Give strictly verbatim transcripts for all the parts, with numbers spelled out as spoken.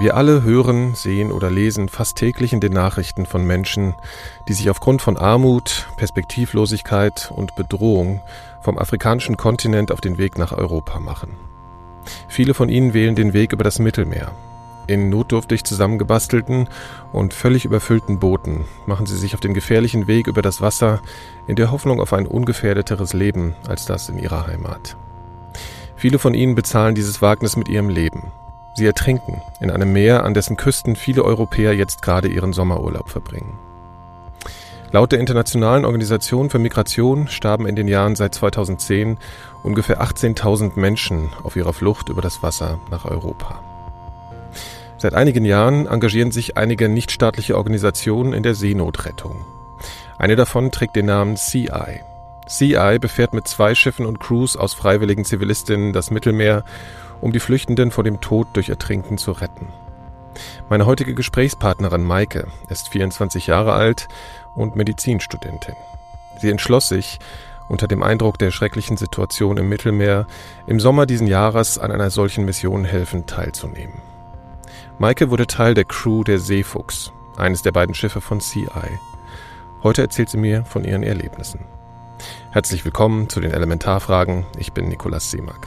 Wir alle hören, sehen oder lesen fast täglich in den Nachrichten von Menschen, die sich aufgrund von Armut, Perspektivlosigkeit und Bedrohung vom afrikanischen Kontinent auf den Weg nach Europa machen. Viele von ihnen wählen den Weg über das Mittelmeer. In notdürftig zusammengebastelten und völlig überfüllten Booten machen sie sich auf den gefährlichen Weg über das Wasser in der Hoffnung auf ein ungefährdeteres Leben als das in ihrer Heimat. Viele von ihnen bezahlen dieses Wagnis mit ihrem Leben. Sie ertrinken in einem Meer, an dessen Küsten viele Europäer jetzt gerade ihren Sommerurlaub verbringen. Laut der Internationalen Organisation für Migration starben in den Jahren seit zweitausendzehn ungefähr achtzehntausend Menschen auf ihrer Flucht über das Wasser nach Europa. Seit einigen Jahren engagieren sich einige nichtstaatliche Organisationen in der Seenotrettung. Eine davon trägt den Namen Sea Eye. Sea Eye befährt mit zwei Schiffen und Crews aus freiwilligen Zivilistinnen das Mittelmeer, um die Flüchtenden vor dem Tod durch Ertrinken zu retten. Meine heutige Gesprächspartnerin Maike ist vierundzwanzig Jahre alt und Medizinstudentin. Sie entschloss sich, unter dem Eindruck der schrecklichen Situation im Mittelmeer, im Sommer diesen Jahres an einer solchen Mission helfend teilzunehmen. Maike wurde Teil der Crew der Seefuchs, eines der beiden Schiffe von Sea Eye. Heute erzählt sie mir von ihren Erlebnissen. Herzlich willkommen zu den Elementarfragen. Ich bin Nikolaus Seemack.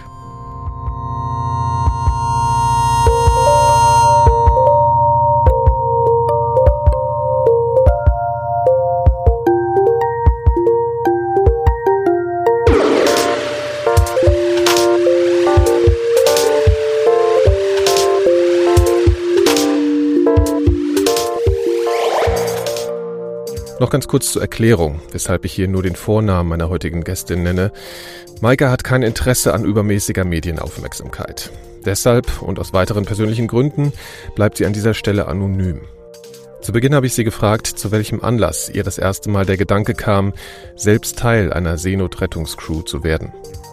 Noch ganz kurz zur Erklärung, weshalb ich hier nur den Vornamen meiner heutigen Gästin nenne. Maike hat kein Interesse an übermäßiger Medienaufmerksamkeit. Deshalb und aus weiteren persönlichen Gründen bleibt sie an dieser Stelle anonym. Zu Beginn habe ich sie gefragt, zu welchem Anlass ihr das erste Mal der Gedanke kam, selbst Teil einer Seenotrettungscrew zu werden.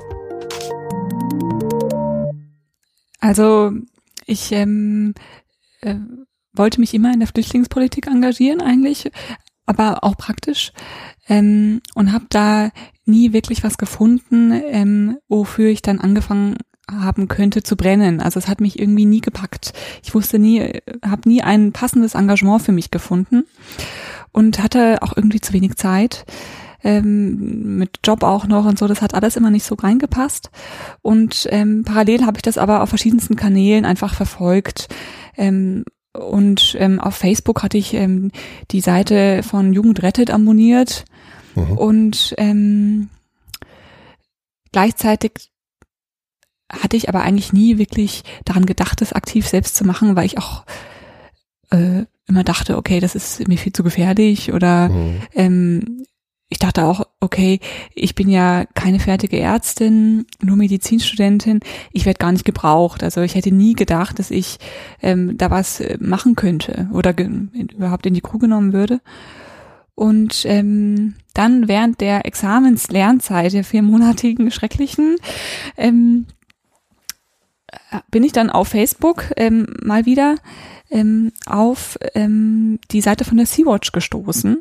Also ich ähm, äh, wollte mich immer in der Flüchtlingspolitik engagieren eigentlich, aber auch praktisch, ähm, und habe da nie wirklich was gefunden, ähm, wofür ich dann angefangen haben könnte zu brennen. Also es hat mich irgendwie nie gepackt. Ich wusste nie, habe nie ein passendes Engagement für mich gefunden und hatte auch irgendwie zu wenig Zeit, ähm, mit Job auch noch und so. Das hat alles immer nicht so reingepasst. Und ähm, parallel habe ich das aber auf verschiedensten Kanälen einfach verfolgt. Ähm, Und ähm, auf Facebook hatte ich ähm, die Seite von Jugend rettet abonniert. Mhm. Und ähm, gleichzeitig hatte ich aber eigentlich nie wirklich daran gedacht, das aktiv selbst zu machen, weil ich auch äh, immer dachte, okay, das ist mir viel zu gefährlich oder mhm. ähm, ich dachte auch, okay, ich bin ja keine fertige Ärztin, nur Medizinstudentin, ich werde gar nicht gebraucht. Also ich hätte nie gedacht, dass ich ähm, da was machen könnte oder ge- überhaupt in die Crew genommen würde. Und ähm, dann während der Examenslernzeit, der viermonatigen schrecklichen, ähm, bin ich dann auf Facebook ähm, mal wieder ähm, auf ähm, die Seite von der Sea-Watch gestoßen.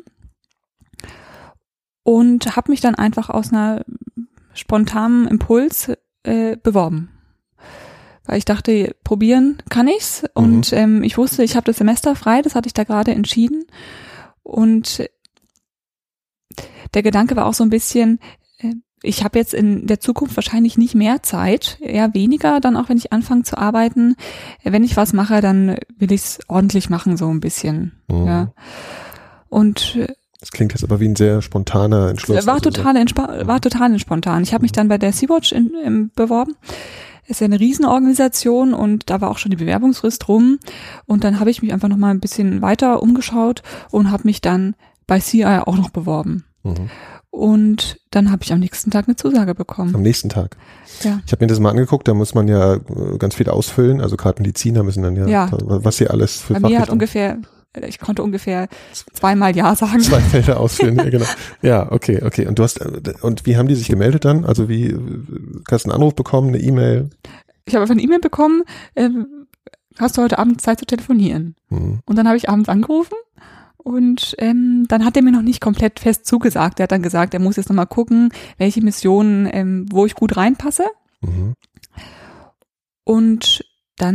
Und habe mich dann einfach aus einer spontanen Impuls äh, beworben. Weil ich dachte, probieren kann ich's. Und mhm. ähm, ich wusste, ich habe das Semester frei, das hatte ich da gerade entschieden. Und der Gedanke war auch so ein bisschen, äh, ich habe jetzt in der Zukunft wahrscheinlich nicht mehr Zeit, eher weniger, dann auch wenn ich anfange zu arbeiten. Wenn ich was mache, dann will ich's ordentlich machen, so ein bisschen. Mhm. Ja. Und das klingt jetzt aber wie ein sehr spontaner Entschluss. War total, entspa- war total spontan. Ich habe mich dann bei der Sea-Watch in, in, beworben. Es ist ja eine Riesenorganisation und da war auch schon die Bewerbungsfrist rum. Und dann habe ich mich einfach noch mal ein bisschen weiter umgeschaut und habe mich dann bei Sea Eye auch noch beworben. Mhm. Und dann habe ich am nächsten Tag eine Zusage bekommen. Am nächsten Tag? Ja. Ich habe mir das mal angeguckt, da muss man ja ganz viel ausfüllen. Also gerade Mediziner müssen dann ja, ja. was sie alles für Bei mir hat ungefähr... Ich konnte ungefähr zweimal Ja sagen. Zwei Felder ausfüllen, ja, genau. Ja, okay, okay. Und du hast, und wie haben die sich gemeldet dann? Also wie, hast du einen Anruf bekommen, eine E-Mail? Ich habe einfach eine E-Mail bekommen, äh, hast du heute Abend Zeit zu telefonieren? Mhm. Und dann habe ich abends angerufen und ähm, dann hat er mir noch nicht komplett fest zugesagt. Er hat dann gesagt, er muss jetzt nochmal gucken, welche Missionen, ähm, wo ich gut reinpasse. Mhm. Und dann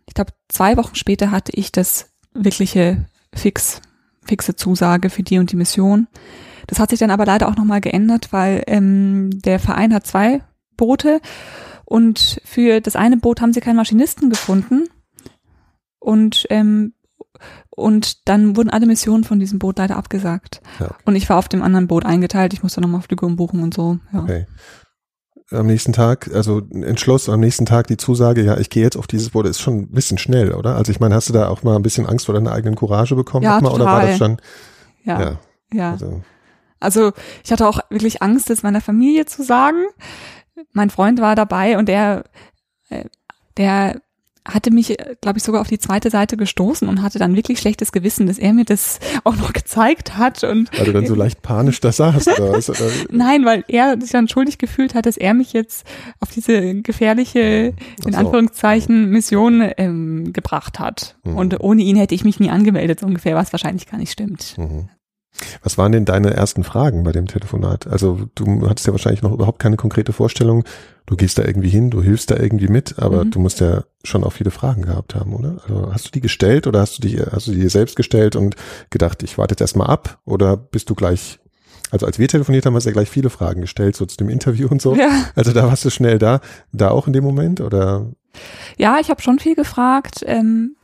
ich glaube, zwei Wochen später hatte ich das wirkliche fix, fixe Zusage für die und die Mission. Das hat sich dann aber leider auch nochmal geändert, weil ähm, der Verein hat zwei Boote und für das eine Boot haben sie keinen Maschinisten gefunden und ähm, und dann wurden alle Missionen von diesem Boot leider abgesagt. Ja. Und ich war auf dem anderen Boot eingeteilt, ich musste nochmal Flüge umbuchen und so. Ja. Okay. Am nächsten Tag, also entschlossen, am nächsten Tag die Zusage, ja, ich gehe jetzt auf dieses Boot, ist schon ein bisschen schnell, oder? Also ich meine, hast du da auch mal ein bisschen Angst vor deiner eigenen Courage bekommen? Ja, mal, total. Oder war das schon? Ja, ja. ja. Also. also ich hatte auch wirklich Angst, das meiner Familie zu sagen. Mein Freund war dabei und der, der hatte mich, glaube ich, sogar auf die zweite Seite gestoßen und hatte dann wirklich schlechtes Gewissen, dass er mir das auch noch gezeigt hat. Und weil du dann so leicht panisch da saßt, oder was? Oder? Nein, weil er sich dann schuldig gefühlt hat, dass er mich jetzt auf diese gefährliche, in so. Anführungszeichen, Mission ähm, gebracht hat. Mhm. Und ohne ihn hätte ich mich nie angemeldet, so ungefähr, was wahrscheinlich gar nicht stimmt. Mhm. Was waren denn deine ersten Fragen bei dem Telefonat? Also du hattest ja wahrscheinlich noch überhaupt keine konkrete Vorstellung. Du gehst da irgendwie hin, du hilfst da irgendwie mit, aber mhm. du musst ja schon auch viele Fragen gehabt haben, oder? Also hast du die gestellt oder hast du die, hast du die dir selbst gestellt und gedacht, ich warte jetzt erstmal ab? Oder bist du gleich, also als wir telefoniert haben, hast du ja gleich viele Fragen gestellt, so zu dem Interview und so. Ja. Also da warst du schnell da, da auch in dem Moment, oder? Ja, ich habe schon viel gefragt. Ähm,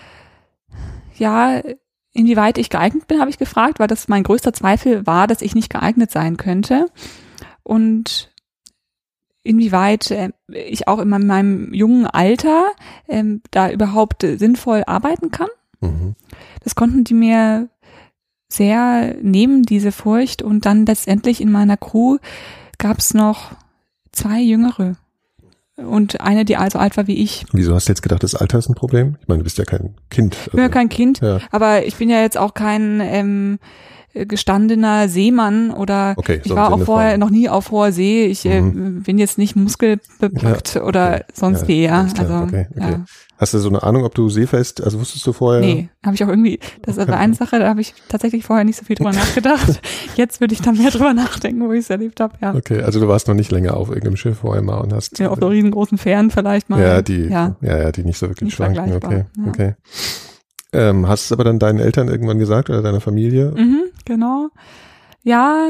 ja, inwieweit ich geeignet bin, habe ich gefragt, weil das mein größter Zweifel war, dass ich nicht geeignet sein könnte. Und inwieweit äh, ich auch in meinem, meinem jungen Alter ähm, da überhaupt äh, sinnvoll arbeiten kann. Mhm. Das konnten die mir sehr nehmen, diese Furcht. Und dann letztendlich in meiner Crew gab es noch zwei Jüngere. Und eine, die also alt war wie ich. Wieso hast du jetzt gedacht, das Alter ist ein Problem? Ich meine, du bist ja kein Kind. Also. Ich bin ja kein Kind, ja. Aber ich bin ja jetzt auch kein ähm, gestandener Seemann oder okay, ich so war auch vorher Fall. noch nie auf hoher See. Ich mhm. äh, bin jetzt nicht muskelbepackt ja, oder okay. sonst ja, wie, ja. Also, okay, okay. ja. Hast du so eine Ahnung, ob du seefest, also wusstest du vorher? Nee, habe ich auch irgendwie, das war eine Sache, da habe ich tatsächlich vorher nicht so viel drüber nachgedacht. Jetzt würde ich da mehr drüber nachdenken, wo ich es erlebt habe, ja. Okay, also du warst noch nicht länger auf irgendeinem Schiff vorher mal und hast... Ja, auf so riesengroßen Fähren vielleicht mal. Ja, die, ja, ja, ja die nicht so wirklich nicht schwanken, okay, ja. okay. Ähm, hast du es aber dann deinen Eltern irgendwann gesagt oder deiner Familie? Mhm, genau. Ja,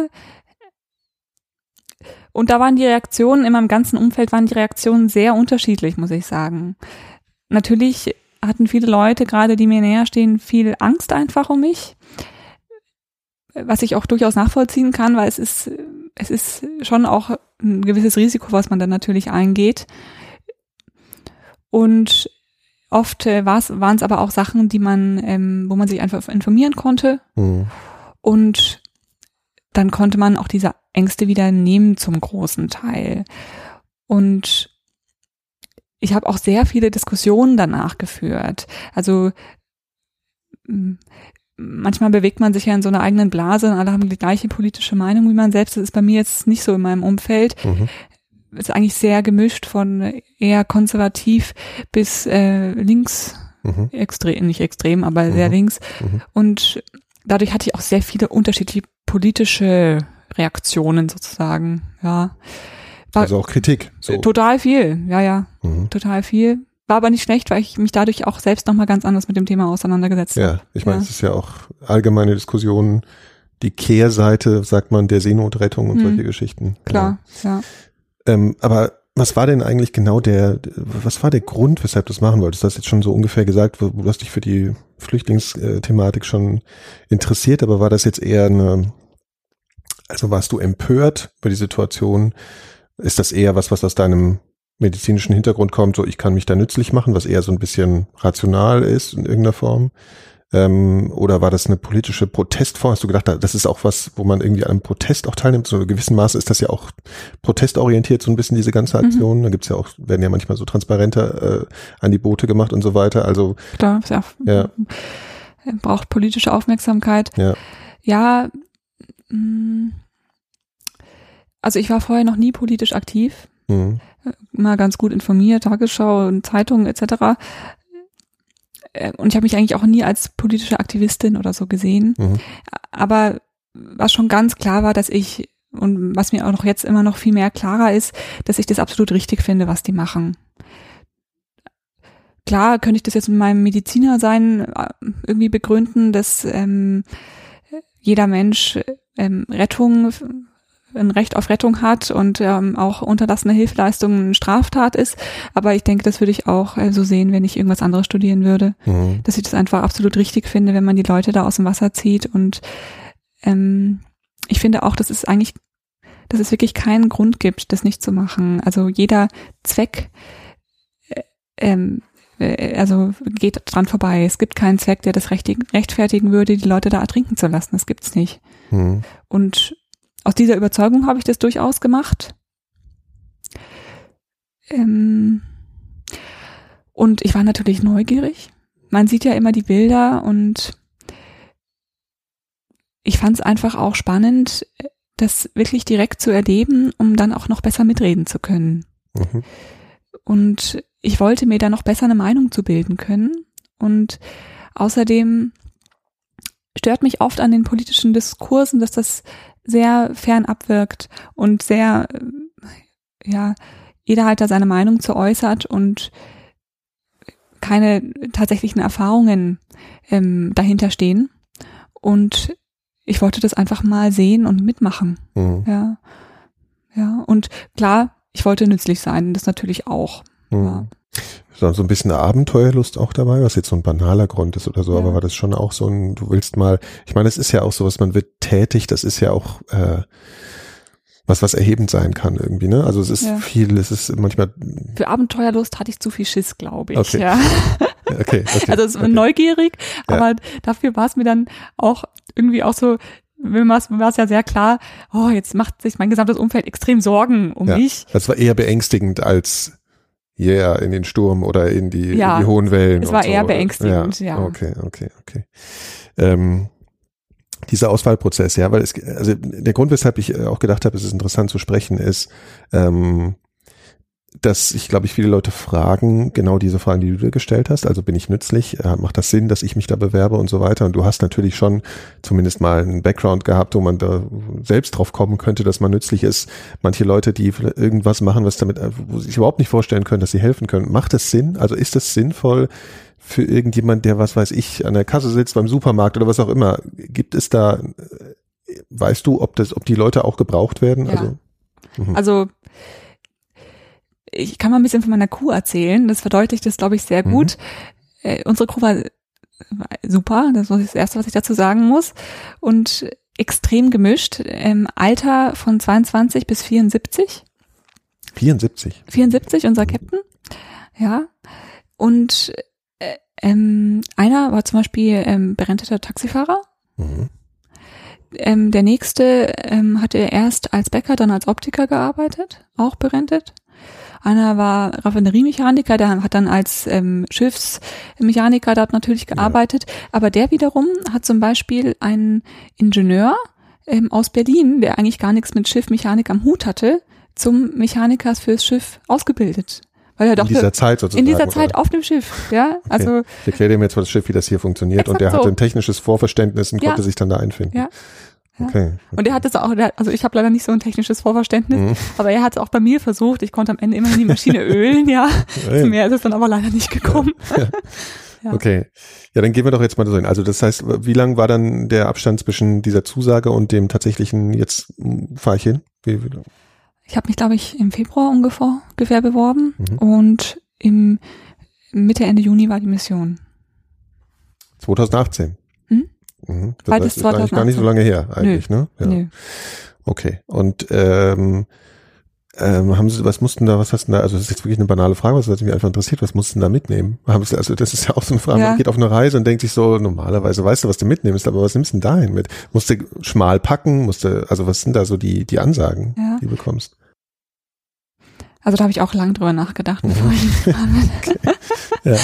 und da waren die Reaktionen, in meinem ganzen Umfeld waren die Reaktionen sehr unterschiedlich, muss ich sagen. Natürlich hatten viele Leute, gerade die mir näher stehen, viel Angst einfach um mich, was ich auch durchaus nachvollziehen kann, weil es ist, es ist schon auch ein gewisses Risiko, was man dann natürlich eingeht. Und oft waren es aber auch Sachen, die man, ähm, wo man sich einfach informieren konnte. Mhm. Und dann konnte man auch diese Ängste wieder nehmen zum großen Teil. Und ich habe auch sehr viele Diskussionen danach geführt. Also manchmal bewegt man sich ja in so einer eigenen Blase und alle haben die gleiche politische Meinung wie man selbst. Das ist bei mir jetzt nicht so in meinem Umfeld. Mhm. Ist eigentlich sehr gemischt von eher konservativ bis äh, links, mhm. extrem, nicht extrem, aber mhm. sehr links. Mhm. Und dadurch hatte ich auch sehr viele unterschiedliche politische Reaktionen sozusagen, ja. War also auch Kritik. So. Total viel, ja, ja, mhm. total viel. War aber nicht schlecht, weil ich mich dadurch auch selbst nochmal ganz anders mit dem Thema auseinandergesetzt habe. Ja, ich meine, ja. Es ist ja auch allgemeine Diskussionen, die Kehrseite, sagt man, der Seenotrettung und mhm. solche Geschichten. Klar, ja. ja. Ähm, aber was war denn eigentlich genau der, was war der Grund, weshalb du das machen wolltest? Du hast jetzt schon so ungefähr gesagt, du hast dich für die Flüchtlingsthematik schon interessiert, aber war das jetzt eher eine, also warst du empört über die Situation? Ist das eher was, was aus deinem medizinischen Hintergrund kommt, so ich kann mich da nützlich machen, was eher so ein bisschen rational ist in irgendeiner Form? Ähm, oder war das eine politische Protestform? Hast du gedacht, das ist auch was, wo man irgendwie an einem Protest auch teilnimmt? So in gewissem Maße ist das ja auch protestorientiert, so ein bisschen diese ganze Aktion. Mhm. Da gibt's ja auch, werden ja manchmal so Transparente äh, an die Boote gemacht und so weiter. Also klar, ja, ja. braucht politische Aufmerksamkeit. Ja, ja mh, also ich war vorher noch nie politisch aktiv. Mhm. Mal ganz gut informiert, Tagesschau und Zeitungen et cetera. Und ich habe mich eigentlich auch nie als politische Aktivistin oder so gesehen. Mhm. Aber was schon ganz klar war, dass ich, und was mir auch noch jetzt immer noch viel mehr klarer ist, dass ich das absolut richtig finde, was die machen. klar könnte ich das jetzt mit meinem Medizinersein irgendwie begründen, dass ähm, jeder Mensch ähm, Rettung, ein Recht auf Rettung hat und ähm, auch unterlassene Hilfeleistung eine Straftat ist. Aber ich denke, das würde ich auch äh, so sehen, wenn ich irgendwas anderes studieren würde. Mhm. Dass ich das einfach absolut richtig finde, wenn man die Leute da aus dem Wasser zieht. Und ähm, ich finde auch, dass es eigentlich, dass es wirklich keinen Grund gibt, das nicht zu machen. Also jeder Zweck äh, ähm, also geht dran vorbei. Es gibt keinen Zweck, der das rechtfertigen würde, die Leute da ertrinken zu lassen. Das gibt's nicht. Mhm. Und aus dieser Überzeugung habe ich das durchaus gemacht. Ähm und ich war natürlich neugierig. Man sieht ja immer die Bilder und ich fand es einfach auch spannend, das wirklich direkt zu erleben, um dann auch noch besser mitreden zu können. Mhm. Und ich wollte mir da noch besser eine Meinung zu bilden können. Und außerdem stört mich oft an den politischen Diskursen, dass das sehr fernab wirkt und sehr, ja, jeder halt da seine Meinung zu äußert und keine tatsächlichen Erfahrungen ähm, dahinter stehen. Und ich wollte das einfach mal sehen und mitmachen. Mhm. Ja, ja. Und klar, ich wollte nützlich sein, das natürlich auch. Mhm. Ja. So, so ein bisschen Abenteuerlust auch dabei, was jetzt so ein banaler Grund ist oder so, ja. Aber war das schon auch so ein, du willst mal, ich meine, es ist ja auch so, was man wird tätig, das ist ja auch äh, was, was erhebend sein kann irgendwie, ne? Also es ist ja. viel, es ist manchmal. Für Abenteuerlust hatte ich zu viel Schiss, glaube ich. Okay. Ja. okay, okay. Also es war okay. neugierig, aber ja. dafür war es mir dann auch irgendwie auch so, mir war es ja sehr klar, oh, jetzt macht sich mein gesamtes Umfeld extrem Sorgen um ja. mich. Das war eher beängstigend als yeah, in den Sturm oder in die, ja, in die hohen Wellen. Es war so. eher beängstigend, ja. ja. Okay, okay, okay. Ähm, dieser Auswahlprozess, ja, weil es, also der Grund, weshalb ich auch gedacht habe, es ist interessant zu sprechen, ist, ähm, dass ich glaube ich viele Leute fragen, genau diese Fragen, die du dir gestellt hast, also bin ich nützlich, äh, macht das Sinn, dass ich mich da bewerbe und so weiter, und du hast natürlich schon zumindest mal einen Background gehabt, wo man da selbst drauf kommen könnte, dass man nützlich ist. Manche Leute, die irgendwas machen, was damit, wo sie sich überhaupt nicht vorstellen können, dass sie helfen können, macht das Sinn? Also ist das sinnvoll für irgendjemand, der, was weiß ich, an der Kasse sitzt beim Supermarkt oder was auch immer? Gibt es da, weißt du, ob das, ob die Leute auch gebraucht werden? Ja. Also, mhm. also ich kann mal ein bisschen von meiner Crew erzählen, das verdeutlicht das, glaube ich, sehr gut. Mhm. Äh, unsere Crew war, war super, das ist das Erste, was ich dazu sagen muss, und extrem gemischt, ähm, Alter von zweiundzwanzig bis vierundsiebzig. vierundsiebzig? vierundsiebzig, unser Captain, ja, und äh, ähm, einer war zum Beispiel ähm, berenteter Taxifahrer. Mhm. Ähm, der nächste ähm, hatte erst als Bäcker, dann als Optiker gearbeitet, auch berentet. Einer war Raffineriemechaniker, der hat dann als ähm, Schiffsmechaniker dort natürlich gearbeitet. Ja. Aber der wiederum hat zum Beispiel einen Ingenieur ähm, aus Berlin, der eigentlich gar nichts mit Schiffmechanik am Hut hatte, zum Mechaniker fürs Schiff ausgebildet. Weil er doch in dieser Zeit sozusagen. In dieser Zeit oder? Auf dem Schiff, ja. Okay. Also ich erkläre dir jetzt mal das Schiff, wie das hier funktioniert, und der hatte so. ein technisches Vorverständnis und ja. konnte sich dann da einfinden. Ja. Ja. Okay, okay. Und er hat es auch, also ich habe leider nicht so ein technisches Vorverständnis, mhm. aber er hat es auch bei mir versucht. Ich konnte am Ende immerhin die Maschine ölen, ja. Zu mehr ist es dann aber leider nicht gekommen. Ja. Ja. Ja. Okay, ja, dann gehen wir doch jetzt mal so hin. Also das heißt, wie lang war dann der Abstand zwischen dieser Zusage und dem tatsächlichen, jetzt fahre ich hin? Wie, wie ich habe mich, glaube ich, im Februar ungefähr, ungefähr beworben mhm. und im Mitte, Ende Juni war die Mission. zweitausendachtzehn? Hm? Mhm. Das heißt, ist eigentlich gar nicht so lange her eigentlich, Nö. ne? Ja. Nö. Okay. Und ähm, ähm, haben Sie, was mussten da, was hast du da, also das ist jetzt wirklich eine banale Frage, was mich einfach interessiert, was mussten da mitnehmen? Haben Sie, also das ist ja auch so eine Frage, ja. man geht auf eine Reise und denkt sich so, normalerweise weißt du, was du mitnimmst, aber was nimmst du denn dahin mit? Musst du schmal packen, musst du, also was sind da so die die Ansagen, ja. die du bekommst? Also da habe ich auch lang drüber nachgedacht, bevor ich ihn okay. ja.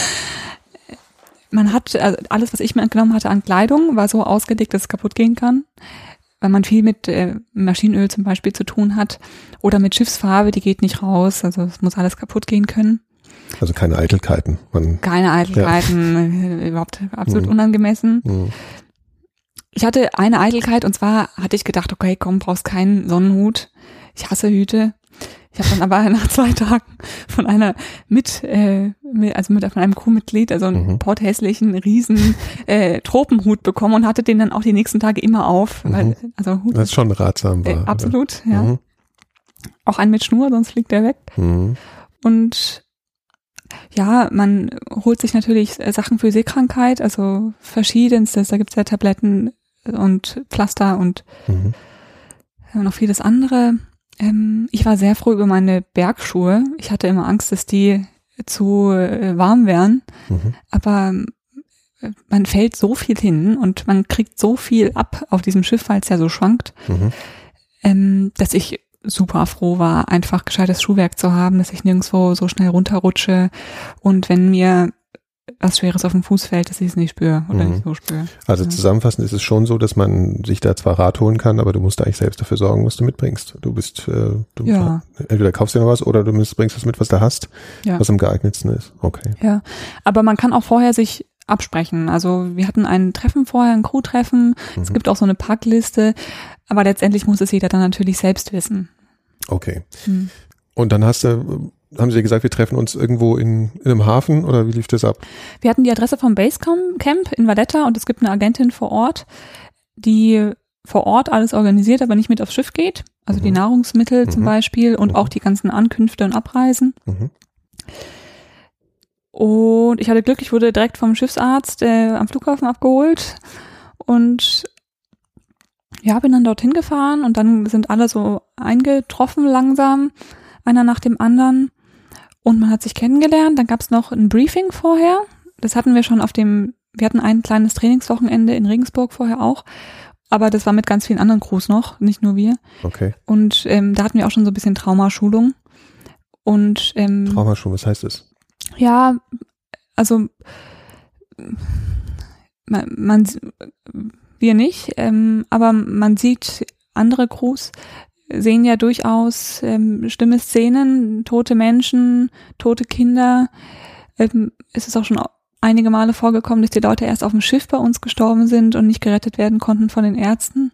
Man hat, also alles, was ich mitgenommen hatte an Kleidung, war so ausgelegt, dass es kaputt gehen kann, weil man viel mit äh, Maschinenöl zum Beispiel zu tun hat oder mit Schiffsfarbe, die geht nicht raus, also es muss alles kaputt gehen können. Also keine Eitelkeiten. Man, keine Eitelkeiten, ja. Überhaupt absolut mhm. unangemessen. Mhm. Ich hatte eine Eitelkeit, und zwar hatte ich gedacht, okay, komm, brauchst keinen Sonnenhut, ich hasse Hüte. Ich habe dann aber nach zwei Tagen von einer mit, äh, mit also mit von einem Crewmitglied, also einen Mhm. porthässlichen, riesen äh, Tropenhut bekommen und hatte den dann auch die nächsten Tage immer auf. Mhm. Weil, also Hut Das ist schon ratsam äh, war. absolut, oder? ja. Mhm. Auch einen mit Schnur, sonst fliegt der weg. Mhm. Und ja, man holt sich natürlich Sachen für Seekrankheit, also verschiedenstes. Da gibt's ja Tabletten und Pflaster und Mhm. noch vieles andere. Ähm, ich war sehr froh über meine Bergschuhe. Ich hatte immer Angst, dass die zu äh, warm wären. Mhm. Aber äh, man fällt so viel hin und man kriegt so viel ab auf diesem Schiff, weil es ja so schwankt, Mhm. ähm, dass ich super froh war, einfach gescheites Schuhwerk zu haben, dass ich nirgendwo so schnell runterrutsche und wenn mir was Schweres auf den Fuß fällt, dass ich es nicht spüre oder Mhm. nicht so spüre. Also Ja. zusammenfassend ist es schon so, dass man sich da zwar Rat holen kann, aber du musst eigentlich selbst dafür sorgen, was du mitbringst. Du bist, äh, du Ja. entweder kaufst dir noch was oder du bringst was mit, was du hast, Ja. was am geeignetsten ist. Okay. Ja, aber man kann auch vorher sich absprechen. Also wir hatten ein Treffen vorher, ein Crew-Treffen. Es Mhm. gibt auch so eine Packliste, aber letztendlich muss es jeder dann natürlich selbst wissen. Okay. Hm. Und dann hast du, haben sie dir gesagt, wir treffen uns irgendwo in, in einem Hafen oder wie lief das ab? Wir hatten die Adresse vom Basecamp in Valletta und es gibt eine Agentin vor Ort, die vor Ort alles organisiert, aber nicht mit aufs Schiff geht. Also Mhm. die Nahrungsmittel Mhm. zum Beispiel und Mhm. auch die ganzen Ankünfte und Abreisen. Mhm. Und ich hatte Glück, ich wurde direkt vom Schiffsarzt äh, am Flughafen abgeholt und ja, bin dann dorthin gefahren und dann sind alle so eingetroffen langsam, einer nach dem anderen und man hat sich kennengelernt. Dann gab es noch ein Briefing vorher, das hatten wir schon auf dem, wir hatten ein kleines Trainingswochenende in Regensburg vorher auch, aber das war mit ganz vielen anderen Crews noch, nicht nur wir. Okay. Und ähm, da hatten wir auch schon so ein bisschen Traumaschulung und ähm, Traumaschulung, was heißt das? ja, also man, man wir nicht, ähm, aber man sieht andere Crews sehen ja durchaus ähm, schlimme Szenen, tote Menschen, tote Kinder. Ähm, es ist auch schon einige Male vorgekommen, dass die Leute erst auf dem Schiff bei uns gestorben sind und nicht gerettet werden konnten von den Ärzten.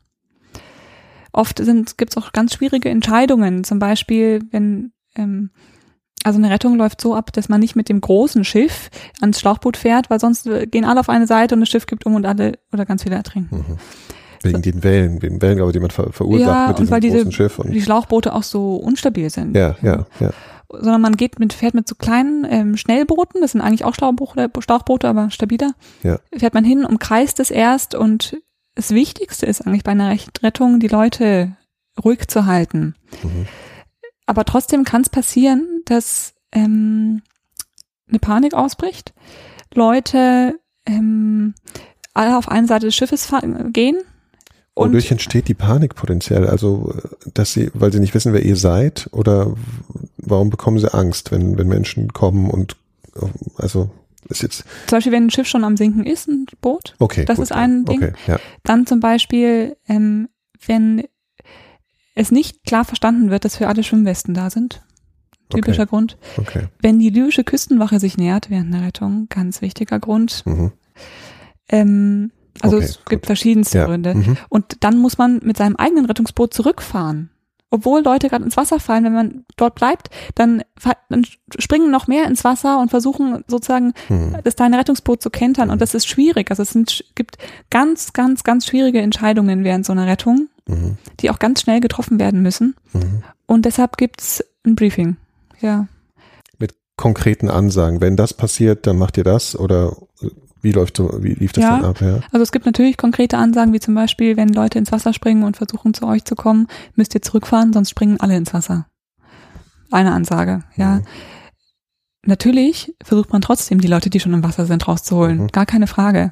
Oft gibt es auch ganz schwierige Entscheidungen, zum Beispiel, wenn ähm, also eine Rettung läuft so ab, dass man nicht mit dem großen Schiff ans Schlauchboot fährt, weil sonst gehen alle auf eine Seite und das Schiff gibt um und alle oder ganz viele ertrinken. Mhm. Wegen so. den Wellen, wegen Wellen, aber die man ver verursacht ja, mit diesem und weil großen diese, Schiff. Und die Schlauchboote auch so unstabil sind. Ja, ja, ja. Sondern man geht mit, fährt mit so kleinen ähm, Schnellbooten, das sind eigentlich auch Schlauchboote, Schlauchboote, aber stabiler. Ja. Fährt man hin, umkreist es erst und das Wichtigste ist eigentlich bei einer Rettung, die Leute ruhig zu halten. Mhm. Aber trotzdem kann es passieren, dass ähm, eine Panik ausbricht, Leute ähm, alle auf eine Seite des Schiffes gehen. Und wodurch entsteht die Panik potenziell? Also, dass sie, weil sie nicht wissen, wer ihr seid, oder warum bekommen sie Angst, wenn, wenn Menschen kommen und, also, ist jetzt. Zum Beispiel, wenn ein Schiff schon am Sinken ist, ein Boot. Okay. Das gut, ist ein ja. Ding. Okay, ja. Dann zum Beispiel, ähm, wenn es nicht klar verstanden wird, dass für alle Schwimmwesten da sind. Typischer okay. Grund. Okay. Wenn die libysche Küstenwache sich nähert während der Rettung, ganz wichtiger Grund. Mhm. Ähm, also okay, es gut. gibt verschiedenste ja. Gründe. Mhm. Und dann muss man mit seinem eigenen Rettungsboot zurückfahren. Obwohl Leute gerade ins Wasser fallen, wenn man dort bleibt, dann, dann springen noch mehr ins Wasser und versuchen sozusagen mhm. das kleine Rettungsboot zu kentern. Mhm. Und das ist schwierig. Also es sind, gibt ganz, ganz, ganz schwierige Entscheidungen während so einer Rettung, Mhm. die auch ganz schnell getroffen werden müssen. Mhm. Und deshalb gibt's ein Briefing. Ja. Mit konkreten Ansagen. Wenn das passiert, dann macht ihr das, oder wie läuft so, wie lief das ja. dann ab? Ja. Also es gibt natürlich konkrete Ansagen, wie zum Beispiel, wenn Leute ins Wasser springen und versuchen zu euch zu kommen, müsst ihr zurückfahren, sonst springen alle ins Wasser. Eine Ansage, ja. Mhm. Natürlich versucht man trotzdem, die Leute, die schon im Wasser sind, rauszuholen. Mhm. Gar keine Frage.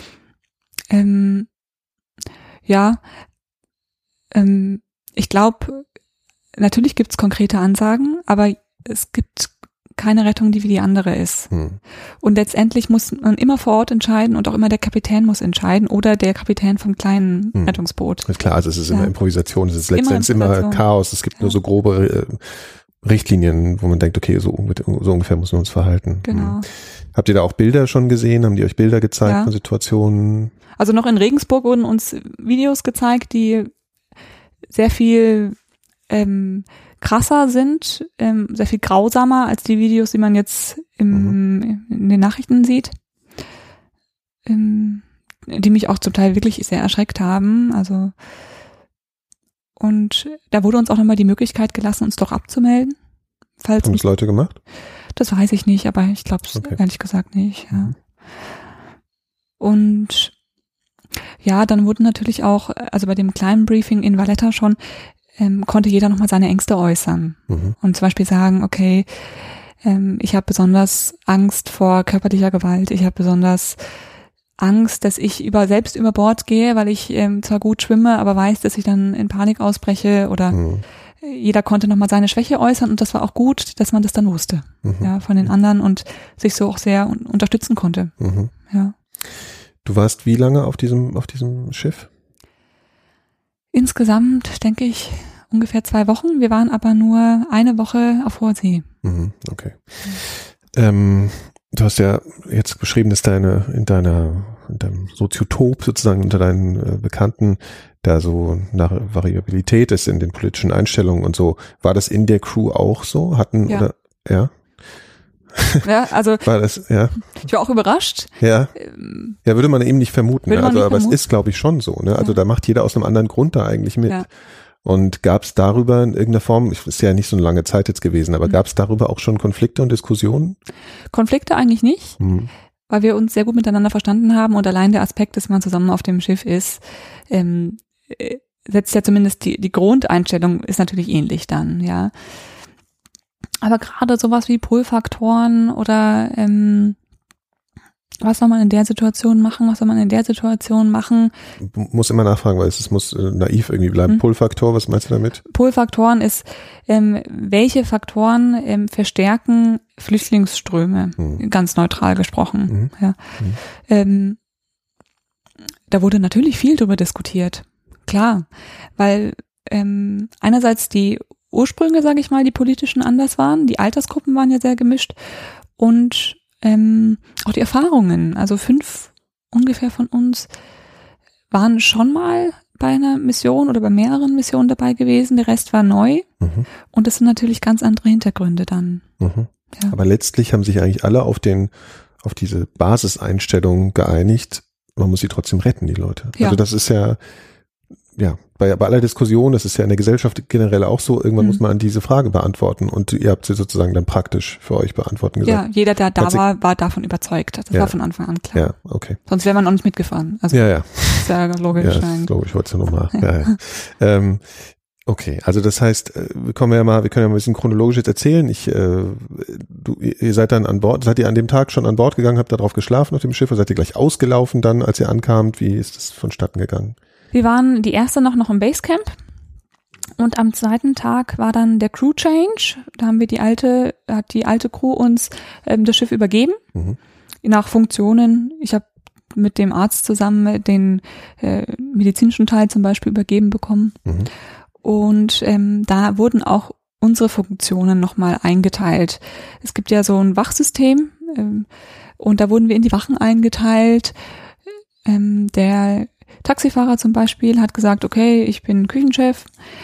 Ähm, ja, ähm, ich glaube, natürlich gibt es konkrete Ansagen, aber es gibt keine Rettung, die wie die andere ist. Mhm. Und letztendlich muss man immer vor Ort entscheiden und auch immer der Kapitän muss entscheiden oder der Kapitän vom kleinen Mhm. Rettungsboot. Ist klar, also es ist Ja. immer Improvisation, es ist Immer letztendlich immer, Improvisation. Chaos, es gibt Ja. nur so grobe äh, Richtlinien, wo man denkt, okay, so, so ungefähr müssen wir uns verhalten. Genau. Mhm. Habt ihr da auch Bilder schon gesehen? Haben die euch Bilder gezeigt Ja. von Situationen? Also noch in Regensburg wurden uns Videos gezeigt, die sehr viel ähm, krasser sind, ähm, sehr viel grausamer als die Videos, die man jetzt im, mhm. in den Nachrichten sieht, ähm, die mich auch zum Teil wirklich sehr erschreckt haben. Also und da wurde uns auch nochmal die Möglichkeit gelassen, uns doch abzumelden. Falls Haben das Leute gemacht? Das weiß ich nicht, aber ich glaube es okay. ehrlich gesagt nicht. Ja. Mhm. Und ja, dann wurden natürlich auch, also bei dem kleinen Briefing in Valletta schon, ähm, konnte jeder nochmal seine Ängste äußern. Mhm. Und zum Beispiel sagen, okay, ähm, ich habe besonders Angst vor körperlicher Gewalt, ich habe besonders Angst, dass ich über selbst über Bord gehe, weil ich ähm, zwar gut schwimme, aber weiß, dass ich dann in Panik ausbreche oder mhm. jeder konnte nochmal seine Schwäche äußern und das war auch gut, dass man das dann wusste, mhm. ja, von den anderen und sich so auch sehr un- unterstützen konnte. Mhm. Ja. Du warst wie lange auf diesem, auf diesem Schiff? Insgesamt, denke ich, ungefähr zwei Wochen. Wir waren aber nur eine Woche auf hoher See. Mhm, okay. Mhm. Ähm, du hast ja jetzt beschrieben, dass deine, in deiner, in deinem Soziotop sozusagen unter deinen äh, Bekannten da so nach Variabilität ist in den politischen Einstellungen und so. War das in der Crew auch so? Hatten, ja. oder, ja? Ja, also war das, ja. Ich war auch überrascht. Ja, ja, würde man eben nicht vermuten. Würde also, nicht aber vermuten. es ist, glaube ich, schon so. Ne? Also ja. da macht jeder aus einem anderen Grund da eigentlich mit. Ja. Und gab es darüber in irgendeiner Form, es ist ja nicht so eine lange Zeit jetzt gewesen, aber mhm. gab es darüber auch schon Konflikte und Diskussionen? Konflikte eigentlich nicht, mhm. weil wir uns sehr gut miteinander verstanden haben und allein der Aspekt, dass man zusammen auf dem Schiff ist, ähm, setzt ja zumindest die, die Grundeinstellung ist natürlich ähnlich dann, ja. Aber gerade sowas wie Pull-Faktoren oder ähm, was soll man in der Situation machen, was soll man in der Situation machen? Muss immer nachfragen, weil es, es muss äh, naiv irgendwie bleiben. Hm. Pull-Faktor, was meinst du damit? Pull-Faktoren ist, ähm, welche Faktoren ähm, verstärken Flüchtlingsströme, hm. ganz neutral gesprochen. Hm. Ja. Hm. Ähm, da wurde natürlich viel drüber diskutiert, klar, weil ähm, einerseits die Ursprünge, sage ich mal, die politischen anders waren. Die Altersgruppen waren ja sehr gemischt und ähm, auch die Erfahrungen. Also fünf ungefähr von uns waren schon mal bei einer Mission oder bei mehreren Missionen dabei gewesen. Der Rest war neu mhm. und das sind natürlich ganz andere Hintergründe dann. Mhm. Ja. Aber letztlich haben sich eigentlich alle auf den auf diese Basiseinstellung geeinigt. Man muss sie trotzdem retten, die Leute. Ja. Also das ist ja ja, bei, bei aller Diskussion, das ist ja in der Gesellschaft generell auch so, irgendwann mhm. muss man diese Frage beantworten und ihr habt sie sozusagen dann praktisch für euch beantworten gesagt. Ja, jeder, der da war, war davon überzeugt. Das ja. war von Anfang an klar. Ja, okay. Sonst wäre man auch nicht mitgefahren. Also, ja, ja. Ist ja logisch. Ja, das glaube ich heute nochmal. Ja. Ja, ja. ähm, okay, also das heißt, wir kommen ja mal, wir können ja mal ein bisschen chronologisch jetzt erzählen. Ich, äh, du, ihr seid dann an Bord, seid ihr an dem Tag schon an Bord gegangen, habt da drauf geschlafen auf dem Schiff, oder seid ihr gleich ausgelaufen dann, als ihr ankamt? Wie ist das vonstatten gegangen? Wir waren die erste Nacht noch im Basecamp und am zweiten Tag war dann der Crew Change. Da haben wir die alte, hat die alte Crew uns ähm, das Schiff übergeben, mhm. nach Funktionen. Ich habe mit dem Arzt zusammen den äh, medizinischen Teil zum Beispiel übergeben bekommen. Mhm. Und ähm, da wurden auch unsere Funktionen nochmal eingeteilt. Es gibt ja so ein Wachsystem ähm, und da wurden wir in die Wachen eingeteilt. Ähm, der Taxifahrer zum Beispiel hat gesagt, okay, ich bin Küchenchef.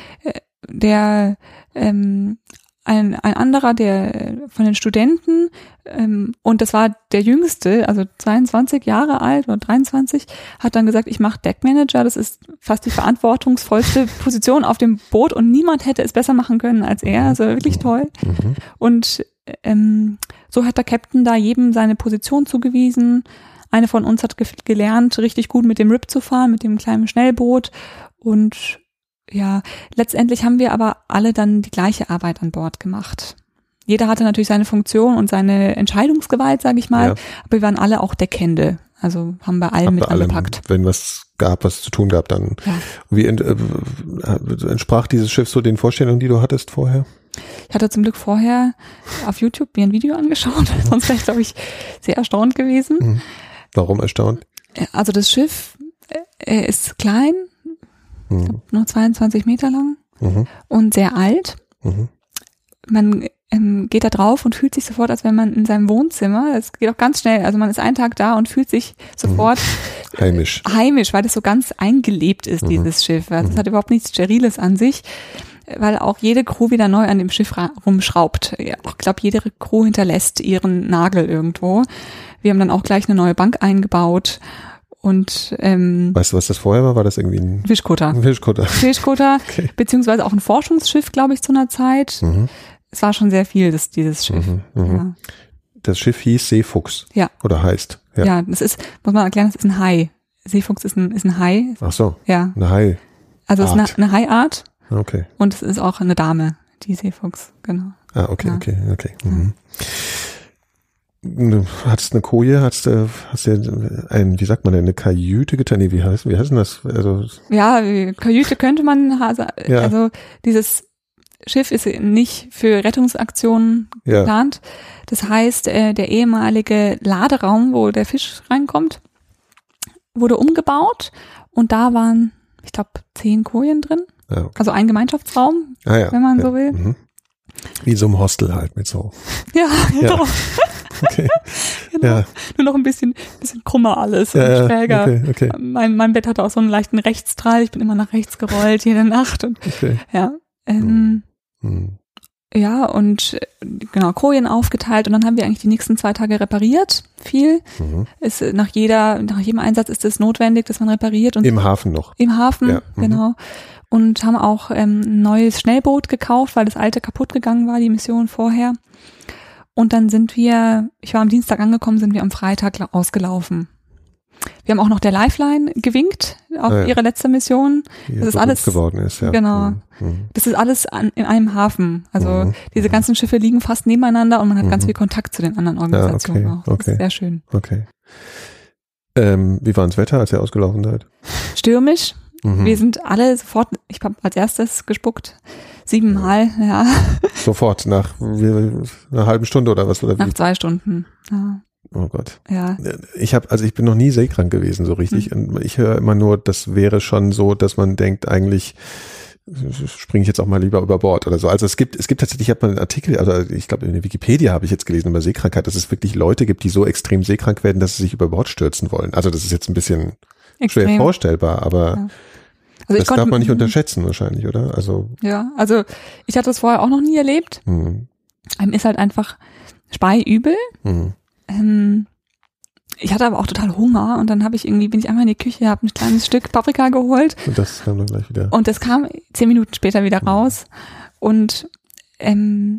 Der ähm, ein, ein anderer, der von den Studenten, ähm, und das war der Jüngste, also zweiundzwanzig Jahre alt oder dreiundzwanzig, hat dann gesagt, ich mache Deckmanager, das ist fast die verantwortungsvollste Position auf dem Boot und niemand hätte es besser machen können als er, also wirklich toll. Mhm. Und ähm, so hat der Captain da jedem seine Position zugewiesen. Eine von uns hat ge- gelernt, richtig gut mit dem R I P zu fahren, mit dem kleinen Schnellboot. Und ja, letztendlich haben wir aber alle dann die gleiche Arbeit an Bord gemacht. Jeder hatte natürlich seine Funktion und seine Entscheidungsgewalt, sage ich mal. Ja. Aber wir waren alle auch Deckhände. Also haben wir alle mit angepackt. Wenn was gab, was zu tun gab, dann. Ja. Wie ent, äh, entsprach dieses Schiff so den Vorstellungen, die du hattest vorher? Ich hatte zum Glück vorher auf YouTube mir ein Video angeschaut. Sonst wäre ich, glaube ich, sehr erstaunt gewesen. Mhm. Warum erstaunt? Also das Schiff äh, ist klein, mhm. ich glaub, nur zweiundzwanzig Meter lang mhm. und sehr alt. Mhm. Man ähm, geht da drauf und fühlt sich sofort, als wenn man in seinem Wohnzimmer, das geht auch ganz schnell, also man ist einen Tag da und fühlt sich sofort mhm. heimisch. heimisch, weil das so ganz eingelebt ist, mhm. dieses Schiff. Also es mhm. hat überhaupt nichts Steriles an sich. weil auch jede Crew wieder neu an dem Schiff rumschraubt. Ich glaube, jede Crew hinterlässt ihren Nagel irgendwo. Wir haben dann auch gleich eine neue Bank eingebaut. Und ähm, weißt du, was das vorher war? War das irgendwie ein Fischkutter? Ein Fischkutter. Fischkutter, okay. Beziehungsweise auch ein Forschungsschiff, glaube ich, zu einer Zeit. Mhm. Es war schon sehr viel, das, dieses Schiff. Mhm, mh. ja. Das Schiff hieß Seefuchs. Ja. Oder heißt. Ja. ja, das ist, muss man erklären, das ist ein Hai. Seefuchs ist ein, ist ein Hai. Ach so. Ja. Eine Hai. Also es ist eine, eine Haiart. Okay. Und es ist auch eine Dame, die Seefuchs, genau. Ah, okay, ja. okay, okay. Mhm. Du hattest eine Koje, hast du, hast du ein, wie sagt man denn, eine Kajüte getan? Nee, wie heißt, wie heißt denn das? Also, ja, Kajüte könnte man, also, ja. also dieses Schiff ist nicht für Rettungsaktionen ja. geplant. Das heißt, der ehemalige Laderaum, wo der Fisch reinkommt, wurde umgebaut und da waren, ich glaube, zehn Kojen drin. Ja, okay. Also ein Gemeinschaftsraum, ah, ja. wenn man ja. so will. Mhm. Wie so ein Hostel halt mit so. Ja, genau. Ja. Okay. Genau. Ja. Nur noch ein bisschen, bisschen krummer alles und ja, schräger. Okay, okay. Mein, mein Bett hatte auch so einen leichten Rechtsstrahl. Ich bin immer nach rechts gerollt jede Nacht. Und, okay. Ja. Ähm, hm. Ja, und genau, Kojen aufgeteilt und dann haben wir eigentlich die nächsten zwei Tage repariert. Viel. Mhm. Ist, nach jeder, nach jedem Einsatz ist es notwendig, dass man repariert. Und im Hafen noch. Im Hafen, ja. mhm. genau. Und haben auch ähm, ein neues Schnellboot gekauft, weil das alte kaputt gegangen war, die Mission vorher. Und dann sind wir, ich war am Dienstag angekommen, sind wir am Freitag ausgelaufen. Wir haben auch noch der Lifeline gewinkt auf ah, ja. ihre letzte Mission. Die das ist alles geworden ist, ja. Genau. Mhm. Das ist alles an, in einem Hafen. Also mhm. diese ganzen Schiffe liegen fast nebeneinander und man hat mhm. ganz viel Kontakt zu den anderen Organisationen ja, okay. auch. Das okay. ist sehr schön. Okay. Ähm, wie war das Wetter, als ihr ausgelaufen seid? Stürmisch. Mhm. Wir sind alle sofort, ich habe als erstes gespuckt. Siebenmal, ja. Sofort, nach wie, einer halben Stunde oder was? Oder nach wie? zwei Stunden, ja. Oh Gott. Ja. Ich habe, also ich bin noch nie seekrank gewesen, so richtig. Mhm. Ich höre immer nur, das wäre schon so, dass man denkt, eigentlich springe ich jetzt auch mal lieber über Bord oder so. Also es gibt, es gibt tatsächlich, ich habe mal einen Artikel, also ich glaube in der Wikipedia habe ich jetzt gelesen über Seekrankheit, dass es wirklich Leute gibt, die so extrem seekrank werden, dass sie sich über Bord stürzen wollen. Also das ist jetzt ein bisschen extrem schwer vorstellbar, aber ja. Also das konnte, darf man nicht unterschätzen wahrscheinlich, oder? Also ja, also ich hatte das vorher auch noch nie erlebt. Mhm. Einem ist halt einfach speiübel. Mhm. Ähm, ich hatte aber auch total Hunger und dann habe ich irgendwie, bin ich einmal in die Küche, habe ein kleines Stück Paprika geholt. Und das kam dann gleich wieder. Und das kam zehn Minuten später wieder raus. Und ähm,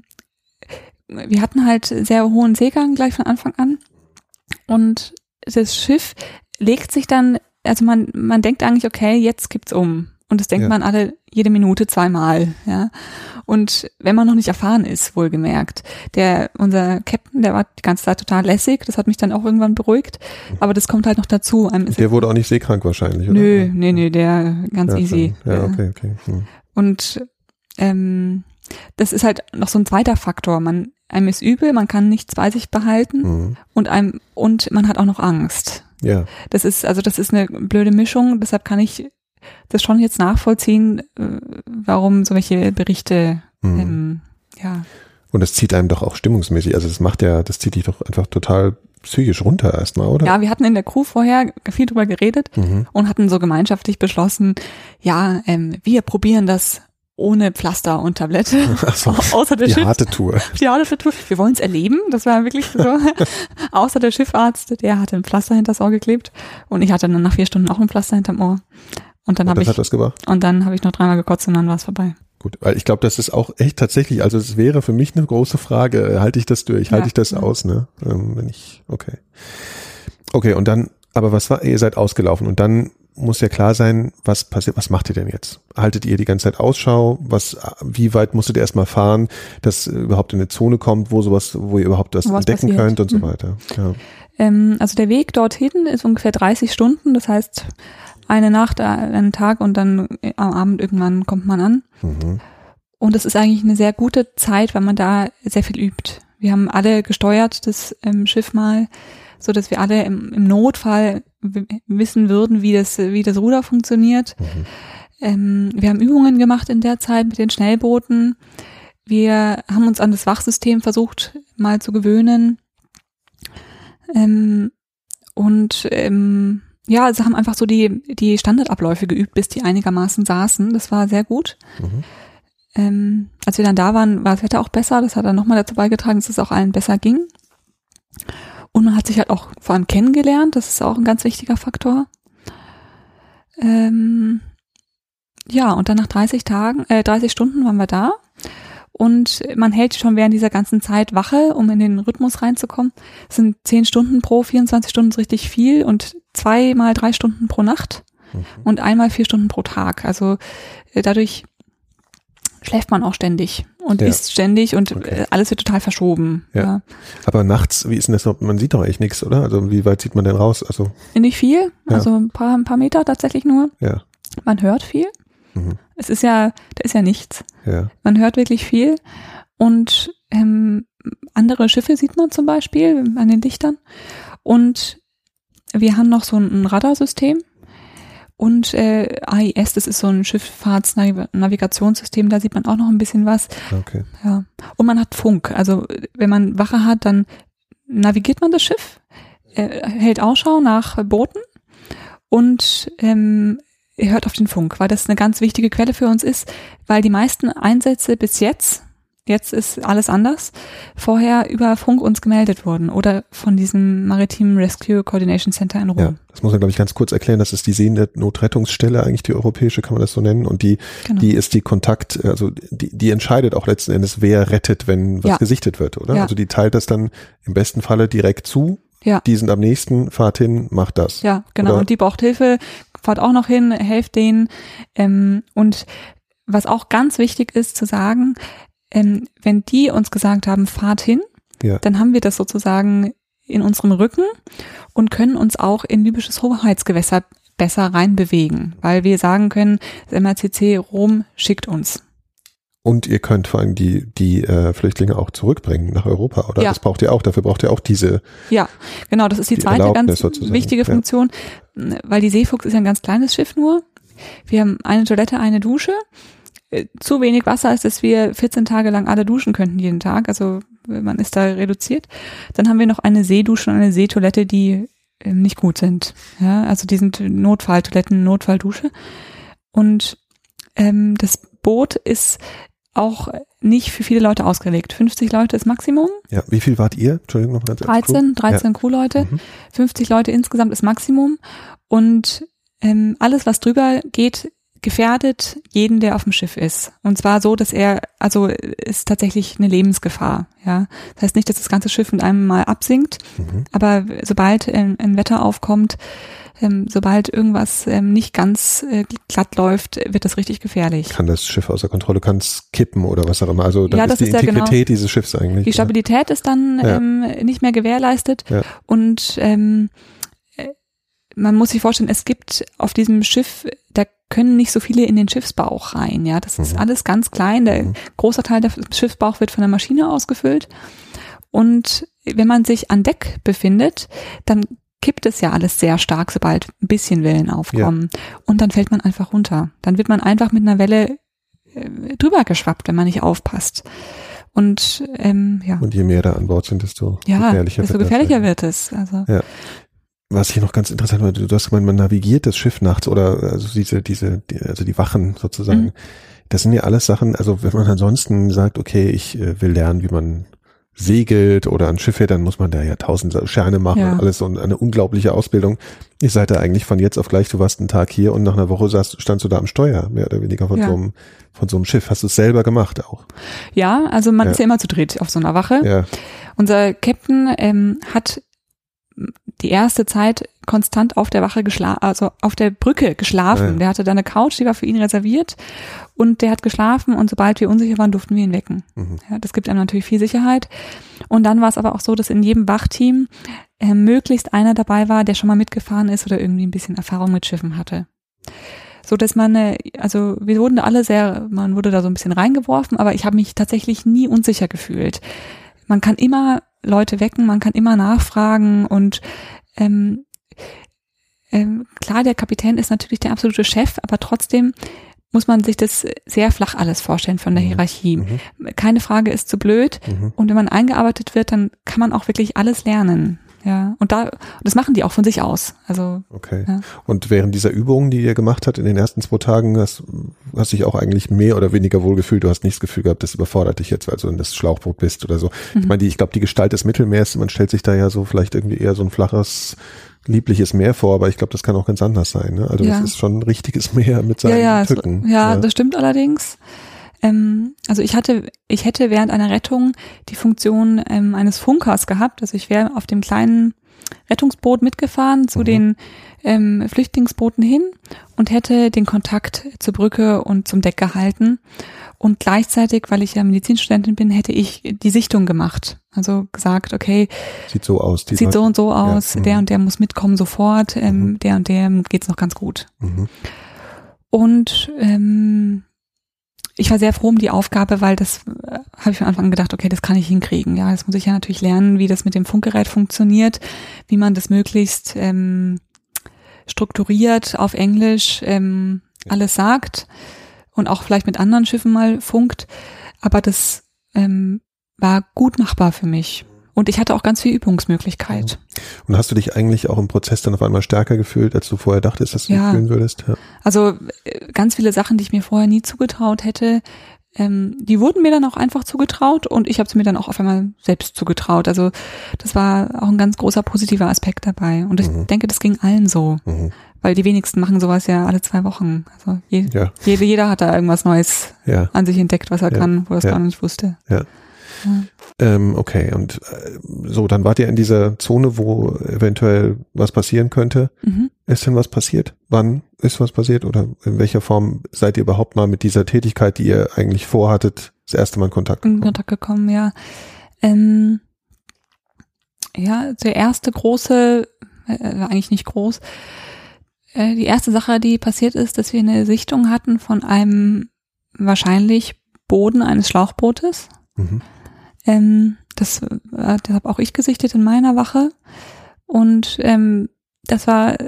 wir hatten halt sehr hohen Seegang gleich von Anfang an. Und das Schiff legt sich dann, also man man denkt eigentlich, okay, jetzt kippt's um. Und das denkt ja. man alle jede Minute zweimal, ja. Und wenn man noch nicht erfahren ist, wohlgemerkt, der, unser Captain, der war die ganze Zeit total lässig, das hat mich dann auch irgendwann beruhigt, aber das kommt halt noch dazu. Einem der wurde auch nicht seekrank wahrscheinlich, oder? Nö, nee, nee, der ganz ja, easy. Ja, ja, okay, okay. Hm. Und ähm, das ist halt noch so ein zweiter Faktor. Man, einem ist übel, man kann nichts bei sich behalten mhm. und einem, und man hat auch noch Angst. Ja. Das ist, also das ist eine blöde Mischung, deshalb kann ich das schon jetzt nachvollziehen, warum so welche Berichte, mhm. ähm, ja. Und das zieht einem doch auch stimmungsmäßig, also das macht ja, das zieht dich doch einfach total psychisch runter erstmal, oder? Ja, wir hatten in der Crew vorher viel drüber geredet mhm. und hatten so gemeinschaftlich beschlossen, ja, ähm, wir probieren das ohne Pflaster und Tablette. Ach so, außer der die Schiff, harte Tour. Die harte Tour. Wir wollen es erleben. Das war wirklich so. Außer der Schiffarzt, der hatte ein Pflaster hinters Ohr geklebt und ich hatte dann nach vier Stunden auch ein Pflaster hinterm Ohr. Und dann habe ich hat das gemacht? Und dann habe ich noch dreimal gekotzt und dann war es vorbei. Gut, weil ich glaube, das ist auch echt tatsächlich, also es wäre für mich eine große Frage, halte ich das durch, halte ja, ich das ja. aus, ne? Ähm, wenn ich, okay. Okay, und dann, aber was war, ihr seid ausgelaufen und dann muss ja klar sein, was passiert, was macht ihr denn jetzt? Haltet ihr die ganze Zeit Ausschau? Was, wie weit musstet ihr erstmal fahren, dass überhaupt in eine Zone kommt, wo sowas, wo ihr überhaupt das was entdecken passiert. könnt und so mhm. weiter? Ja. Ähm, also der Weg dorthin ist ungefähr dreißig Stunden, das heißt eine Nacht, einen Tag und dann am Abend irgendwann kommt man an. Mhm. Und das ist eigentlich eine sehr gute Zeit, weil man da sehr viel übt. Wir haben alle gesteuert, das ähm, Schiff mal, so dass wir alle im, im Notfall w- wissen würden, wie das, wie das Ruder funktioniert. Mhm. Ähm, wir haben Übungen gemacht in der Zeit mit den Schnellbooten. Wir haben uns an das Wachsystem versucht mal zu gewöhnen. Ähm, und ähm, ja, also haben einfach so die die Standardabläufe geübt, bis die einigermaßen saßen. Das war sehr gut. Mhm. ähm, als wir dann da waren, war das Wetter auch besser. Das hat dann nochmal dazu beigetragen, dass es auch allen besser ging. Und man hat sich halt auch vor allem kennengelernt. Das ist auch ein ganz wichtiger Faktor. Ähm, ja, und dann nach dreißig Tagen, äh, dreißig Stunden waren wir da. Und man hält schon während dieser ganzen Zeit Wache, um in den Rhythmus reinzukommen. Es sind zehn Stunden pro vierundzwanzig Stunden, ist richtig viel, und zweimal drei Stunden pro Nacht mhm. und einmal vier Stunden pro Tag. Also äh, dadurch schläft man auch ständig und ja. isst ständig und okay. äh, alles wird total verschoben. Ja. Ja. Aber nachts, wie ist denn das noch? Man sieht doch eigentlich nichts, oder? Also wie weit sieht man denn raus? Also Nicht viel, ja. also ein paar, ein paar Meter tatsächlich nur. Ja. Man hört viel. Mhm. Es ist ja, da ist ja nichts. Ja. Man hört wirklich viel und ähm, andere Schiffe sieht man zum Beispiel an den Lichtern. Und wir haben noch so ein Radarsystem und äh, A I S, das ist so ein Schifffahrtsnavigationssystem, da sieht man auch noch ein bisschen was. Okay. Ja. Und man hat Funk. Also wenn man Wache hat, dann navigiert man das Schiff, äh, hält Ausschau nach Booten und ähm, hört auf den Funk, weil das eine ganz wichtige Quelle für uns ist, weil die meisten Einsätze bis jetzt, jetzt ist alles anders, vorher über Funk uns gemeldet wurden oder von diesem Maritime Rescue Coordination Center in Rom. Ja, das muss man, glaube ich, ganz kurz erklären. Das ist die Seenotrettungsstelle, eigentlich die europäische, kann man das so nennen. Und die, Genau. die ist die Kontakt, also die, die entscheidet auch letzten Endes, wer rettet, wenn was Ja. gesichtet wird, oder? Ja. Also die teilt das dann im besten Falle direkt zu. Ja. Die sind am nächsten, fahrt hin, macht das. Ja, genau. Oder? Und die braucht Hilfe, fahrt auch noch hin, helft denen. Ähm, und was auch ganz wichtig ist zu sagen, ähm, wenn die uns gesagt haben, fahrt hin, Ja. dann haben wir das sozusagen in unserem Rücken und können uns auch in libysches Hoheitsgewässer besser reinbewegen, weil wir sagen können, das M R C C Rom schickt uns. Und ihr könnt vor allem die, die äh, Flüchtlinge auch zurückbringen nach Europa, oder? Ja. Das braucht ihr auch, dafür braucht ihr auch diese. Ja, genau, das ist die, Die zweite Erlaubnis ganz sozusagen, wichtige ja. Funktion, weil die Seefuchs ist ja ein ganz kleines Schiff nur. Wir haben eine Toilette, eine Dusche. Äh, Zu wenig Wasser ist, dass wir vierzehn Tage lang alle duschen könnten jeden Tag, also man ist da reduziert. Dann haben wir noch eine Seedusche und eine Seetoilette, die äh, nicht gut sind. Ja, also die sind Notfalltoiletten, Notfalldusche. Und ähm, das Boot ist auch nicht für viele Leute ausgelegt. fünfzig Leute ist Maximum. Ja, wie viel wart ihr? Entschuldigung, noch ganz dreizehn, dreizehn Ja. Crewleute. Mhm. fünfzig Leute insgesamt ist Maximum. Und ähm, alles, was drüber geht, gefährdet jeden, der auf dem Schiff ist. Und zwar so, dass er, also ist tatsächlich eine Lebensgefahr. Ja, das heißt nicht, dass das ganze Schiff mit einem Mal absinkt, Mhm. aber sobald ein, ein Wetter aufkommt, ähm, sobald irgendwas ähm, nicht ganz äh, glatt läuft, wird das richtig gefährlich. Kann das Schiff außer Kontrolle, kann es kippen oder was auch immer. Also dann Ja, ist das die ist ja Integrität genau- dieses Schiffs eigentlich. Die Stabilität ist dann Ja. ähm, nicht mehr gewährleistet Ja. und ähm, äh, man muss sich vorstellen, es gibt auf diesem Schiff, da können nicht so viele in den Schiffsbauch rein. Ja, das ist Mhm. alles ganz klein. Der Mhm. großer Teil des Schiffsbauch wird von der Maschine ausgefüllt. Und wenn man sich an Deck befindet, dann kippt es ja alles sehr stark, sobald ein bisschen Wellen aufkommen. Und dann fällt man einfach runter. Dann wird man einfach mit einer Welle äh, drüber geschwappt, wenn man nicht aufpasst. Und ähm, ja, Und je mehr da an Bord sind, desto ja, gefährlicher desto wird das. gefährlicher wird es. Also Ja. Was hier noch ganz interessant war, du hast gemeint, man navigiert das Schiff nachts oder also diese, diese, die, also die Wachen sozusagen. Mhm. Das sind ja alles Sachen, also wenn man ansonsten sagt, okay, ich äh, will lernen, wie man segelt oder ein Schiff fährt, dann muss man da ja tausend Scheine machen Ja. und alles und eine unglaubliche Ausbildung. Ihr seid da eigentlich von jetzt auf gleich, du warst einen Tag hier und nach einer Woche saßt, standst du da am Steuer, mehr oder weniger von Ja. so einem, von so einem Schiff. Hast du es selber gemacht auch? ja, also man Ja. ist ja immer zu dritt auf so einer Wache. Ja. Unser Captain ähm, hat die erste Zeit konstant auf der Wache geschlafen, also auf der Brücke geschlafen. Ja, ja. Der hatte da eine Couch, die war für ihn reserviert und der hat geschlafen und sobald wir unsicher waren, durften wir ihn wecken. Mhm. Ja, das gibt einem natürlich viel Sicherheit. Und dann war es aber auch so, dass in jedem Wachteam äh, möglichst einer dabei war, der schon mal mitgefahren ist oder irgendwie ein bisschen Erfahrung mit Schiffen hatte. So dass man, äh, also wir wurden da alle sehr, man wurde da so ein bisschen reingeworfen, aber ich habe mich tatsächlich nie unsicher gefühlt. Man kann immer Leute wecken, man kann immer nachfragen und ähm, ähm, klar, der Kapitän ist natürlich der absolute Chef, aber trotzdem muss man sich das sehr flach alles vorstellen von der Mhm. Hierarchie. Mhm. Keine Frage ist zu blöd Mhm. und wenn man eingearbeitet wird, dann kann man auch wirklich alles lernen. ja. Und da, das machen die auch von sich aus. Also okay. Ja. Und während dieser Übungen, die ihr gemacht habt in den ersten zwei Tagen, hast, hast dich auch eigentlich mehr oder weniger wohl gefühlt. Du hast nicht das Gefühl gehabt, das überfordert dich jetzt, weil du in das Schlauchboot bist oder so. Mhm. Ich meine, die, ich glaube, die Gestalt des Mittelmeers, man stellt sich da ja so vielleicht irgendwie eher so ein flaches, liebliches Meer vor, aber ich glaube, das kann auch ganz anders sein. Ne? Also ja. das ist schon ein richtiges Meer mit seinen ja, ja, Tücken. Es, ja, ja, das stimmt allerdings. Ähm, also ich hatte, ich hätte während einer Rettung die Funktion ähm, eines Funkers gehabt. Also ich wäre auf dem kleinen Rettungsboot mitgefahren zu mhm. den ähm, Flüchtlingsbooten hin und hätte den Kontakt zur Brücke und zum Deck gehalten. Und gleichzeitig, weil ich ja Medizinstudentin bin, hätte ich die Sichtung gemacht. Also gesagt, okay, sieht so aus. Die sieht Leute, so und so aus, ja, der und der muss mitkommen sofort, ähm, mhm. der und der geht's noch ganz gut. Mhm. Und ähm, ich war sehr froh um die Aufgabe, weil das äh, habe ich am Anfang gedacht, okay, das kann ich hinkriegen. Ja, das muss ich ja natürlich lernen, wie das mit dem Funkgerät funktioniert, wie man das möglichst ähm, strukturiert auf Englisch ähm, alles sagt und auch vielleicht mit anderen Schiffen mal funkt. Aber das ähm, war gut machbar für mich. Und ich hatte auch ganz viel Übungsmöglichkeit. Und hast du dich eigentlich auch im Prozess dann auf einmal stärker gefühlt, als du vorher dachtest, dass du ja. dich fühlen würdest? Ja. Also ganz viele Sachen, die ich mir vorher nie zugetraut hätte, ähm, die wurden mir dann auch einfach zugetraut und ich habe es mir dann auch auf einmal selbst zugetraut. Also das war auch ein ganz großer positiver Aspekt dabei. Und ich mhm. denke, das ging allen so. Mhm. Weil die wenigsten machen sowas ja alle zwei Wochen. Also je, ja. jede, jeder hat da irgendwas Neues ja. an sich entdeckt, was er ja. kann, wo er es ja. gar nicht wusste. Ja. Ja. Ähm, okay, und äh, so, dann wart ihr in dieser Zone, wo eventuell was passieren könnte. Mhm. Ist denn was passiert? Wann ist was passiert? Oder in welcher Form seid ihr überhaupt mal mit dieser Tätigkeit, die ihr eigentlich vorhattet, das erste Mal in Kontakt gekommen? In Kontakt gekommen, ja. Ähm, ja, der erste große, äh, eigentlich nicht groß, äh, die erste Sache, die passiert ist, dass wir eine Sichtung hatten von einem wahrscheinlich Boden eines Schlauchbootes. Mhm. Ähm, das, äh, das habe auch ich gesichtet in meiner Wache und ähm, das war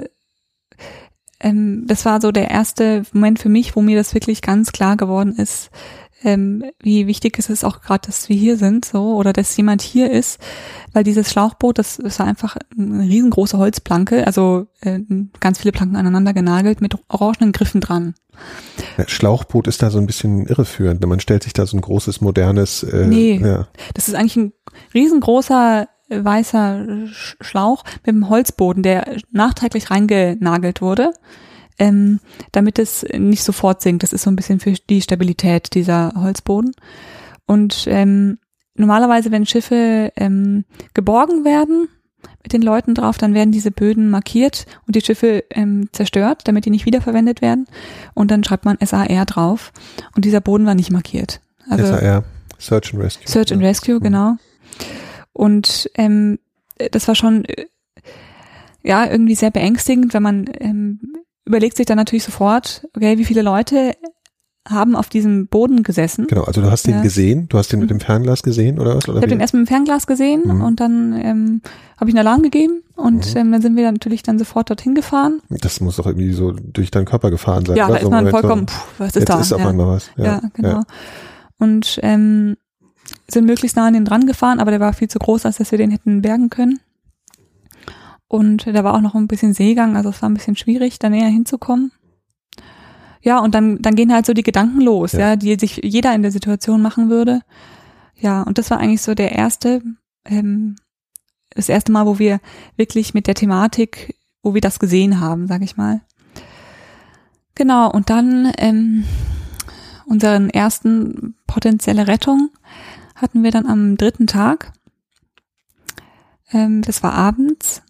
ähm, das war so der erste Moment für mich, wo mir das wirklich ganz klar geworden ist, ähm, wie wichtig es ist auch gerade, dass wir hier sind, so, oder dass jemand hier ist, weil dieses Schlauchboot, das, das war einfach eine riesengroße Holzplanke, also äh, ganz viele Planken aneinander genagelt mit orangenen Griffen dran. Ja, Schlauchboot ist da so ein bisschen irreführend. Man stellt sich da so ein großes, modernes... Äh, nee, ja. Das ist eigentlich ein riesengroßer äh, weißer Schlauch mit einem Holzboden, der nachträglich reingenagelt wurde, ähm, damit es nicht sofort sinkt. Das ist so ein bisschen für die Stabilität dieser Holzboden. Und ähm, normalerweise, wenn Schiffe ähm, geborgen werden mit den Leuten drauf, dann werden diese Böden markiert und die Schiffe ähm, zerstört, damit die nicht wiederverwendet werden. Und dann schreibt man S A R drauf. Und dieser Boden war nicht markiert. Also S A R, Search and Rescue. Search and Rescue, ja. Genau. Und ähm, das war schon äh, ja irgendwie sehr beängstigend, wenn man ähm, überlegt sich dann natürlich sofort, okay, wie viele Leute haben auf diesem Boden gesessen. Genau, also du hast den ja. gesehen, du hast den mit dem Fernglas gesehen oder was? Oder ich habe den erst mit dem Fernglas gesehen mhm. und dann ähm, habe ich einen Alarm gegeben und mhm. ähm, dann sind wir dann natürlich dann sofort dorthin gefahren. Das muss doch irgendwie so durch deinen Körper gefahren sein. Ja, oder? da ist man so vollkommen, so, pff, was ist jetzt da? Jetzt ist auf ja. einmal was. Ja, ja genau. Ja. Und ähm, sind möglichst nah an den dran gefahren, aber der war viel zu groß, als dass wir den hätten bergen können. Und da war auch noch ein bisschen Seegang, also es war ein bisschen schwierig, da näher hinzukommen. Ja, und dann dann gehen halt so die Gedanken los, ja, ja die sich jeder in der Situation machen würde. Ja, und das war eigentlich so der erste, ähm, das erste Mal, wo wir wirklich mit der Thematik, wo wir das gesehen haben, sag ich mal. Genau, und dann ähm, unseren ersten potenzielle Rettung hatten wir dann am dritten Tag. Ähm, das war abends.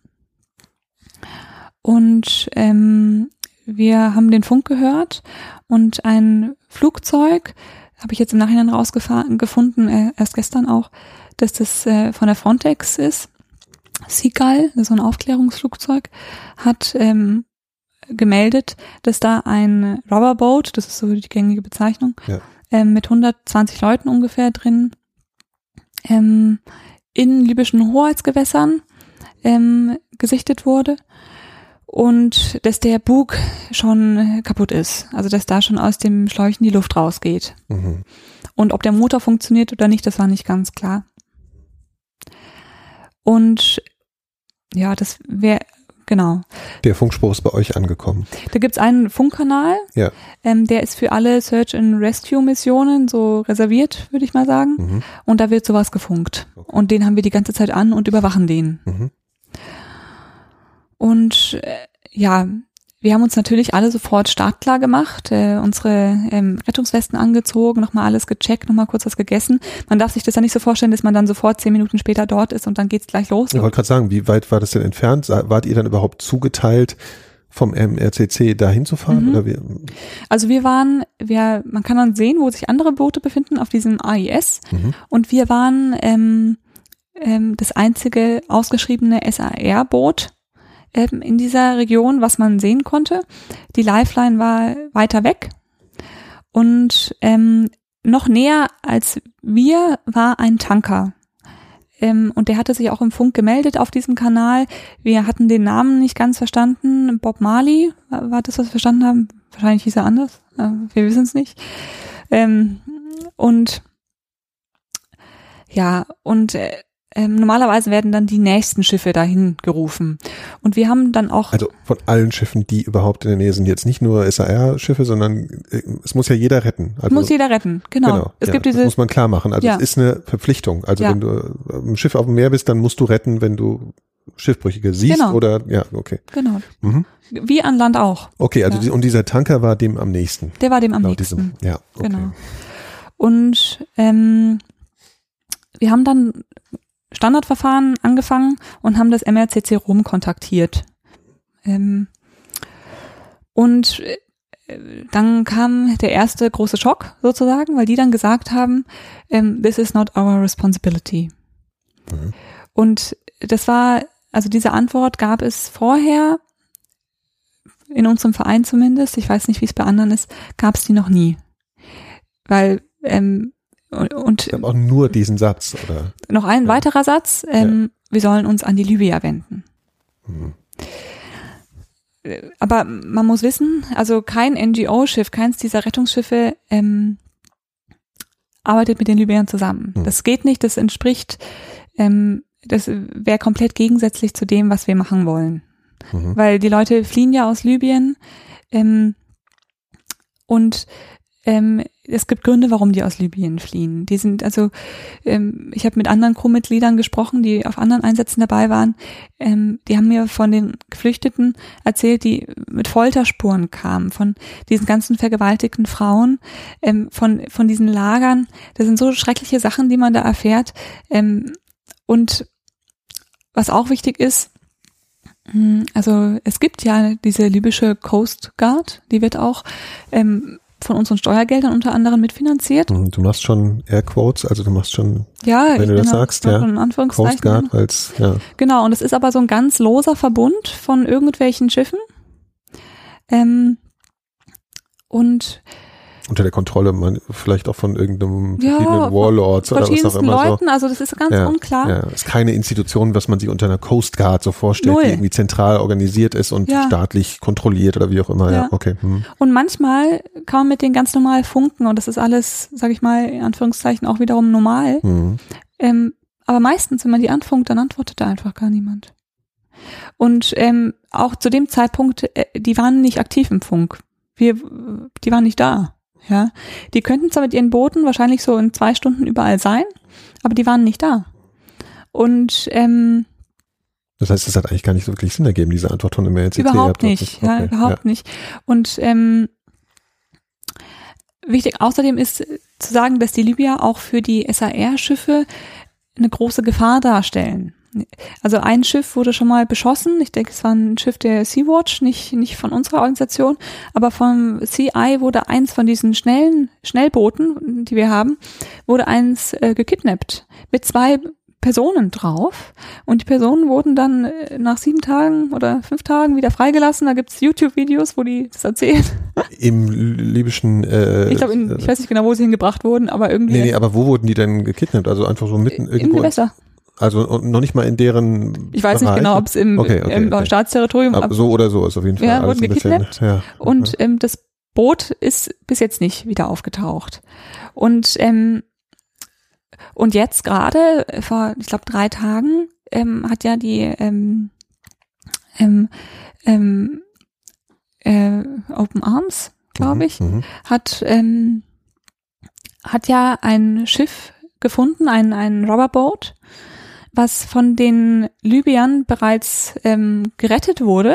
Und ähm, wir haben den Funk gehört und ein Flugzeug, habe ich jetzt im Nachhinein rausgefunden, äh, erst gestern auch, dass das äh, von der Frontex ist. Seagull, so ein Aufklärungsflugzeug, hat ähm, gemeldet, dass da ein Rubberboat, das ist so die gängige Bezeichnung, ja. ähm, mit hundertzwanzig Leuten ungefähr drin, ähm, in libyschen Hoheitsgewässern ähm, gesichtet wurde. Und dass der Bug schon kaputt ist. Also dass da schon aus dem Schläuchen die Luft rausgeht. Mhm. Und ob der Motor funktioniert oder nicht, das war nicht ganz klar. Und ja, das wäre, genau. Der Funkspruch ist bei euch angekommen. Da gibt's einen Funkkanal, ja. ähm, der ist für alle Search-and-Rescue-Missionen so reserviert, würde ich mal sagen. Mhm. Und da wird sowas gefunkt. Okay. Und den haben wir die ganze Zeit an und überwachen den. Mhm. Und äh, ja, wir haben uns natürlich alle sofort startklar gemacht, äh, unsere ähm, Rettungswesten angezogen, nochmal alles gecheckt, nochmal kurz was gegessen. Man darf sich das ja nicht so vorstellen, dass man dann sofort zehn Minuten später dort ist und dann geht's gleich los. Ich wollte gerade sagen, wie weit war das denn entfernt? Wart ihr dann überhaupt zugeteilt, vom M R C C dahin zu fahren? Mhm. Oder wie? Also wir waren, wir, man kann dann sehen, wo sich andere Boote befinden auf diesem A I S. Mhm. Und wir waren ähm, ähm, das einzige ausgeschriebene S A R-Boot in dieser Region, was man sehen konnte. Die Lifeline war weiter weg und ähm, noch näher als wir war ein Tanker. Ähm, und der hatte sich auch im Funk gemeldet auf diesem Kanal. Wir hatten den Namen nicht ganz verstanden. Bob Marley, war, war das, was wir verstanden haben? Wahrscheinlich hieß er anders. Äh, wir wissen es nicht. Ähm, und ja, und äh, Ähm, normalerweise werden dann die nächsten Schiffe dahin gerufen. Und wir haben dann auch... Also von allen Schiffen, die überhaupt in der Nähe sind, jetzt nicht nur S A R-Schiffe, sondern äh, es muss ja jeder retten. Also, muss jeder retten, genau. genau es ja, gibt diese, das muss man klar machen. Also ja. es ist eine Verpflichtung. Also ja. wenn du im Schiff auf dem Meer bist, dann musst du retten, wenn du Schiffbrüchige siehst genau. oder... Ja, okay. Genau. Mhm. Wie an Land auch. Okay, also ja. die, und dieser Tanker war dem am nächsten. Der war dem am Laut nächsten. Diesem, ja, okay. Genau. Und ähm, wir haben dann Standardverfahren angefangen und haben das M R C C Rom kontaktiert. Ähm, und äh, dann kam der erste große Schock sozusagen, weil die dann gesagt haben, ähm, this is not our responsibility. Mhm. Und das war, also diese Antwort gab es vorher, in unserem Verein zumindest, ich weiß nicht, wie es bei anderen ist, gab es die noch nie. Weil ähm, Und ich habe auch nur diesen Satz, oder? Noch ein ja. weiterer Satz, ähm, ja. wir sollen uns an die Libyer wenden. Mhm. Aber man muss wissen, also kein N G O-Schiff, keins dieser Rettungsschiffe ähm, arbeitet mit den Libyern zusammen. Mhm. Das geht nicht, das entspricht, ähm, das wäre komplett gegensätzlich zu dem, was wir machen wollen. Mhm. Weil die Leute fliehen ja aus Libyen ähm, und ähm, es gibt Gründe, warum die aus Libyen fliehen. Die sind also, ähm, ich habe mit anderen Crewmitgliedern gesprochen, die auf anderen Einsätzen dabei waren. Ähm, die haben mir von den Geflüchteten erzählt, die mit Folterspuren kamen, von diesen ganzen vergewaltigten Frauen, ähm, von von diesen Lagern. Das sind so schreckliche Sachen, die man da erfährt. Ähm, und was auch wichtig ist, also es gibt ja diese libysche Coast Guard, die wird auch ähm, von unseren Steuergeldern unter anderem mitfinanziert. Du machst schon Airquotes, also du machst schon, ja, wenn du das sagst, ja, in Anführungszeichen. Coast Guard, als, ja. Genau, und es ist aber so ein ganz loser Verbund von irgendwelchen Schiffen. Ähm, und unter der Kontrolle, man, vielleicht auch von irgendeinem ja, verschiedenen Warlords oder was auch immer. Leuten, so. Also das ist ganz ja, unklar. Ja, ist keine Institution, was man sich unter einer Coast Guard so vorstellt, Null. Die irgendwie zentral organisiert ist und ja. staatlich kontrolliert oder wie auch immer. Ja, ja okay. Hm. Und manchmal kann man mit denen ganz normal funken und das ist alles, sag ich mal, in Anführungszeichen auch wiederum normal. Hm. Ähm, aber meistens, wenn man die anfunkt, dann antwortet da einfach gar niemand. Und ähm, auch zu dem Zeitpunkt, äh, die waren nicht aktiv im Funk. Wir, die waren nicht da. Ja, die könnten zwar mit ihren Booten wahrscheinlich so in zwei Stunden überall sein, aber die waren nicht da. Und ähm, das heißt, es hat eigentlich gar nicht so wirklich Sinn ergeben, diese Antwort von dem M R C C. Überhaupt nicht, okay, ja, überhaupt ja. nicht. Und ähm, wichtig außerdem ist zu sagen, dass die Libyer auch für die S A R-Schiffe eine große Gefahr darstellen. Also ein Schiff wurde schon mal beschossen. Ich denke, es war ein Schiff der Sea-Watch, nicht, nicht von unserer Organisation, aber vom C I wurde eins von diesen schnellen Schnellbooten, die wir haben, wurde eins äh, gekidnappt mit zwei Personen drauf. Und die Personen wurden dann äh, nach sieben Tagen oder fünf Tagen wieder freigelassen. Da gibt's YouTube-Videos, wo die das erzählen. Im libyschen äh, Ich glaube, ich weiß nicht genau, wo sie hingebracht wurden, aber irgendwie. Nee, nee, aber wo wurden die denn gekidnappt? Also einfach so mitten irgendwo. Im Gewässer. Also noch nicht mal in deren Ich weiß Bereich. nicht genau, ob es im, okay, okay, im okay. Staatsterritorium aber so oder so ist auf jeden Fall ja, alles wurden ein bisschen, gekidnappt. Ja. Und ähm, das Boot ist bis jetzt nicht wieder aufgetaucht. Und ähm, und jetzt gerade vor, ich glaube drei Tagen ähm, hat ja die ähm, ähm, ähm, äh, Open Arms, glaube ich, Mhm. hat ähm, hat ja ein Schiff gefunden, ein ein Rubberboat, was von den Libyern bereits ähm, gerettet wurde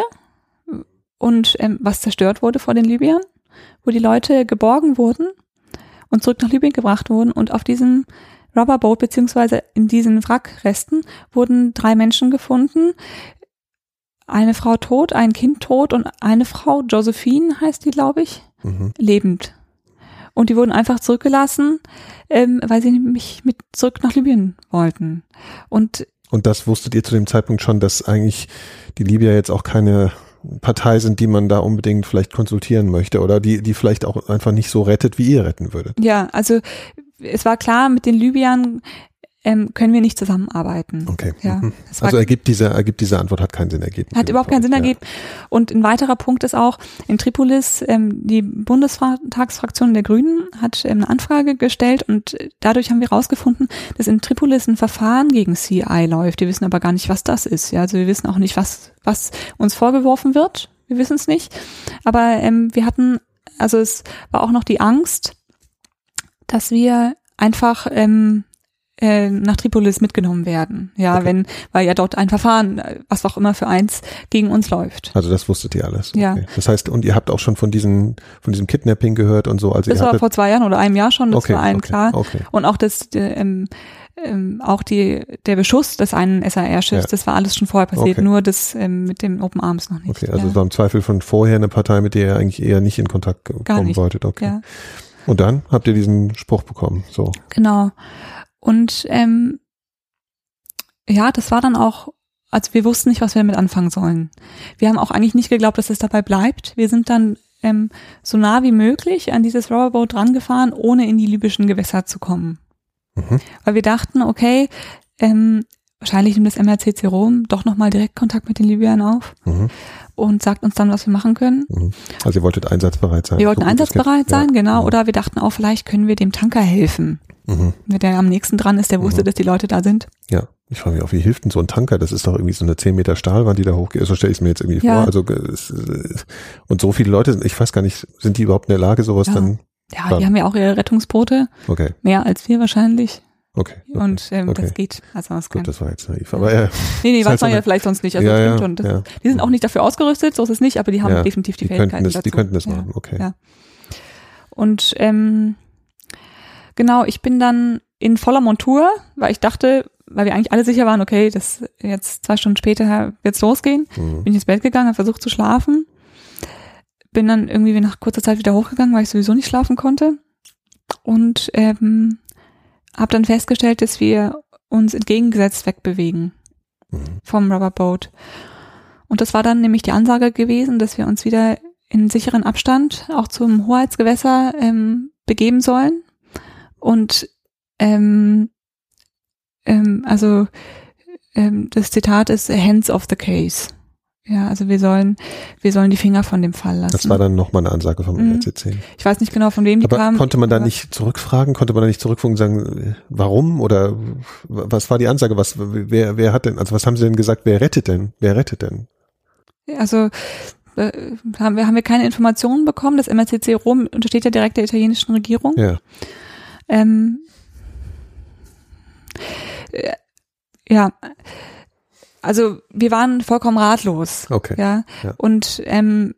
und ähm, was zerstört wurde vor den Libyern, wo die Leute geborgen wurden und zurück nach Libyen gebracht wurden. Und auf diesem Rubberboat beziehungsweise in diesen Wrackresten wurden drei Menschen gefunden. Eine Frau tot, ein Kind tot und eine Frau, Josephine heißt die, glaube ich, Mhm. lebend. Und die wurden einfach zurückgelassen, ähm, weil sie nämlich mit zurück nach Libyen wollten. Und Und das wusstet ihr zu dem Zeitpunkt schon, dass eigentlich die Libyer jetzt auch keine Partei sind, die man da unbedingt vielleicht konsultieren möchte oder die, die vielleicht auch einfach nicht so rettet, wie ihr retten würdet? ja, also es war klar, mit den Libyern ähm, können wir nicht zusammenarbeiten. Okay. Ja, Mhm. es war Also ergibt diese, ergibt diese Antwort, hat keinen Sinn ergeben. Hat überhaupt keinen Sinn Ja. ergeben. Und ein weiterer Punkt ist auch, in Tripolis, ähm, die Bundestagsfraktion der Grünen hat ähm, eine Anfrage gestellt und dadurch haben wir rausgefunden, dass in Tripolis ein Verfahren gegen C I läuft. Wir wissen aber gar nicht, was das ist. Ja, also wir wissen auch nicht, was, was uns vorgeworfen wird. Wir wissen es nicht. Aber ähm, wir hatten, also es war auch noch die Angst, dass wir einfach ähm, äh, nach Tripolis mitgenommen werden. Ja, Okay. wenn, weil ja dort ein Verfahren, was auch immer für eins, gegen uns läuft. Also das wusstet ihr alles. Okay. Ja. Das heißt, und ihr habt auch schon von diesen, von diesem Kidnapping gehört und so. Also Das ihr war hattet, vor zwei Jahren oder einem Jahr schon, das okay, war allen okay, klar. Okay. Und auch das, äh, ähm, ähm, auch die, der Beschuss des einen S A R-Schiffs, Ja. das war alles schon vorher passiert, Okay. nur das ähm, mit dem Open Arms noch nicht. Okay, also ja. es war im Zweifel von vorher eine Partei, mit der ihr eigentlich eher nicht in Kontakt Gar kommen nicht. wolltet. Okay. Ja, Und dann habt ihr diesen Spruch bekommen. So. genau. Und ähm, ja, das war dann auch, also wir wussten nicht, was wir damit anfangen sollen. Wir haben auch eigentlich nicht geglaubt, dass es dabei bleibt. Wir sind dann ähm, so nah wie möglich an dieses Rubberboat rangefahren, ohne in die libyschen Gewässer zu kommen. Mhm. Weil wir dachten, okay, ähm, wahrscheinlich nimmt das M R C C Rom doch nochmal direkt Kontakt mit den Libyern auf Mhm. und sagt uns dann, was wir machen können. Mhm. Also ihr wolltet einsatzbereit sein. Wir wollten so gut es geht. einsatzbereit sein, Ja. genau. Mhm. Oder wir dachten auch, vielleicht können wir dem Tanker helfen. Mhm. Der am nächsten dran ist, der wusste, Mhm. dass die Leute da sind. Ja, ich frage mich auch, wie hilft denn so ein Tanker? Das ist doch irgendwie so eine zehn Meter Stahlwand, die da hochgeht. So stelle ich es mir jetzt irgendwie Ja. vor. Also es, und so viele Leute, ich weiß gar nicht, sind die überhaupt in der Lage, sowas Ja. dann? Ja, Dann. die haben ja auch ihre Rettungsboote, Okay, mehr als wir wahrscheinlich. okay. okay. Und ähm, okay. das geht. Also das kann. Gut, das war jetzt naiv. Aber ja, Nee, nee, ist weiß halt so man ja eine- vielleicht sonst nicht. Also ja, das ja, stimmt schon. Das, ja. Die sind auch nicht dafür ausgerüstet, so ist es nicht, aber die haben Ja, definitiv die, die könnten Fähigkeiten das, dazu. die könnten das ja. machen. Okay. Ja. Und ähm, genau, ich bin dann in voller Montur, weil ich dachte, weil wir eigentlich alle sicher waren, okay, das jetzt zwei Stunden später wird's losgehen, Mhm. bin ich ins Bett gegangen, habe versucht zu schlafen, bin dann irgendwie nach kurzer Zeit wieder hochgegangen, weil ich sowieso nicht schlafen konnte und ähm, habe dann festgestellt, dass wir uns entgegengesetzt wegbewegen Mhm. vom Rubberboat. Und das war dann nämlich die Ansage gewesen, dass wir uns wieder in sicheren Abstand auch zum Hoheitsgewässer ähm, begeben sollen. Und ähm, ähm, also ähm, das Zitat ist hands off the case. Ja, also wir sollen wir sollen die Finger von dem Fall lassen. Das war dann nochmal eine Ansage vom Mhm. R C C. Ich weiß nicht genau, von wem die Aber kam. konnte man da aber- nicht zurückfragen? Konnte man da nicht zurückfunken und sagen, warum? Oder was war die Ansage? Was, wer, wer hat denn, also was haben sie denn gesagt? Wer rettet denn? Wer rettet denn? Also äh, haben wir haben wir keine Informationen bekommen. Das M R C C Rom untersteht ja direkt der italienischen Regierung. Ja. Ähm, äh, ja, also wir waren vollkommen ratlos. Okay. Ja, Ja. und ähm,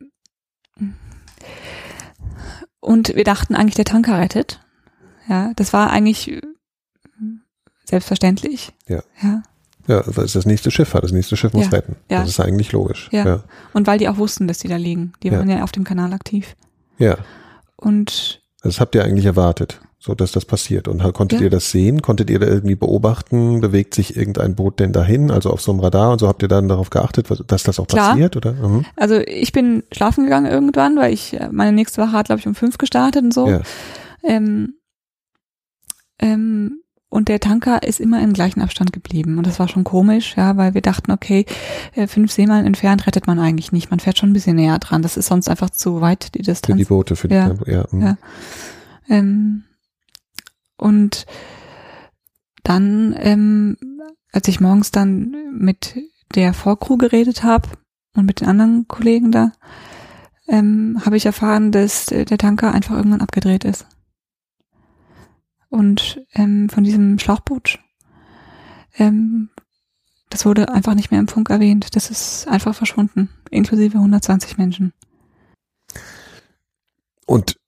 und wir dachten eigentlich, der Tanker rettet. Ja, das war eigentlich äh, selbstverständlich. Ja. Ja. Ja, das ist das nächste Schiff hat. Das nächste Schiff muss Ja. retten. Ja. Das ist eigentlich logisch. Ja. Ja. Und weil die auch wussten, dass die da liegen. Die Ja. waren ja auf dem Kanal aktiv. Ja. Und Das habt ihr eigentlich erwartet, so dass das passiert. Und konntet Ja. ihr das sehen? Konntet ihr da irgendwie beobachten? Bewegt sich irgendein Boot denn dahin? Also auf so einem Radar und so habt ihr dann darauf geachtet, was- dass das auch Klar. passiert, oder? Mhm. also ich bin schlafen gegangen irgendwann, weil ich, meine nächste Wache hat, glaube ich, um fünf gestartet und so. Ja. Ähm, ähm, und der Tanker ist immer im gleichen Abstand geblieben. Und das war schon komisch, ja, weil wir dachten, okay, äh, fünf Seemeilen entfernt rettet man eigentlich nicht. Man fährt schon ein bisschen näher dran. Das ist sonst einfach zu weit, die Für Distanz. die Boote, für die Ja. Tempo, ja. mhm. Ja. Ähm, und dann, ähm, als ich morgens dann mit der Vorcrew geredet habe und mit den anderen Kollegen da ähm, habe ich erfahren, dass der Tanker einfach irgendwann abgedreht ist. Und ähm, von diesem Schlauchboot, ähm, das wurde einfach nicht mehr im Funk erwähnt. Das ist einfach verschwunden, inklusive hundertzwanzig Menschen. Und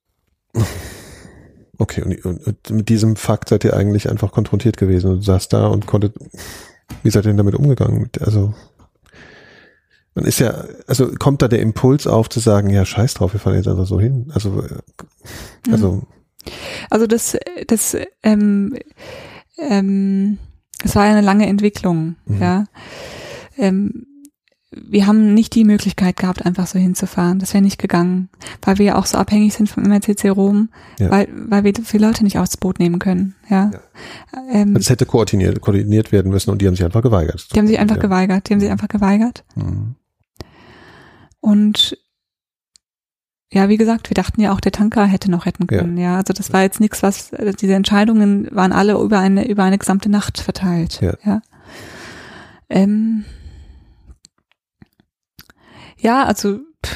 okay, und, und, und mit diesem Fakt seid ihr eigentlich einfach konfrontiert gewesen und du saßt da und konntet, wie seid ihr denn damit umgegangen? Also man ist ja, also kommt da der Impuls auf zu sagen, ja scheiß drauf, wir fahren jetzt einfach so hin. Also also Also das, das, ähm, ähm, es war ja eine lange Entwicklung, mhm. ja. Ähm, wir haben nicht die Möglichkeit gehabt, einfach so hinzufahren. Das wäre nicht gegangen, weil wir ja auch so abhängig sind vom M R C C Rom, ja. weil, weil wir viele Leute nicht aufs Boot nehmen können, ja. ja. Ähm, das hätte koordiniert, koordiniert werden müssen und die haben sich einfach geweigert. Die haben sich einfach ja. geweigert, die haben sich einfach geweigert. Mhm. Und ja, wie gesagt, wir dachten ja auch, der Tanker hätte noch retten können, ja. ja. Also das war jetzt nichts, was, diese Entscheidungen waren alle über eine, über eine gesamte Nacht verteilt, ja. Ja, ähm, ja also, pff,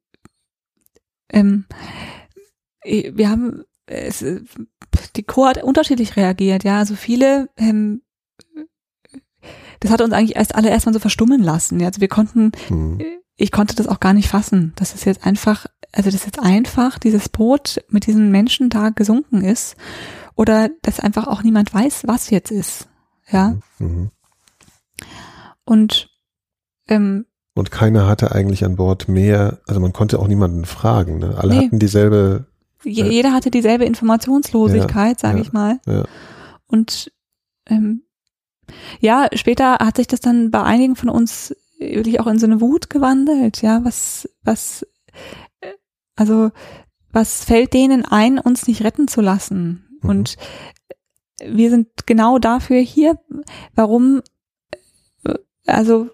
ähm, wir haben, es, die Crew hat unterschiedlich reagiert, ja. Also viele, ähm, das hat uns eigentlich erst alle erstmal so verstummen lassen, ja. Also wir konnten, mhm. ich konnte das auch gar nicht fassen. Das ist jetzt einfach, also das jetzt einfach dieses Boot mit diesen Menschen da gesunken ist oder dass einfach auch niemand weiß, was jetzt ist, ja. Mhm. Und ähm, und keiner hatte eigentlich an Bord mehr, also man konnte auch niemanden fragen, ne? Alle nee. hatten dieselbe. Äh, Jeder hatte dieselbe Informationslosigkeit, ja, sage ja, ich mal. Ja. Und ähm, ja, später hat sich das dann bei einigen von uns wirklich auch in so eine Wut gewandelt, ja, was, was, also, was fällt denen ein, uns nicht retten zu lassen? Mhm. Und wir sind genau dafür hier, warum, also,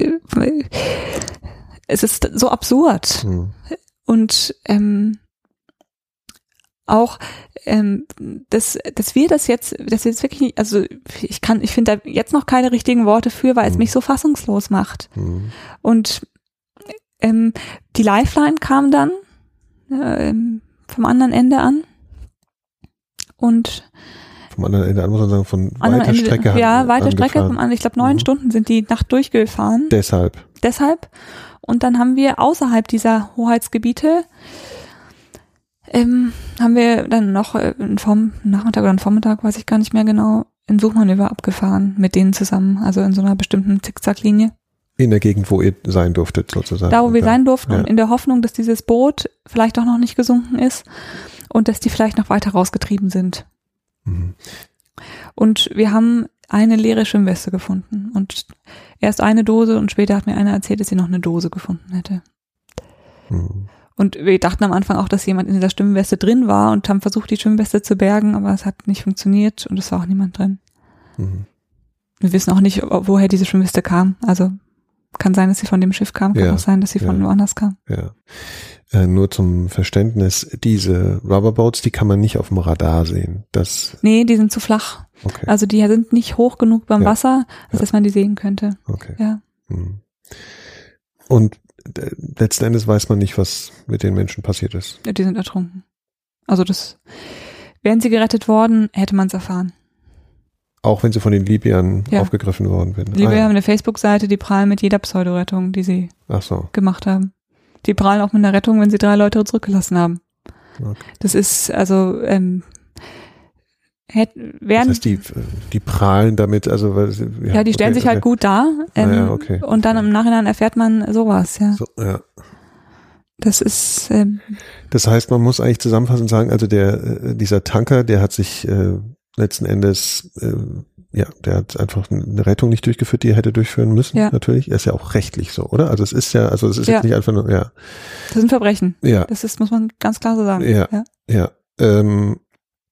es ist so absurd. Mhm. Und, ähm, auch, ähm, dass, dass wir das jetzt, dass wir jetzt wirklich nicht, also ich kann, ich finde da jetzt noch keine richtigen Worte für, weil es mhm. mich so fassungslos macht. Mhm. Und ähm, die Lifeline kam dann äh, vom anderen Ende an und vom anderen Ende an, muss man sagen, von weiter Strecke. Ja, weite Strecke, vom anderen, ich glaube neun mhm. Stunden sind die Nacht durchgefahren. Deshalb. Deshalb. Und dann haben wir außerhalb dieser Hoheitsgebiete Ähm, haben wir dann noch äh, vom Nachmittag oder einen Vormittag, weiß ich gar nicht mehr genau, ein Suchmanöver abgefahren mit denen zusammen, also in so einer bestimmten Zickzacklinie. In der Gegend, wo ihr sein durftet sozusagen. Da, wo wir ja. sein durften, ja. und in der Hoffnung, dass dieses Boot vielleicht auch noch nicht gesunken ist und dass die vielleicht noch weiter rausgetrieben sind. Mhm. Und wir haben eine leere Schwimmweste gefunden und erst eine Dose und später hat mir einer erzählt, dass sie noch eine Dose gefunden hätte. Mhm. Und wir dachten am Anfang auch, dass jemand in der Schwimmweste drin war und haben versucht, die Schwimmweste zu bergen, aber es hat nicht funktioniert und es war auch niemand drin. Mhm. Wir wissen auch nicht, woher diese Schwimmweste kam. Also kann sein, dass sie von dem Schiff kam, kann ja, auch sein, dass sie von ja, woanders kam. Ja. Äh, nur zum Verständnis, diese Rubberboats, die kann man nicht auf dem Radar sehen. Das nee, die sind zu flach. Okay. Also die sind nicht hoch genug beim ja. Wasser, als ja. dass man die sehen könnte. Okay. Ja. Mhm. Und letzten Endes weiß man nicht, was mit den Menschen passiert ist. Ja, die sind ertrunken. Also das, wären sie gerettet worden, hätte man es erfahren. Auch wenn sie von den Libyern ja. aufgegriffen worden wären. Die Libyer ah, ja. haben eine Facebook-Seite, die prahlen mit jeder Pseudorettung, die sie Ach so. gemacht haben. Die prahlen auch mit einer Rettung, wenn sie drei Leute zurückgelassen haben. Okay. Das ist, also, ähm, hätt, wären, das heißt, die, die prahlen damit, also, weil sie, ja, ja, die stellen okay, sich halt okay. gut dar, ähm, ah, ja, okay. und dann im Nachhinein erfährt man sowas, ja. So, ja. Das ist, ähm, das heißt, man muss eigentlich zusammenfassend sagen, also der, dieser Tanker, der hat sich, äh, letzten Endes, äh, ja, der hat einfach eine Rettung nicht durchgeführt, die er hätte durchführen müssen, ja. natürlich. Er ist ja auch rechtlich so, oder? Also es ist ja, also es ist ja. jetzt nicht einfach nur, ja. Das ist ein Verbrechen. Ja. Das ist, muss man ganz klar so sagen. Ja, ja. ja. Ähm,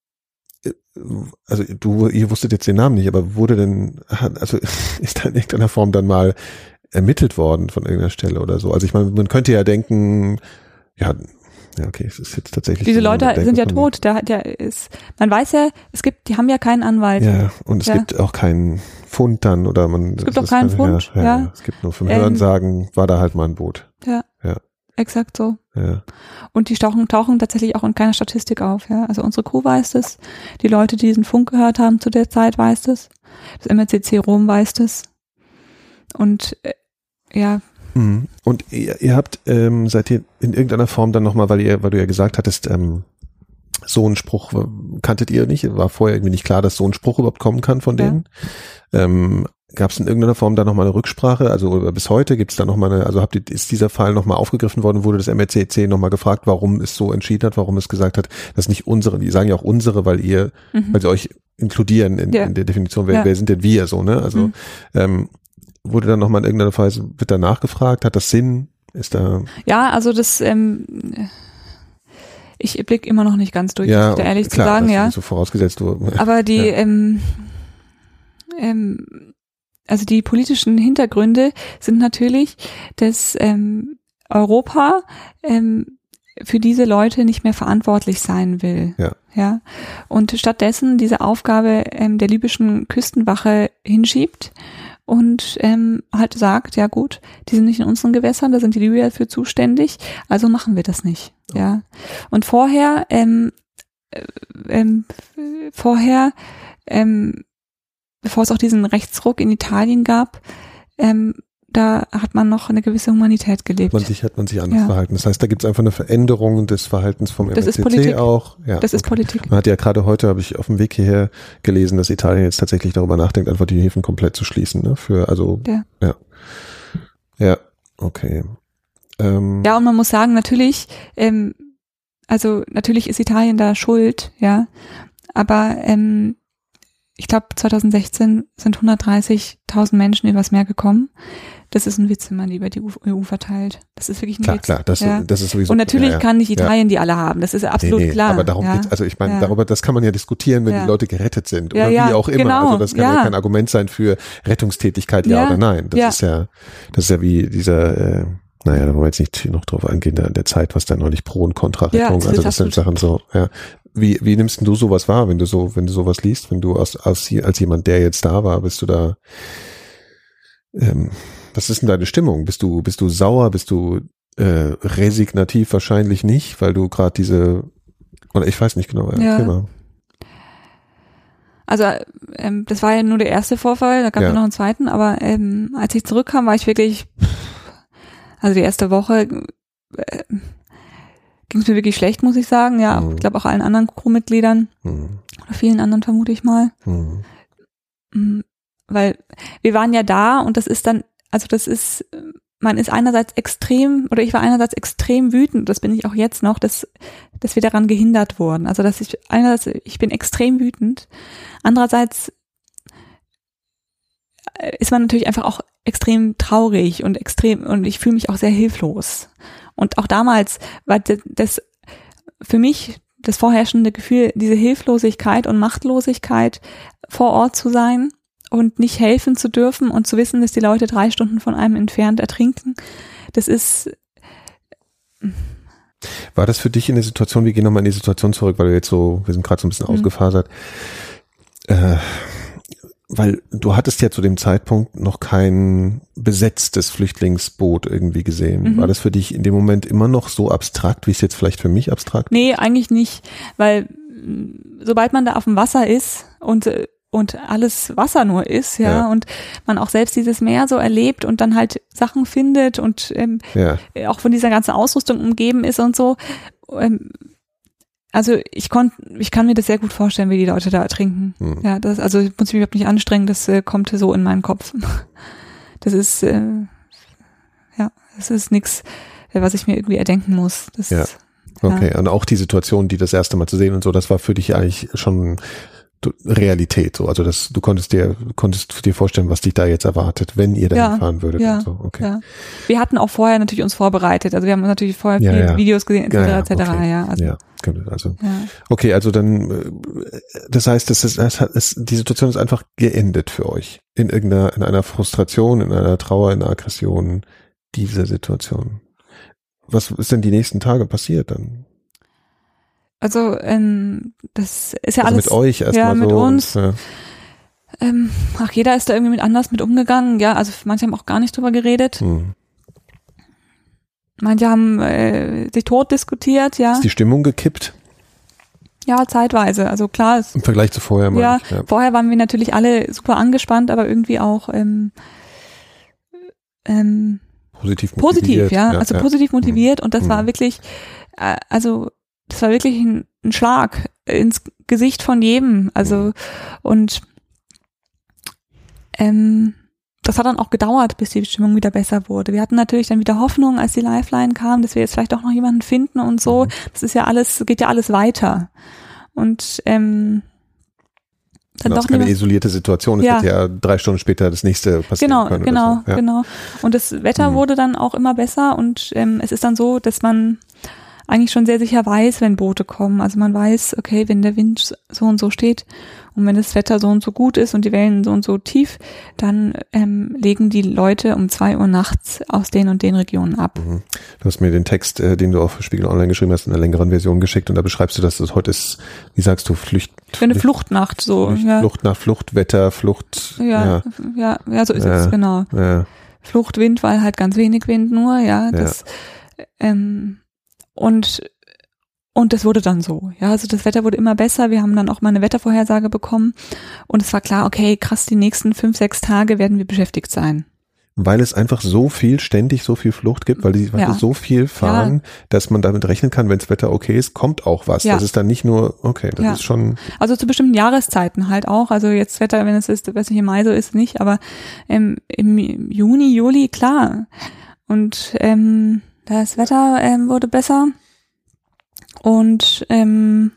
also du, ihr wusstet jetzt den Namen nicht, aber wurde denn, also ist da in irgendeiner Form dann mal ermittelt worden von irgendeiner Stelle oder so? Also ich meine, man könnte ja denken, ja, Ja, okay, es ist jetzt tatsächlich. Diese Leute sind ja tot. Da, der ist, man weiß ja, es gibt, die haben ja keinen Anwalt. Ja, und es ja. gibt auch keinen Fund dann oder man. Es gibt auch keinen Fund. Ja, ja, ja. Es gibt nur vom Hörensagen, ähm, war da halt mal ein Boot. Ja. Ja. Exakt so. Ja. Und die tauchen, tauchen tatsächlich auch in keiner Statistik auf. Ja, also unsere Crew weiß das. Die Leute, die diesen Funk gehört haben zu der Zeit, weiß das. Das M R C C Rom weiß das. Und äh, ja. Und ihr, ihr habt, ähm, seid ihr in irgendeiner Form dann nochmal, weil ihr, weil du ja gesagt hattest, ähm, so einen Spruch kanntet ihr nicht, war vorher irgendwie nicht klar, dass so ein Spruch überhaupt kommen kann von denen. Ja. Ähm, gab es in irgendeiner Form da nochmal eine Rücksprache? Also bis heute gibt es da nochmal eine, also habt ihr, ist dieser Fall nochmal aufgegriffen worden, wurde das M R C C nochmal gefragt, warum es so entschieden hat, warum es gesagt hat, dass nicht unsere, die sagen ja auch unsere, weil ihr, mhm. weil sie euch inkludieren in, ja. in der Definition, wer, ja. wer sind denn wir so, ne? Also mhm. ähm, wurde dann nochmal in irgendeiner Weise, wird da nachgefragt, hat das Sinn? Ist da? Ja, also das, ähm, ich blick immer noch nicht ganz durch, ja, da ehrlich klar, zu sagen, ja. So vorausgesetzt du. Aber die, ja. ähm, ähm, also die politischen Hintergründe sind natürlich, dass ähm, Europa ähm, für diese Leute nicht mehr verantwortlich sein will. Ja. Ja. Und stattdessen diese Aufgabe ähm, der libyschen Küstenwache hinschiebt und ähm, halt sagt, ja gut, die sind nicht in unseren Gewässern, da sind die Libyer für zuständig, also machen wir das nicht. Oh. Ja. Und vorher, ähm, äh, ähm, vorher, ähm, bevor es auch diesen Rechtsruck in Italien gab, ähm, da hat man noch eine gewisse Humanität gelebt. Man sich, hat man sich anders ja. verhalten. Das heißt, da gibt es einfach eine Veränderung des Verhaltens vom das M R C C ist Politik. auch. Ja, das ist okay. Politik. Man hat ja gerade heute, habe ich auf dem Weg hierher gelesen, dass Italien jetzt tatsächlich darüber nachdenkt, einfach die Häfen komplett zu schließen. Ne? Für, also, ja. Ja, ja okay. Ähm, ja, und man muss sagen, natürlich, ähm, also natürlich ist Italien da schuld, ja, aber ähm, ich glaube, zwanzig sind hundertdreißigtausend Menschen übers Meer gekommen. Das ist ein Witz, wenn man die über die E U verteilt. Das ist wirklich ein klar, Witz. Klar, das, ja. das ist sowieso. Und natürlich ja, ja. kann nicht Italien ja. die alle haben. Das ist absolut nee, nee, klar. Aber darum ja. geht's, also ich meine, ja. darüber, das kann man ja diskutieren, wenn ja. die Leute gerettet sind. Ja, oder ja, wie auch immer. genau. Also das kann ja. ja kein Argument sein für Rettungstätigkeit, ja, ja. oder nein. Das ja. ist ja, das ist ja wie dieser, äh, naja, da wollen wir jetzt nicht noch drauf eingehen, da in der Zeit, was da neulich Pro- und Kontra-Rettung, ja, das also das sind Sachen so, ja. Wie, wie nimmst denn du sowas wahr, wenn du so, wenn du sowas liest, wenn du aus, aus, als jemand, der jetzt da war, bist du da, ähm, was ist denn deine Stimmung? Bist du, bist du sauer? Bist du äh, resignativ? Wahrscheinlich nicht, weil du gerade diese, oder ich weiß nicht genau, ja. Thema. Also ähm, das war ja nur der erste Vorfall, da gab es ja. noch einen zweiten, aber ähm, als ich zurückkam, war ich wirklich, also die erste Woche äh, ging es mir wirklich schlecht, muss ich sagen. Ja, mhm. ich glaube auch allen anderen Crewmitgliedern mhm. oder vielen anderen vermute ich mal. Mhm. Weil wir waren ja da und das ist dann, also das ist, man ist einerseits extrem, oder ich war einerseits extrem wütend, das bin ich auch jetzt noch, dass, dass wir daran gehindert wurden. Also dass ich, einerseits, ich bin extrem wütend, andererseits ist man natürlich einfach auch extrem traurig und extrem, und ich fühle mich auch sehr hilflos. Und auch damals war das, das für mich das vorherrschende Gefühl, diese Hilflosigkeit und Machtlosigkeit, vor Ort zu sein und nicht helfen zu dürfen und zu wissen, dass die Leute drei Stunden von einem entfernt ertrinken. Das ist... War das für dich in der Situation, wir gehen nochmal in die Situation zurück, weil wir jetzt so, wir sind gerade so ein bisschen mhm. ausgefasert, äh, weil du hattest ja zu dem Zeitpunkt noch kein besetztes Flüchtlingsboot irgendwie gesehen. Mhm. War das für dich in dem Moment immer noch so abstrakt, wie es jetzt vielleicht für mich abstrakt? Nee, eigentlich nicht, weil sobald man da auf dem Wasser ist und und alles Wasser nur ist, ja, ja, und man auch selbst dieses Meer so erlebt und dann halt Sachen findet und ähm, ja. auch von dieser ganzen Ausrüstung umgeben ist und so. Ähm, also ich konnte, ich kann mir das sehr gut vorstellen, wie die Leute da ertrinken. Hm. Ja, das, also ich muss mich überhaupt nicht anstrengen, das äh, kommt so in meinen Kopf. Das ist, äh, ja, das ist nichts, was ich mir irgendwie erdenken muss. Das, ja. Okay, ja. Und auch die Situation, die das erste Mal zu sehen und so, das war für dich eigentlich schon Realität, so, also das, du konntest dir, konntest dir vorstellen, was dich da jetzt erwartet, wenn ihr da ja, hinfahren würdet ja, und so, okay. Ja. Wir hatten auch vorher natürlich uns vorbereitet, also wir haben natürlich vorher ja, viele ja. Videos gesehen, et cetera, ja, ja, et cetera, okay. ja. Also, ja, also, ja. okay, also dann, das heißt, das ist, das hat, das, die Situation ist einfach geendet für euch, in irgendeiner, in einer Frustration, in einer Trauer, in einer Aggression, diese Situation. Was ist denn die nächsten Tage passiert dann? Also ähm, das ist ja also alles mit euch erstmal ja, so. mit uns. Und, ja. Ähm, ach, jeder ist da irgendwie mit anders mit umgegangen. Ja, also manche haben auch gar nicht drüber geredet. Hm. Manche haben äh, sich tot diskutiert, ja. Ist die Stimmung gekippt? Ja, zeitweise. Also klar, es, Im Vergleich zu vorher mal. ja, Ja. vorher waren wir natürlich alle super angespannt, aber irgendwie auch ähm, ähm, Positiv motiviert. positiv, ja. Also ja. positiv motiviert und das Mhm. war wirklich, äh, also das war wirklich ein, ein Schlag ins Gesicht von jedem. Also Mhm. und ähm, das hat dann auch gedauert, bis die Stimmung wieder besser wurde. Wir hatten natürlich dann wieder Hoffnung, als die Lifeline kam, dass wir jetzt vielleicht auch noch jemanden finden und so. Mhm. Das ist ja alles, geht ja alles weiter. Und ähm, dann Genau, doch das ist keine niemand- isolierte Situation. Es Ja. hätte ja drei Stunden später das nächste passieren Genau, können. genau, oder so. Ja. genau. Und das Wetter Mhm. wurde dann auch immer besser und ähm, es ist dann so, dass man eigentlich schon sehr sicher weiß, wenn Boote kommen. Also man weiß, okay, wenn der Wind so und so steht und wenn das Wetter so und so gut ist und die Wellen so und so tief, dann ähm, legen die Leute um zwei Uhr nachts aus den und den Regionen ab. Mhm. Du hast mir den Text, äh, den du auf Spiegel Online geschrieben hast, in einer längeren Version geschickt und da beschreibst du, dass das heute ist, wie sagst du, Flücht, Für eine Fluchtnacht so. Flucht, ja. Flucht nach Fluchtwetter, Flucht, Ja, ja, ja, ja, so ist Ja. es, genau. ja. Fluchtwind, weil halt ganz wenig Wind nur, ja. Das, ähm, und und das wurde dann so, ja, also das Wetter wurde immer besser, wir haben dann auch mal eine Wettervorhersage bekommen und es war klar, okay, krass, die nächsten fünf, sechs Tage werden wir beschäftigt sein. Weil es einfach so viel, ständig so viel Flucht gibt, weil die weil Ja. die so viel fahren, dass man damit rechnen kann, wenn das Wetter okay ist, kommt auch was. Ja. Das ist dann nicht nur, okay, das Ja. ist schon, Also zu bestimmten Jahreszeiten halt auch, also jetzt Wetter, wenn es ist, weiß nicht, im Mai so ist, nicht, aber ähm, im Juni, Juli, klar. Und ähm, das Wetter ähm, wurde besser. Und ähm,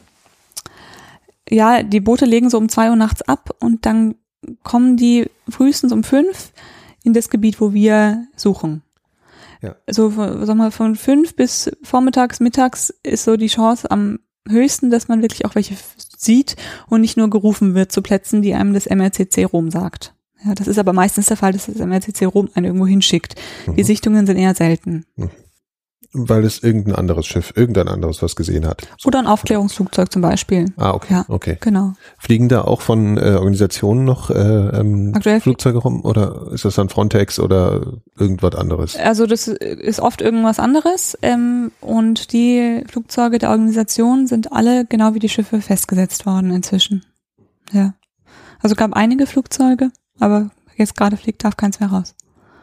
ja, die Boote legen so um zwei Uhr nachts ab und dann kommen die frühestens um fünf in das Gebiet, wo wir suchen. Ja. Also sagen wir, von fünf bis vormittags, mittags ist so die Chance am höchsten, dass man wirklich auch welche sieht und nicht nur gerufen wird zu Plätzen, die einem das M R C C Rom sagt. Ja, das ist aber meistens der Fall, dass das M R C C Rom einen irgendwo hinschickt. Mhm. Die Sichtungen sind eher selten. weil es irgendein anderes Schiff, irgendein anderes was gesehen hat. Oder ein Aufklärungsflugzeug zum Beispiel. Ah, okay, Ja, okay. genau. Fliegen da auch von äh, Organisationen noch äh, ähm, Aktuell Flugzeuge rum oder ist das dann Frontex oder irgendwas anderes? Also das ist oft irgendwas anderes ähm, und die Flugzeuge der Organisation sind alle genau wie die Schiffe festgesetzt worden inzwischen. Ja. Also gab einige Flugzeuge, aber jetzt gerade fliegt darf keins mehr raus.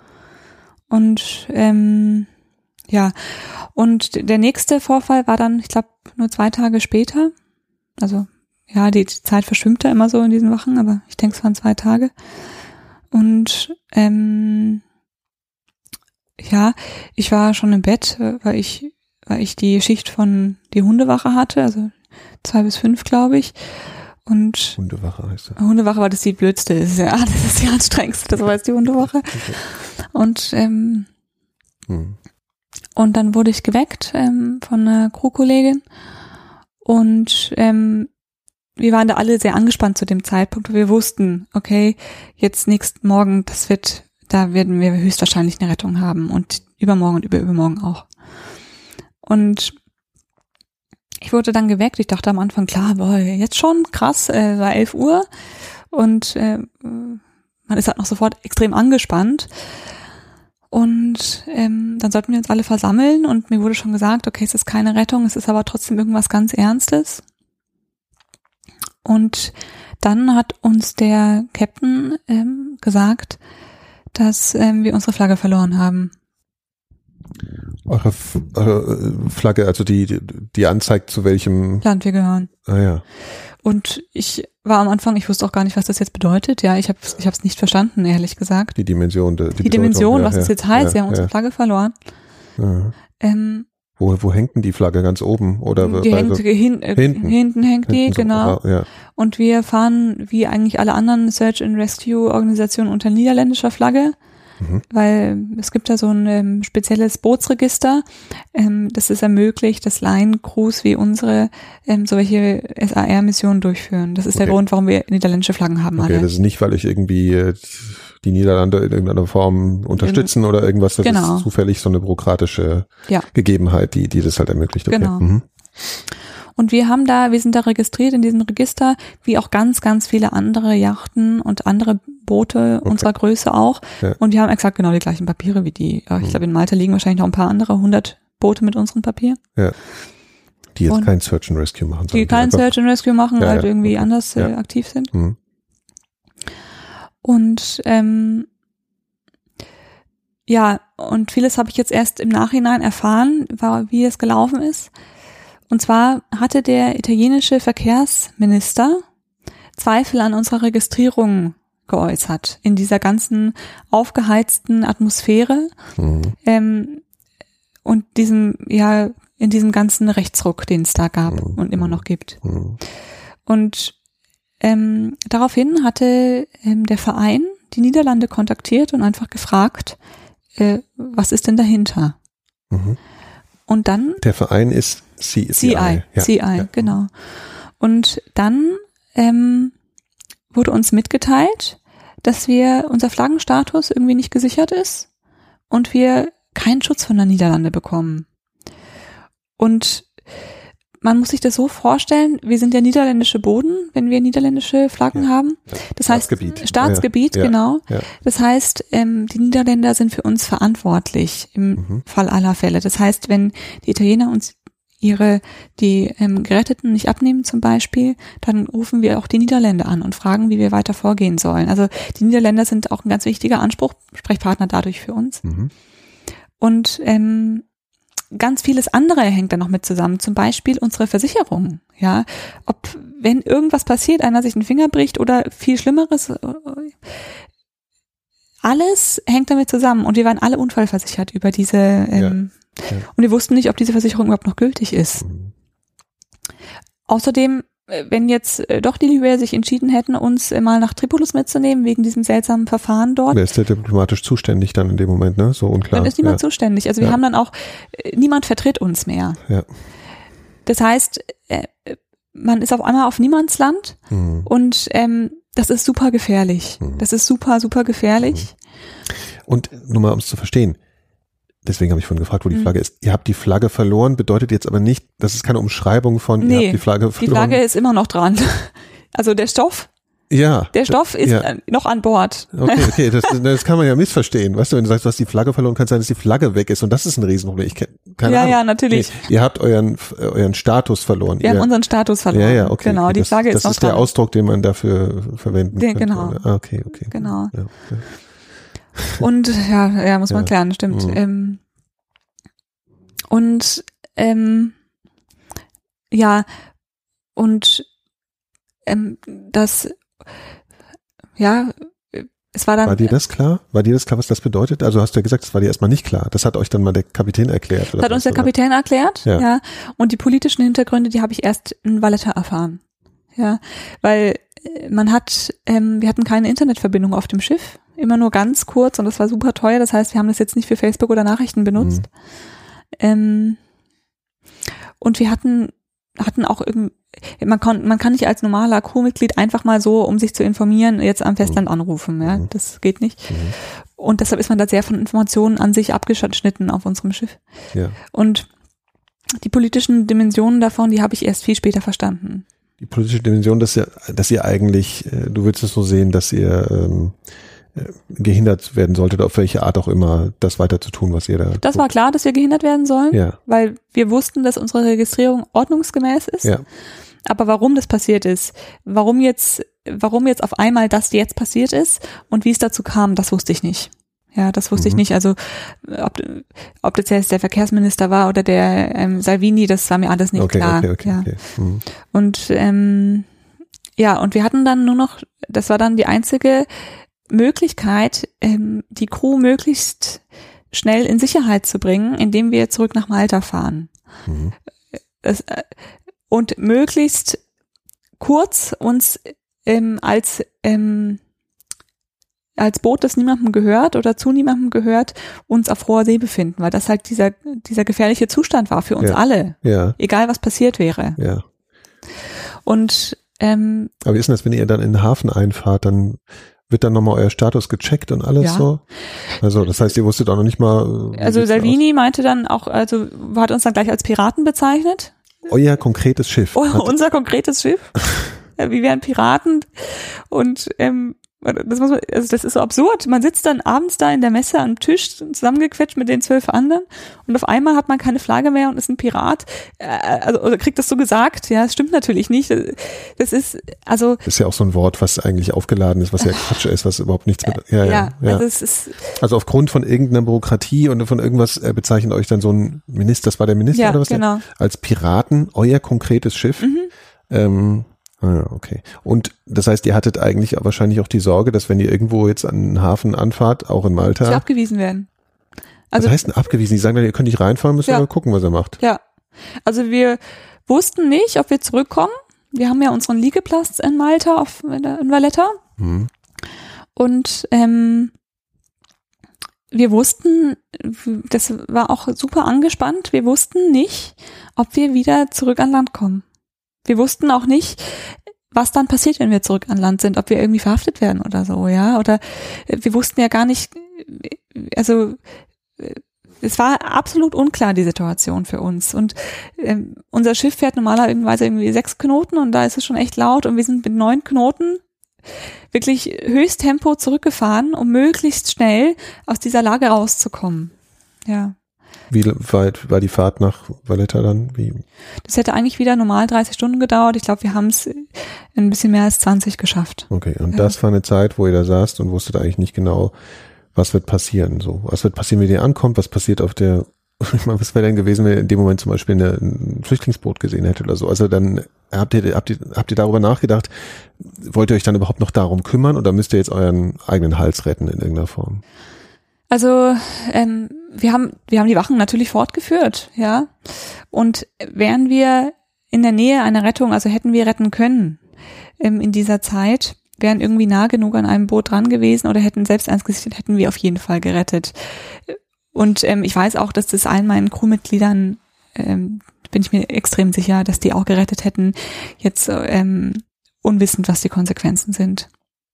Und ähm, ja, und der nächste Vorfall war dann, ich glaube, nur zwei Tage später. Also ja, die Zeit verschwimmt da immer so in diesen Wochen, aber ich denke, es waren zwei Tage. Und ähm, ja, ich war schon im Bett, weil ich, weil ich die Schicht von die Hundewache hatte, also zwei bis fünf, glaube ich. Und Hundewache heißt das. Hundewache, weil das die blödste ist, ja, das ist die anstrengendste, das war jetzt die Hundewache. Okay. Und ähm, Hm. und dann wurde ich geweckt ähm, von einer Crewkollegin und ähm, wir waren da alle sehr angespannt zu dem Zeitpunkt. Wir wussten, okay, jetzt nächsten Morgen, das wird, da werden wir höchstwahrscheinlich eine Rettung haben und übermorgen und übermorgen auch. Und ich wurde dann geweckt. Ich dachte am Anfang, klar, boah, jetzt schon, krass, äh, war elf Uhr und äh, man ist halt noch sofort extrem angespannt. Und ähm, dann sollten wir uns alle versammeln und mir wurde schon gesagt, okay, es ist keine Rettung, es ist aber trotzdem irgendwas ganz Ernstes. Und dann hat uns der Captain ähm, gesagt, dass ähm, wir unsere Flagge verloren haben. Eure, F eure Flagge, also die, die, die anzeigt, zu welchem... Land wir gehören. Ah ja. Und ich war am Anfang, ich wusste auch gar nicht, was das jetzt bedeutet. Ja, ich habe ich habe es nicht verstanden, ehrlich gesagt. Die Dimension. Die, Die Dimension, ja, was ja, das jetzt heißt, ja, wir haben unsere ja. Flagge verloren. Ja. Ähm, Wo, wo hängt denn die Flagge? Ganz oben? Oder die bei hängt so- hin, äh, hinten. hinten hängt die, hinten so, genau. ah, ja. Und wir fahren wie eigentlich alle anderen Search and Rescue Organisationen unter niederländischer Flagge, Mhm. weil es gibt da so ein ähm, spezielles Bootsregister, ähm, das es ermöglicht, dass Line-Crews wie unsere ähm, solche S A R-Missionen durchführen. Das ist Okay. der Grund, warum wir niederländische Flaggen haben Okay, alle. das ist nicht, weil ich irgendwie äh, die Niederlande in irgendeiner Form unterstützen oder irgendwas. Das Genau. ist zufällig so eine bürokratische Ja. Gegebenheit, die, die das halt ermöglicht. Okay. Genau. Mhm. Und wir haben da, wir sind da registriert in diesem Register, wie auch ganz, ganz viele andere Yachten und andere Boote Okay. unserer Größe auch. Ja. Und wir haben exakt genau die gleichen Papiere wie die. Ich glaube, in Malta liegen wahrscheinlich noch ein paar andere hundert Boote mit unserem Papier. Ja. Die jetzt Und kein Search and Rescue machen. Die kein einfach- Search and Rescue machen, Ja, halt ja, irgendwie okay. anders äh, Ja. aktiv sind. Mhm. Und ähm, ja, und vieles habe ich jetzt erst im Nachhinein erfahren, war, wie es gelaufen ist. Und zwar hatte der italienische Verkehrsminister Zweifel an unserer Registrierung geäußert in dieser ganzen aufgeheizten Atmosphäre Mhm. ähm, und diesem, ja, in diesem ganzen Rechtsruck, den es da gab Mhm. und immer noch gibt. Mhm. Und ähm, daraufhin hatte ähm, der Verein die Niederlande kontaktiert und einfach gefragt, äh, was ist denn dahinter? Mhm. Und dann Der Verein ist C I. C I, Ja. C I, Ja. genau. Und dann ähm, wurde uns mitgeteilt, dass wir unser Flaggenstatus irgendwie nicht gesichert ist und wir keinen Schutz von der Niederlande bekommen. Und man muss sich das so vorstellen, wir sind ja niederländische Boden, wenn wir niederländische Flaggen Ja. haben. Das heißt, Staatsgebiet. Staatsgebiet, Ja. genau. Ja. Das heißt, ähm, die Niederländer sind für uns verantwortlich im Mhm. Fall aller Fälle. Das heißt, wenn die Italiener uns ihre, die ähm, Geretteten nicht abnehmen zum Beispiel, dann rufen wir auch die Niederländer an und fragen, wie wir weiter vorgehen sollen. Also die Niederländer sind auch ein ganz wichtiger Ansprechpartner dadurch für uns. Mhm. Und ähm, ganz vieles andere hängt da noch mit zusammen. Zum Beispiel unsere Versicherung. Ja, ob wenn irgendwas passiert, einer sich den Finger bricht oder viel Schlimmeres, alles hängt damit zusammen. Und wir waren alle unfallversichert über diese. Ähm, Ja. Und wir wussten nicht, ob diese Versicherung überhaupt noch gültig ist. Mhm. Außerdem, äh, wenn jetzt äh, doch die Libyer sich entschieden hätten, uns äh, mal nach Tripolis mitzunehmen wegen diesem seltsamen Verfahren dort, Wer ist der diplomatisch zuständig dann in dem Moment, ne? So unklar. dann ist niemand ja. zuständig. Also wir Ja. haben dann auch, äh, niemand vertritt uns mehr. Ja. Das heißt, äh, man ist auf einmal auf Niemandsland Mhm. und ähm, das ist super gefährlich. Mhm. Das ist super, super gefährlich. Und nur mal, um es zu verstehen, deswegen habe ich vorhin gefragt, wo die Mhm. Flagge ist. Ihr habt die Flagge verloren, bedeutet jetzt aber nicht, das ist keine Umschreibung von, ihr Nee, habt die Flagge Die verloren. Flagge ist immer noch dran. Also der Stoff, ja. der Stoff ist ja. äh, noch an Bord. Okay, okay, das, das kann man ja missverstehen. Weißt du, wenn du sagst, du hast die Flagge verloren, kann es sein, dass die Flagge weg ist und das ist ein Riesenproblem. Ich kenn, keine Ja, Ahnung. ja, natürlich. Nee, ihr habt euren, äh, euren Status verloren. Wir ihr, haben unseren Status verloren. ja, ja, okay. Genau, okay. die das, Flagge das ist noch ist der dran. Ausdruck, den man dafür verwenden Den- könnte. genau. Ah, okay, okay. Genau. Ja, ja. Und ja, ja, muss man Ja. klären, stimmt. Mhm. Ähm, und ähm, ja, und ähm, das, ja, es war dann. War dir das klar? War dir das klar, was das bedeutet? Also hast du ja gesagt, es war dir erstmal nicht klar. Das hat euch dann mal der Kapitän erklärt. Oder Das hat was, uns der oder? Kapitän erklärt, Ja. ja. Und die politischen Hintergründe, die habe ich erst in Valletta erfahren. Ja, weil äh, man hat, ähm, wir hatten keine Internetverbindung auf dem Schiff, immer nur ganz kurz und das war super teuer. Das heißt, wir haben das jetzt nicht für Facebook oder Nachrichten benutzt. Mhm. Ähm, und wir hatten hatten auch irgendwie, man kann, man kann nicht als normaler Crewmitglied einfach mal so, um sich zu informieren, jetzt am Festland anrufen, ja, Mhm. das geht nicht. Mhm. Und deshalb ist man da sehr von Informationen an sich abgeschnitten auf unserem Schiff. Ja. Und die politischen Dimensionen davon, die habe ich erst viel später verstanden. Die politische Dimension, dass ihr, dass ihr eigentlich, äh, du willst es so sehen, dass ihr ähm, äh, gehindert werden solltet, auf welche Art auch immer, das weiter zu tun, was ihr da Das tut. war klar, dass wir gehindert werden sollen, Ja, weil wir wussten, dass unsere Registrierung ordnungsgemäß ist. ja. Aber warum das passiert ist, warum jetzt, warum jetzt auf einmal das jetzt passiert ist und wie es dazu kam, das wusste ich nicht. Ja, das wusste Mhm. ich nicht. Also ob, ob das jetzt der Verkehrsminister war oder der ähm, Salvini, das war mir alles nicht Okay, klar. okay, okay, ja. okay. Mhm. Und ähm, ja, und wir hatten dann nur noch, das war dann die einzige Möglichkeit, ähm, die Crew möglichst schnell in Sicherheit zu bringen, indem wir zurück nach Malta fahren. Mhm. Das, äh, und möglichst kurz uns ähm, als ähm, als Boot, das niemandem gehört oder zu niemandem gehört, uns auf hoher See befinden, weil das halt dieser dieser gefährliche Zustand war für uns Ja. alle, Ja, egal was passiert wäre. ja. Und ähm, Aber wie ist denn das, wenn ihr dann in den Hafen einfahrt, dann wird dann nochmal euer Status gecheckt und alles Ja. so? Also das heißt, ihr wusstet auch noch nicht mal. wie also sieht's Salvini meinte dann auch, also hat uns dann gleich als Piraten bezeichnet euer konkretes Schiff. Oh, unser konkretes Schiff. Wir wären Piraten und ähm, das muss man, also das ist so absurd. Man sitzt dann abends da in der Messe am Tisch zusammengequetscht mit den zwölf anderen und auf einmal hat man keine Flagge mehr und ist ein Pirat. Also oder kriegt das so gesagt? Ja, das stimmt natürlich nicht. Das ist also. Das ist ja auch so ein Wort, was eigentlich aufgeladen ist, was ja Quatsch ist, was überhaupt nichts mit. Ja, ja. ja, ja. Also, es ist, also aufgrund von irgendeiner Bürokratie und von irgendwas äh, bezeichnet euch dann so ein Minister, das war der Minister ja, oder was? Genau. Der, als Piraten euer konkretes Schiff. Mhm. Ähm, Ah, okay. Und das heißt, ihr hattet eigentlich wahrscheinlich auch die Sorge, dass wenn ihr irgendwo jetzt an den Hafen anfahrt, auch in Malta. Sie abgewiesen werden. Also, was heißt denn abgewiesen? Die sagen dann, ihr könnt nicht reinfahren, müsst ihr ja. mal gucken, was er macht. Ja. Also wir wussten nicht, ob wir zurückkommen. Wir haben ja unseren Liegeplatz in Malta, auf, in Valletta. Hm. Und ähm, wir wussten, das war auch super angespannt, wir wussten nicht, ob wir wieder zurück an Land kommen. Wir wussten auch nicht, was dann passiert, wenn wir zurück an Land sind, ob wir irgendwie verhaftet werden oder so, ja, oder wir wussten ja gar nicht, also es war absolut unklar, die Situation für uns und ähm, unser Schiff fährt normalerweise irgendwie sechs Knoten und da ist es schon echt laut und wir sind mit neun Knoten wirklich Höchsttempo zurückgefahren, um möglichst schnell aus dieser Lage rauszukommen, ja. Wie weit war die Fahrt nach Valletta dann? Wie? Das hätte eigentlich wieder normal dreißig Stunden gedauert. Ich glaube, wir haben es ein bisschen mehr als zwanzig geschafft. Okay, und ja. Das war eine Zeit, wo ihr da saßt und wusstet eigentlich nicht genau, was wird passieren. So, was wird passieren, wenn ihr ankommt? Was passiert auf der, ich meine, was wäre denn gewesen, wenn ihr in dem Moment zum Beispiel eine, ein Flüchtlingsboot gesehen hättet oder so? Also dann habt ihr, habt ihr, habt ihr darüber nachgedacht, wollt ihr euch dann überhaupt noch darum kümmern oder müsst ihr jetzt euren eigenen Hals retten in irgendeiner Form? Also ähm, wir haben wir haben die Wachen natürlich fortgeführt, ja. Und wären wir in der Nähe einer Rettung, also hätten wir retten können ähm, in dieser Zeit, wären irgendwie nah genug an einem Boot dran gewesen oder hätten selbst eins gesichtet, hätten wir auf jeden Fall gerettet. Und ähm, ich weiß auch, dass das allen meinen Crewmitgliedern, ähm, bin ich mir extrem sicher, dass die auch gerettet hätten, jetzt ähm, unwissend, was die Konsequenzen sind.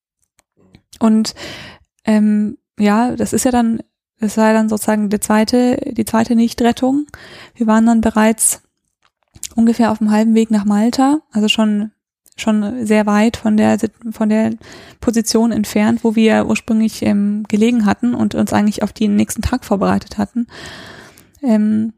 Und ähm, ja, das ist ja dann, das war dann sozusagen die zweite, die zweite Nichtrettung. Wir waren dann bereits ungefähr auf dem halben Weg nach Malta, also schon schon sehr weit von der von der Position entfernt, wo wir ursprünglich ähm, gelegen hatten und uns eigentlich auf den nächsten Tag vorbereitet hatten. Ähm,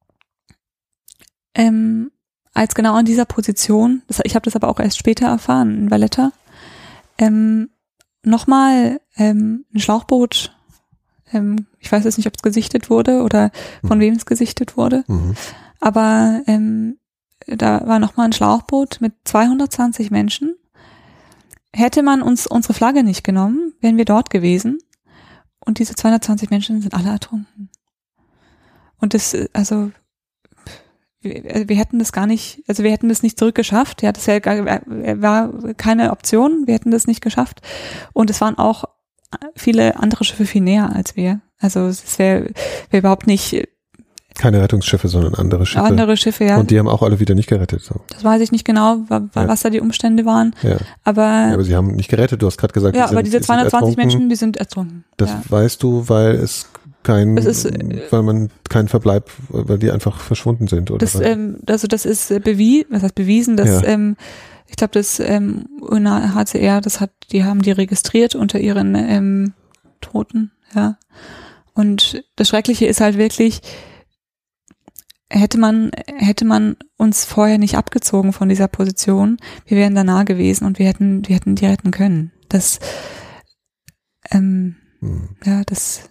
ähm, als genau an dieser Position, das, ich habe das aber auch erst später erfahren in Valletta, ähm, nochmal ähm, ein Schlauchboot, ähm, ich weiß jetzt nicht, ob es gesichtet wurde oder von mhm. wem es gesichtet wurde, mhm. aber ähm, da war nochmal ein Schlauchboot mit zweihundertzwanzig Menschen. Hätte man uns unsere Flagge nicht genommen, wären wir dort gewesen und diese zweihundertzwanzig Menschen sind alle ertrunken. Und das, also wir, wir hätten das gar nicht, also wir hätten das nicht zurückgeschafft. Ja, das wär, war keine Option. Wir hätten das nicht geschafft. Und es waren auch viele andere Schiffe viel näher als wir. Also es wäre wär überhaupt nicht. Keine Rettungsschiffe, sondern andere Schiffe. Andere Schiffe, ja. Und die haben auch alle wieder nicht gerettet. So. Das weiß ich nicht genau, was ja. da die Umstände waren. Ja. Aber, ja, aber sie haben nicht gerettet. Du hast gerade gesagt, ja, die sind, aber diese zweihundertzwanzig Menschen, die sind ertrunken. Das ja. weißt du, weil es kein, das ist, weil man keinen Verbleib, weil die einfach verschwunden sind, oder? Das, ähm, also das ist bewiesen, was heißt bewiesen, dass ja. ähm, ich glaube, das ähm, U N H C R, das hat, die haben die registriert unter ihren ähm, Toten, ja. Und das Schreckliche ist halt wirklich, hätte man, hätte man uns vorher nicht abgezogen von dieser Position, wir wären da nah gewesen und wir hätten, wir hätten die retten können. Das, ähm, hm. ja, das.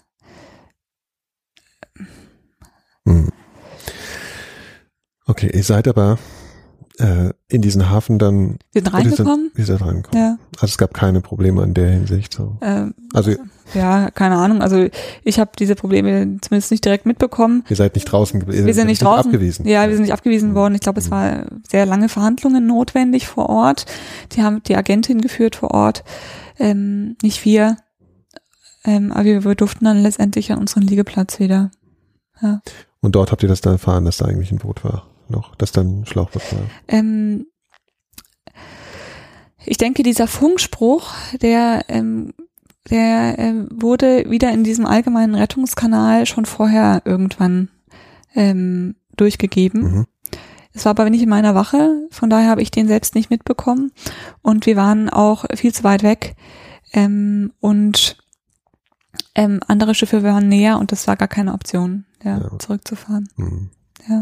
Hm. Okay, ihr seid aber äh, in diesen Hafen dann. Wir sind reingekommen. Ihr seid reingekommen. Ja. Also es gab keine Probleme in der Hinsicht. So. Ähm, also ja, keine Ahnung. Also ich habe diese Probleme zumindest nicht direkt mitbekommen. Ihr seid nicht draußen gewesen. Wir sind nicht draußen. Abgewiesen. Ja, wir sind nicht abgewiesen worden. Ich glaube, es war sehr lange Verhandlungen notwendig vor Ort. Die haben die Agentin geführt vor Ort, ähm, nicht wir. Ähm, aber wir, wir durften dann letztendlich an unseren Liegeplatz wieder. Ja. Und dort habt ihr das dann erfahren, dass da eigentlich ein Boot war, noch, dass dann ein Schlauchboot war? Ähm, ich denke, dieser Funkspruch, der, ähm, der ähm, wurde wieder in diesem allgemeinen Rettungskanal schon vorher irgendwann ähm, durchgegeben. Mhm. Es war aber nicht in meiner Wache, von daher habe ich den selbst nicht mitbekommen. Und wir waren auch viel zu weit weg. Ähm, und ähm, andere Schiffe waren näher und das war gar keine Option, ja, ja. zurückzufahren. Mhm. Ja.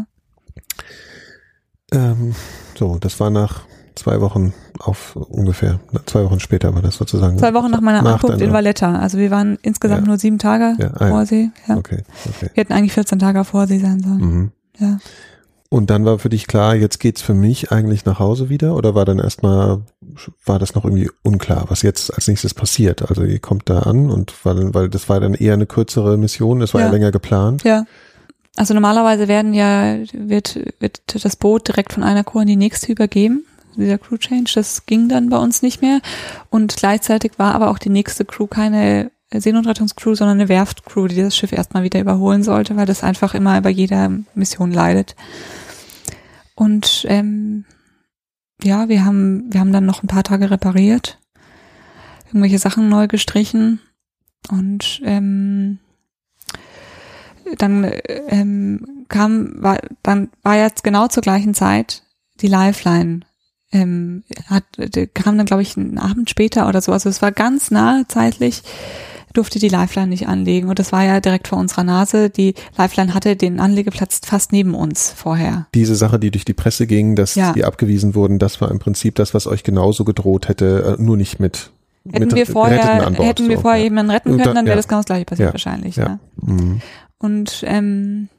Ähm, so, das war nach zwei Wochen auf ungefähr, zwei Wochen später war das sozusagen. Zwei Wochen nach meiner nach Ankunft in Valletta. Also wir waren insgesamt ja. nur sieben Tage ja. ah, vor See. Ja. Okay, okay. Wir hätten eigentlich vierzehn Tage vor See sein sollen. Mhm. Ja. Und dann war für dich klar, jetzt geht's für mich eigentlich nach Hause wieder? Oder war dann erstmal, war das noch irgendwie unklar, was jetzt als nächstes passiert? Also ihr kommt da an und weil, weil das war dann eher eine kürzere Mission, das war ja, ja länger geplant. Ja. Also normalerweise werden ja, wird, wird das Boot direkt von einer Crew in die nächste übergeben. Dieser Crew Change, das ging dann bei uns nicht mehr. Und gleichzeitig war aber auch die nächste Crew keine Seenotrettungscrew, sondern eine Werftcrew, die das Schiff erstmal wieder überholen sollte, weil das einfach immer bei jeder Mission leidet. Und ähm, ja, wir haben wir haben dann noch ein paar Tage repariert, irgendwelche Sachen neu gestrichen und ähm, dann ähm, kam war dann war jetzt genau zur gleichen Zeit die Lifeline. Ähm, hat kam dann glaube ich einen Abend später oder so, also es war ganz nah zeitlich. Durfte die Lifeline nicht anlegen und das war ja direkt vor unserer Nase. Die Lifeline hatte den Anlegeplatz fast neben uns vorher. Diese Sache, die durch die Presse ging, dass ja. die abgewiesen wurden, das war im Prinzip das, was euch genauso gedroht hätte, nur nicht mit Hätten mit wir vorher, an Bord, hätten wir so. vorher ja. jemanden retten können, da, dann wäre ja. das genau das gleiche passiert ja. wahrscheinlich. Ja. Ja. Mhm. Und ähm,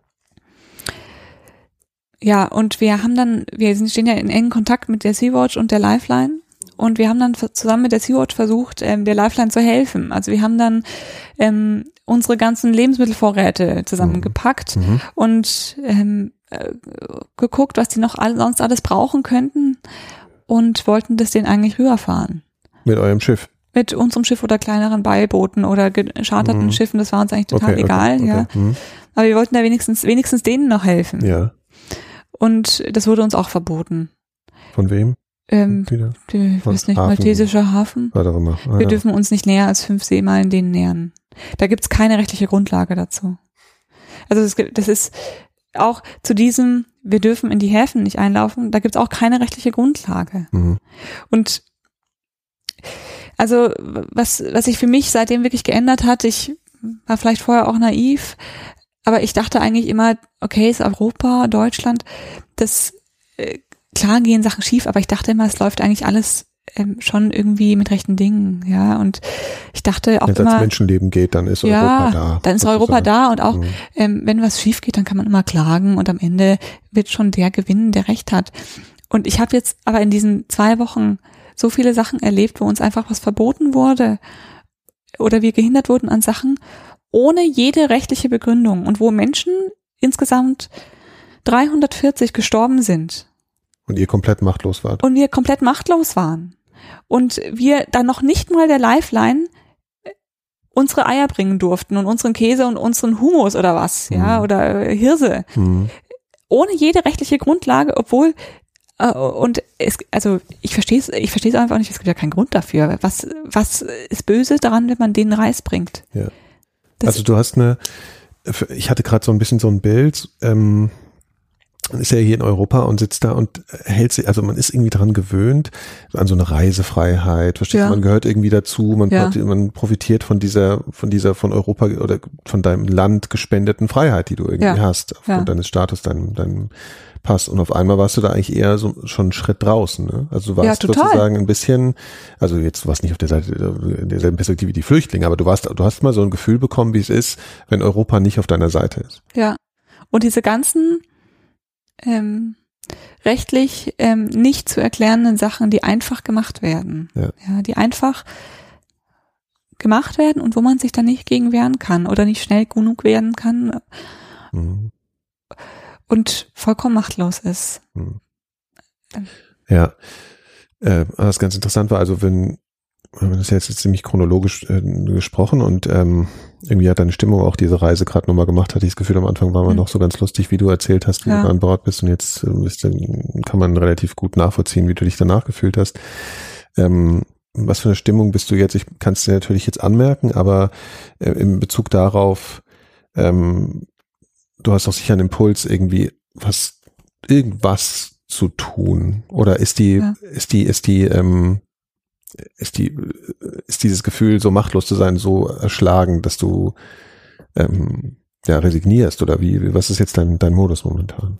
ja, und wir haben dann, wir stehen ja in engen Kontakt mit der Sea-Watch und der Lifeline. Und wir haben dann zusammen mit der Sea-Watch versucht, ähm, der Lifeline zu helfen. Also wir haben dann ähm, unsere ganzen Lebensmittelvorräte zusammengepackt mhm. und ähm, äh, geguckt, was die noch all, sonst alles brauchen könnten und wollten das denen eigentlich rüberfahren. Mit eurem Schiff? Mit unserem Schiff oder kleineren Beibooten oder gescharterten mhm. Schiffen, das war uns eigentlich total okay, egal. Okay, okay. Ja. Mhm. Aber wir wollten da wenigstens wenigstens denen noch helfen. Ja. Und das wurde uns auch verboten. Von wem? Ähm, die, ich weiß nicht, Hafen. maltesischer Hafen. Ah, wir ja. dürfen uns nicht näher als fünf Seemeilen denen nähern. Da gibt's keine rechtliche Grundlage dazu. Also das, das ist auch zu diesem, wir dürfen in die Häfen nicht einlaufen, da gibt's auch keine rechtliche Grundlage. Mhm. Und also was, was sich für mich seitdem wirklich geändert hat, ich war vielleicht vorher auch naiv, aber ich dachte eigentlich immer, okay, ist Europa, Deutschland, das äh, klar gehen Sachen schief, aber ich dachte immer, es läuft eigentlich alles ähm, schon irgendwie mit rechten Dingen, ja, und ich dachte auch wenn immer, wenn es Menschenleben geht, dann ist ja, Europa da. dann ist sozusagen. Europa da und auch, mhm. ähm, wenn was schief geht, dann kann man immer klagen und am Ende wird schon der gewinnen, der Recht hat. Und ich habe jetzt aber in diesen zwei Wochen so viele Sachen erlebt, wo uns einfach was verboten wurde oder wir gehindert wurden an Sachen ohne jede rechtliche Begründung und wo Menschen insgesamt dreihundertvierzig gestorben sind. Und ihr komplett machtlos wart. Und wir komplett machtlos waren. Und wir dann noch nicht mal der Lifeline unsere Eier bringen durften und unseren Käse und unseren Hummus oder was, mhm. ja, oder Hirse. Mhm. Ohne jede rechtliche Grundlage, obwohl, äh, und es, also ich verstehe es, ich verstehe es einfach nicht, es gibt ja keinen Grund dafür. Was, was ist böse daran, wenn man denen Reis bringt? Ja. Das also du hast eine, ich hatte gerade so ein bisschen so ein Bild, ähm, ist ja hier in Europa und sitzt da und hält sich, also man ist irgendwie dran gewöhnt an so eine Reisefreiheit, verstehst ja. du, man gehört irgendwie dazu, man, ja. man profitiert von dieser, von dieser von Europa oder von deinem Land gespendeten Freiheit, die du irgendwie ja. hast, aufgrund ja. deines Status, deinem, deinem Pass. Und auf einmal warst du da eigentlich eher so schon einen Schritt draußen, ne? Also du warst ja, sozusagen ein bisschen, also jetzt warst nicht auf der Seite, in derselben Perspektive wie die Flüchtlinge, aber du warst, du hast mal so ein Gefühl bekommen, wie es ist, wenn Europa nicht auf deiner Seite ist. Ja. Und diese ganzen Ähm, rechtlich ähm, nicht zu erklärenden Sachen, die einfach gemacht werden. Ja. ja, die einfach gemacht werden und wo man sich dann nicht gegen wehren kann oder nicht schnell genug werden kann mhm. und vollkommen machtlos ist. Mhm. Ja, äh, was ganz interessant war, also wenn wir haben das jetzt ziemlich chronologisch äh, gesprochen und ähm, irgendwie hat deine Stimmung auch diese Reise gerade nochmal gemacht, hatte ich das Gefühl, am Anfang war man mhm. noch so ganz lustig, wie du erzählt hast, wie ja. du an Bord bist und jetzt äh, bist, dann kann man relativ gut nachvollziehen, wie du dich danach gefühlt hast. Ähm, was für eine Stimmung bist du jetzt? Ich kann es dir natürlich jetzt anmerken, aber äh, in Bezug darauf, ähm, du hast doch sicher einen Impuls irgendwie, was irgendwas zu tun? Oder ist die, ja. ist die, ist die, ähm, ist die, ist dieses Gefühl, so machtlos zu sein, so erschlagen, dass du ähm, ja resignierst? Oder wie, was ist jetzt dein, dein Modus momentan?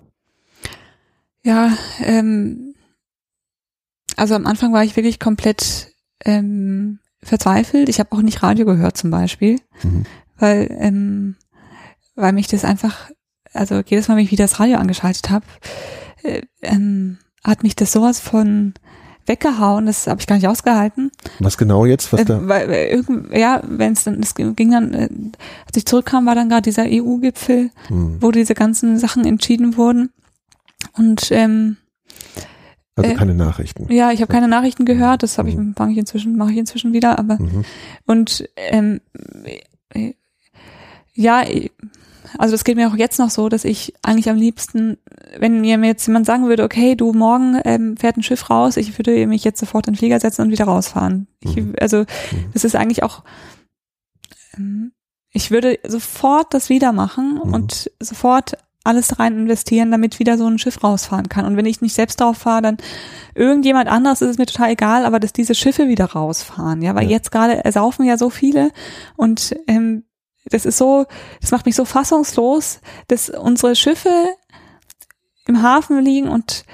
Ja, ähm, also am Anfang war ich wirklich komplett ähm, verzweifelt. Ich habe auch nicht Radio gehört zum Beispiel, mhm. weil ähm, weil mich das einfach, also jedes Mal, wenn ich wieder das Radio angeschaltet habe, äh, ähm, hat mich das sowas von weggehauen, das habe ich gar nicht ausgehalten. Was genau jetzt? Was da? Äh, weil, irgend, ja, wenn es dann, es ging dann, äh, als ich zurückkam, war dann gerade dieser E U-Gipfel, hm. wo diese ganzen Sachen entschieden wurden. Und ähm, also äh, keine Nachrichten. Ja, ich habe keine Nachrichten gehört. Das habe ich, mache ich inzwischen, mache ich inzwischen wieder. Aber mhm. und ähm, äh, ja. Also das geht mir auch jetzt noch so, dass ich eigentlich am liebsten, wenn mir jetzt jemand sagen würde, okay, du, morgen ähm, fährt ein Schiff raus, ich würde mich jetzt sofort in den Flieger setzen und wieder rausfahren. Ich, mhm. Also das ist eigentlich auch, ähm, ich würde sofort das wieder machen mhm. und sofort alles rein investieren, damit wieder so ein Schiff rausfahren kann. Und wenn ich nicht selbst drauf fahre, dann irgendjemand anderes, ist es mir total egal, aber dass diese Schiffe wieder rausfahren, ja, weil ja. jetzt gerade ersaufen ja so viele und ähm, das ist so, das macht mich so fassungslos, dass unsere Schiffe im Hafen liegen und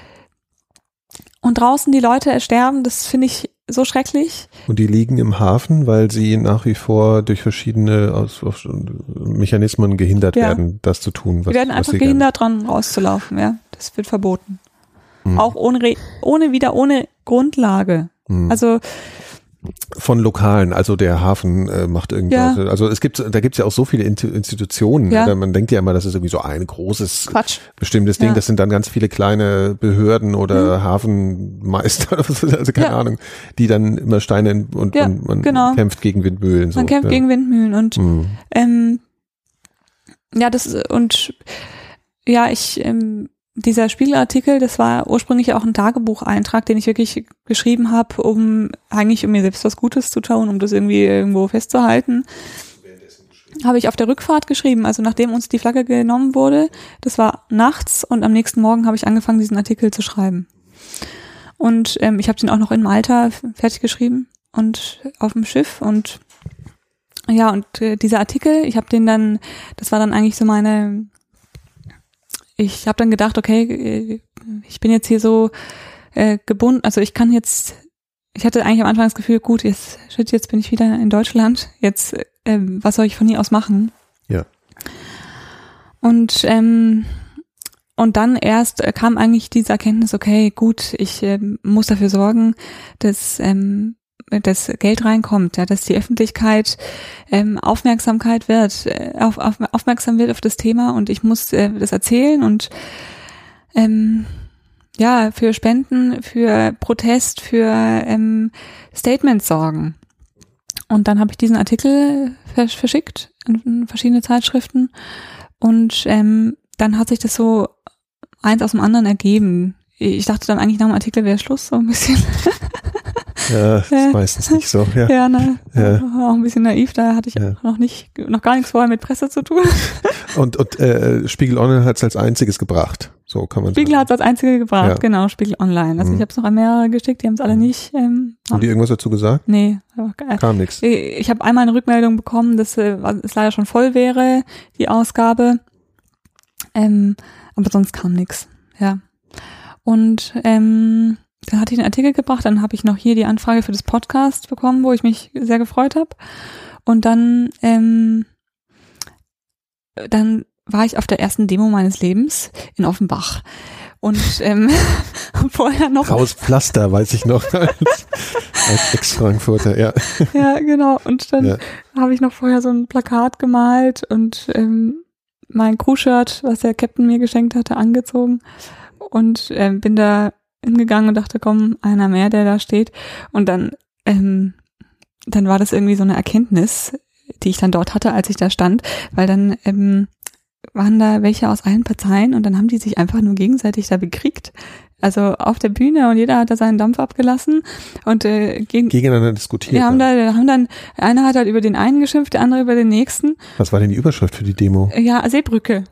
und draußen die Leute sterben, das finde ich so schrecklich. Und die liegen im Hafen, weil sie nach wie vor durch verschiedene aus, aus Mechanismen gehindert ja. werden, das zu tun. Was, die werden einfach gehindert, dran rauszulaufen, ja. Das wird verboten. Hm. Auch ohne, ohne wieder, ohne Grundlage. Hm. Also von Lokalen, also der Hafen äh, macht irgendwas. Ja. Also es gibt, da gibt es ja auch so viele Institutionen. Ja. Man denkt ja immer, das ist irgendwie so ein großes, Quatsch. bestimmtes Ding. Ja. Das sind dann ganz viele kleine Behörden oder mhm. Hafenmeister oder was, also keine ja. Ahnung, die dann immer Steine in, und, ja, und man genau. kämpft gegen Windmühlen. So. Man kämpft ja. gegen Windmühlen und mhm. ähm, ja, das und ja, ich ähm, dieser Spiegelartikel, das war ursprünglich auch ein Tagebucheintrag, den ich wirklich geschrieben habe, um eigentlich um mir selbst was Gutes zu tun, um das irgendwie irgendwo festzuhalten. Habe ich auf der Rückfahrt geschrieben, also nachdem uns die Flagge genommen wurde, das war nachts und am nächsten Morgen habe ich angefangen, diesen Artikel zu schreiben. Und ähm, ich habe den auch noch in Malta fertig geschrieben und auf dem Schiff und ja, und äh, dieser Artikel, ich habe den dann, das war dann eigentlich so meine Ich habe dann gedacht, okay, ich bin jetzt hier so äh, gebunden, also ich kann jetzt, ich hatte eigentlich am Anfang das Gefühl, gut, jetzt, shit, jetzt bin ich wieder in Deutschland, jetzt, äh, was soll ich von hier aus machen? Ja. Und ähm, und dann erst äh, kam eigentlich diese Erkenntnis, okay, gut, ich äh, muss dafür sorgen, dass ähm, das Geld reinkommt, ja, dass die Öffentlichkeit ähm, Aufmerksamkeit wird, äh, auf, auf, aufmerksam wird auf das Thema und ich muss äh, das erzählen und ähm, ja, für Spenden, für Protest, für ähm, Statements sorgen. Und dann habe ich diesen Artikel vers- verschickt an verschiedene Zeitschriften und ähm, dann hat sich das so eins aus dem anderen ergeben. Ich dachte dann eigentlich nach dem Artikel wäre Schluss, so ein bisschen. Ja, das ist meistens nicht so. Ja, ja, ne, ja. Auch ein bisschen naiv, da hatte ich ja. noch nicht, noch gar nichts vorher mit Presse zu tun. Und, und äh, Spiegel Online hat es als einziges gebracht, so kann man Spiegel sagen. hat es als einzige gebracht, ja. genau, Spiegel Online. Also mhm. ich habe es noch an mehrere geschickt, die haben es alle nicht. Ähm, haben die irgendwas dazu gesagt? Nee. Äh, Kam nichts. Ich habe einmal eine Rückmeldung bekommen, dass äh, es leider schon voll wäre, die Ausgabe. Ähm, aber sonst kam nichts, ja. Und ähm, dann hatte ich den Artikel gebracht, dann habe ich noch hier die Anfrage für das Podcast bekommen, wo ich mich sehr gefreut habe. Und dann, ähm, dann war ich auf der ersten Demo meines Lebens in Offenbach. Und ähm, vorher noch... Raus Pflaster, weiß ich noch, als, als Ex-Frankfurter, ja. Ja, genau. Und dann ja. habe ich noch vorher so ein Plakat gemalt und ähm, mein Crew-Shirt, was der Captain mir geschenkt hatte, angezogen. Und ähm, bin da hingegangen und dachte, komm, einer mehr, der da steht. Und dann, ähm, dann war das irgendwie so eine Erkenntnis, die ich dann dort hatte, als ich da stand, weil dann ähm, waren da welche aus allen Parteien und dann haben die sich einfach nur gegenseitig da bekriegt. Also auf der Bühne und jeder hat da seinen Dampf abgelassen und äh, gegen, gegeneinander diskutiert. Wir haben da, haben dann, einer hat halt über den einen geschimpft, der andere über den nächsten. Was war denn die Überschrift für die Demo? Ja, Seebrücke.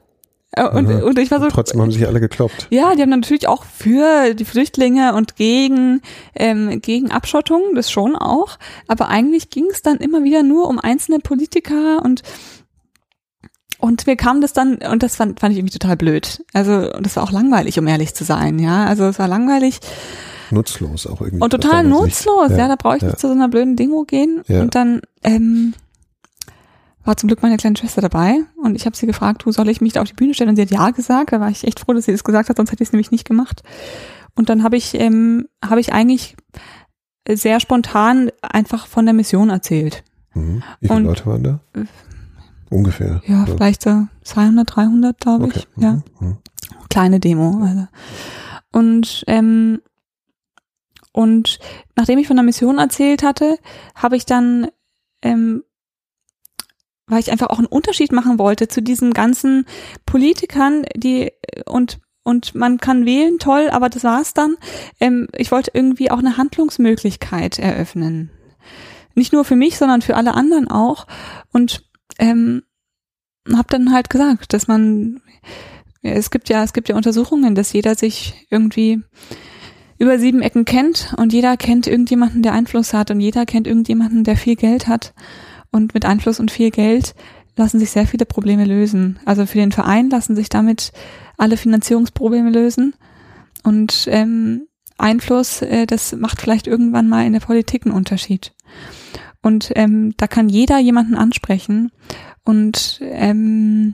Und, Aha. und ich war so. Und trotzdem haben sich alle gekloppt. Ja, die haben natürlich auch für die Flüchtlinge und gegen, ähm, gegen Abschottung, das schon auch. Aber eigentlich ging es dann immer wieder nur um einzelne Politiker und Und mir kam das dann, und das fand, fand ich irgendwie total blöd. Also, und das war auch langweilig, um ehrlich zu sein, ja. Also, es war langweilig. Nutzlos auch irgendwie. Und total nutzlos, ja. ja. Da brauche ich ja. nicht zu so einer blöden Demo gehen. Ja. Und dann, ähm, war zum Glück meine kleine Schwester dabei. Und ich habe sie gefragt, du, soll ich mich da auf die Bühne stellen? Und sie hat ja gesagt. Da war ich echt froh, dass sie das gesagt hat, sonst hätte ich es nämlich nicht gemacht. Und dann habe ich, ähm, habe ich eigentlich sehr spontan einfach von der Mission erzählt. Mhm. Wie viele und, Leute waren da? Äh, Ungefähr. Ja, so. Vielleicht so zweihundert, dreihundert, glaube ich. Okay. Ja. Mhm. Kleine Demo. Also. Und, ähm, und nachdem ich von der Mission erzählt hatte, habe ich dann, ähm, weil ich einfach auch einen Unterschied machen wollte zu diesen ganzen Politikern, die, und, und man kann wählen, toll, aber das war's dann. Ähm, ich wollte irgendwie auch eine Handlungsmöglichkeit eröffnen. Nicht nur für mich, sondern für alle anderen auch. Und Ähm, habe dann halt gesagt, dass man, ja, es gibt ja, es gibt ja Untersuchungen, dass jeder sich irgendwie über sieben Ecken kennt und jeder kennt irgendjemanden, der Einfluss hat und jeder kennt irgendjemanden, der viel Geld hat und mit Einfluss und viel Geld lassen sich sehr viele Probleme lösen. Also für den Verein lassen sich damit alle Finanzierungsprobleme lösen und ähm, Einfluss, äh, das macht vielleicht irgendwann mal in der Politik einen Unterschied. Und ähm, da kann jeder jemanden ansprechen und ähm,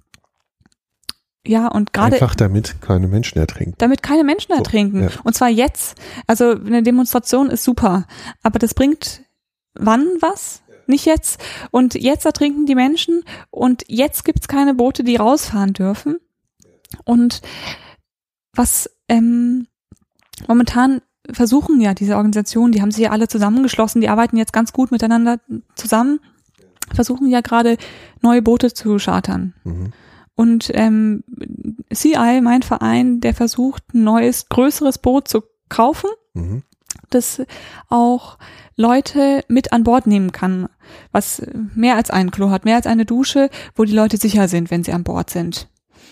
ja, und gerade einfach damit keine Menschen ertrinken. Damit keine Menschen ertrinken. So, ja. Und zwar jetzt. Also eine Demonstration ist super, aber das bringt wann was? Nicht jetzt. Und jetzt ertrinken die Menschen und jetzt gibt's keine Boote, die rausfahren dürfen. Und was ähm, momentan versuchen ja diese Organisationen, die haben sich ja alle zusammengeschlossen, die arbeiten jetzt ganz gut miteinander zusammen, versuchen ja gerade neue Boote zu chartern. Mhm. Und ähm, C I, mein Verein, der versucht, ein neues, größeres Boot zu kaufen, mhm. das auch Leute mit an Bord nehmen kann, was mehr als ein Klo hat, mehr als eine Dusche, wo die Leute sicher sind, wenn sie an Bord sind.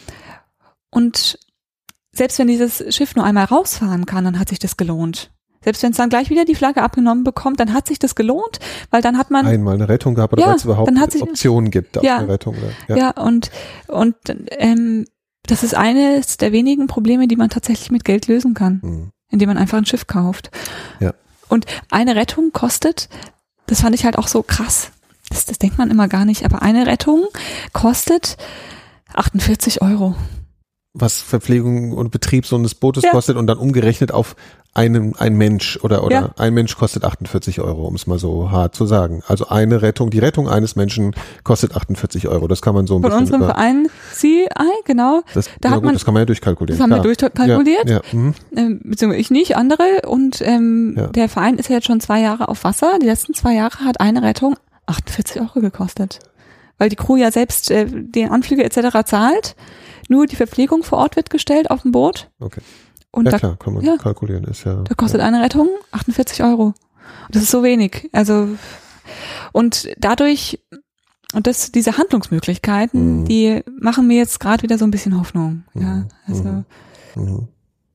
Und selbst wenn dieses Schiff nur einmal rausfahren kann, dann hat sich das gelohnt. Selbst wenn es dann gleich wieder die Flagge abgenommen bekommt, dann hat sich das gelohnt, weil dann hat man einmal eine Rettung gehabt oder ja, weil es überhaupt sich, Optionen gibt auf ja, eine Rettung. Ja, ja und und ähm, das ist eines der wenigen Probleme, die man tatsächlich mit Geld lösen kann, mhm. indem man einfach ein Schiff kauft. Ja. Und eine Rettung kostet, das fand ich halt auch so krass, das, das denkt man immer gar nicht, aber eine Rettung kostet achtundvierzig Euro. Was Verpflegung und Betrieb so eines Bootes ja. kostet und dann umgerechnet auf einen, ein Mensch oder, oder ja. ein Mensch kostet achtundvierzig Euro, um es mal so hart zu sagen. Also eine Rettung, die Rettung eines Menschen kostet achtundvierzig Euro. Das kann man so ein Von bisschen unserem über, Verein C I, genau. Das, da hat gut, man, das kann man ja durchkalkulieren. Das haben klar. wir durchkalkuliert. Ja, ja, mhm. ähm, beziehungsweise ich nicht, andere. Und ähm, ja. der Verein ist ja jetzt schon zwei Jahre auf Wasser. Die letzten zwei Jahre hat eine Rettung achtundvierzig Euro gekostet. Weil die Crew ja selbst äh, den Anflüge et cetera zahlt. Nur die Verpflegung vor Ort wird gestellt auf dem Boot. Okay. Und ja da, klar, kann man ja, kalkulieren. Ist ja, da kostet ja. eine Rettung achtundvierzig Euro. Und das ist so wenig. Also und dadurch, und das, diese Handlungsmöglichkeiten, mhm. die machen mir jetzt gerade wieder so ein bisschen Hoffnung. Mhm. Ja, also. Mhm.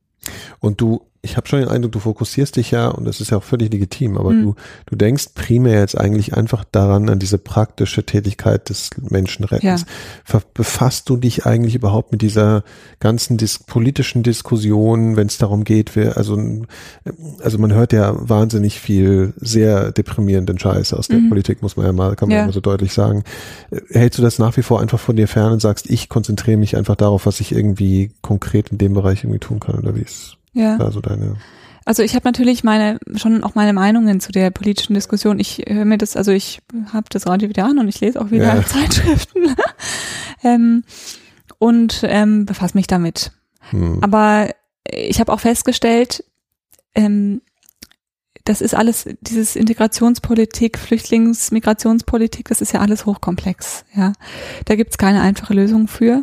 Und du, ich habe schon den Eindruck, du fokussierst dich ja, und das ist ja auch völlig legitim, aber mhm. du, du denkst primär jetzt eigentlich einfach daran, an diese praktische Tätigkeit des Menschenrettens. Ja. Befasst du dich eigentlich überhaupt mit dieser ganzen dis- politischen Diskussion, wenn es darum geht, wer, also, also man hört ja wahnsinnig viel sehr deprimierenden Scheiß aus der mhm. Politik, muss man ja mal, kann man ja. ja mal so deutlich sagen. Hältst du das nach wie vor einfach von dir fern und sagst, ich konzentriere mich einfach darauf, was ich irgendwie konkret in dem Bereich irgendwie tun kann, oder wie ist Ja. Also deine. Also ich habe natürlich meine schon auch meine Meinungen zu der politischen Diskussion. Ich höre mir das, also ich habe das Radio wieder an und ich lese auch wieder ja. Zeitschriften ähm, und ähm, befasse mich damit. Hm. Aber ich habe auch festgestellt, ähm, das ist alles, dieses Integrationspolitik, Flüchtlings-, Migrationspolitik, das ist ja alles hochkomplex. Ja, da gibt's keine einfache Lösung für.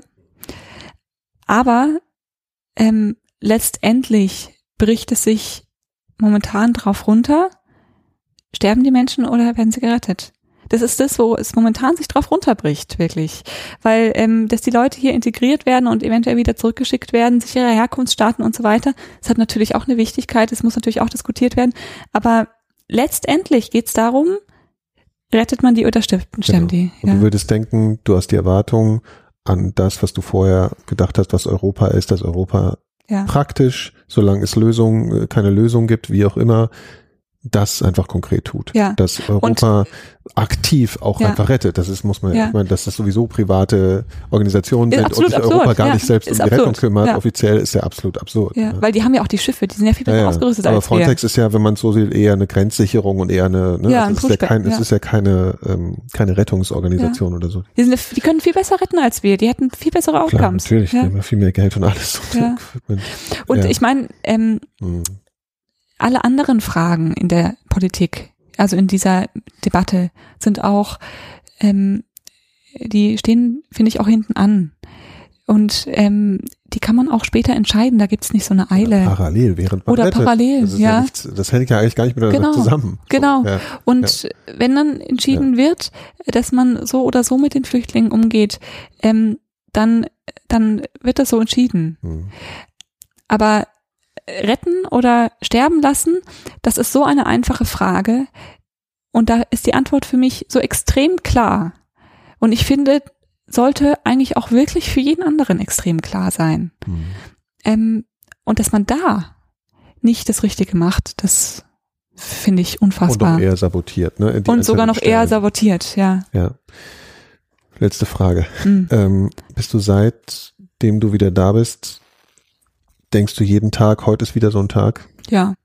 Aber ähm, letztendlich bricht es sich momentan drauf runter, sterben die Menschen oder werden sie gerettet? Das ist das, wo es momentan sich drauf runterbricht, wirklich. Weil, ähm, dass die Leute hier integriert werden und eventuell wieder zurückgeschickt werden, sichere Herkunftsstaaten und so weiter, das hat natürlich auch eine Wichtigkeit, das muss natürlich auch diskutiert werden. Aber letztendlich geht es darum, rettet man die oder stirbt genau. die. Und ja. du würdest denken, du hast die Erwartung an das, was du vorher gedacht hast, was Europa ist, dass Europa ja. praktisch, solange es Lösungen, keine Lösung gibt, wie auch immer, das einfach konkret tut. Ja. Dass Europa und, aktiv auch ja. einfach rettet. Das ist, muss man, ja. ich meine, dass das sowieso private Organisationen sind und sich Europa absurd. gar ja. nicht selbst ist um die absurd. Rettung kümmert. Ja. Offiziell ist ja absolut absurd. Ja. Ja. Weil die haben ja auch die Schiffe, die sind ja viel besser ja, ja. ausgerüstet Aber als Frontex wir. ist ja, wenn man so sieht, eher eine Grenzsicherung und eher eine, ne? Ja, also es, ist ja kein, ja. es ist ja keine, ähm, keine Rettungsorganisation ja. oder so. Die, sind, die können viel besser retten als wir. Die hätten viel bessere Outcomes. Klar, natürlich, ja. die haben ja viel mehr Geld und alles. Ja. Und ja. ich meine, ähm, hm. alle anderen Fragen in der Politik, also in dieser Debatte, sind auch, ähm, die stehen, finde ich, auch hinten an. Und ähm, die kann man auch später entscheiden, da gibt's nicht so eine Eile. Oder parallel, während man Oder rettet. parallel, das ist ja. ja nichts, das hängt ja eigentlich gar nicht miteinander genau, zusammen. So, genau. Ja. Und ja. wenn dann entschieden ja. wird, dass man so oder so mit den Flüchtlingen umgeht, ähm, dann, dann wird das so entschieden. Hm. Aber retten oder sterben lassen, das ist so eine einfache Frage und da ist die Antwort für mich so extrem klar und ich finde, sollte eigentlich auch wirklich für jeden anderen extrem klar sein. Mhm. Ähm, und dass man da nicht das Richtige macht, das finde ich unfassbar. Und noch eher sabotiert. Ne? Und sogar noch Stellen. eher sabotiert, ja. Ja. Letzte Frage. Mhm. Ähm, bist du seitdem du wieder da bist, denkst du jeden Tag, heute ist wieder so ein Tag? Ja.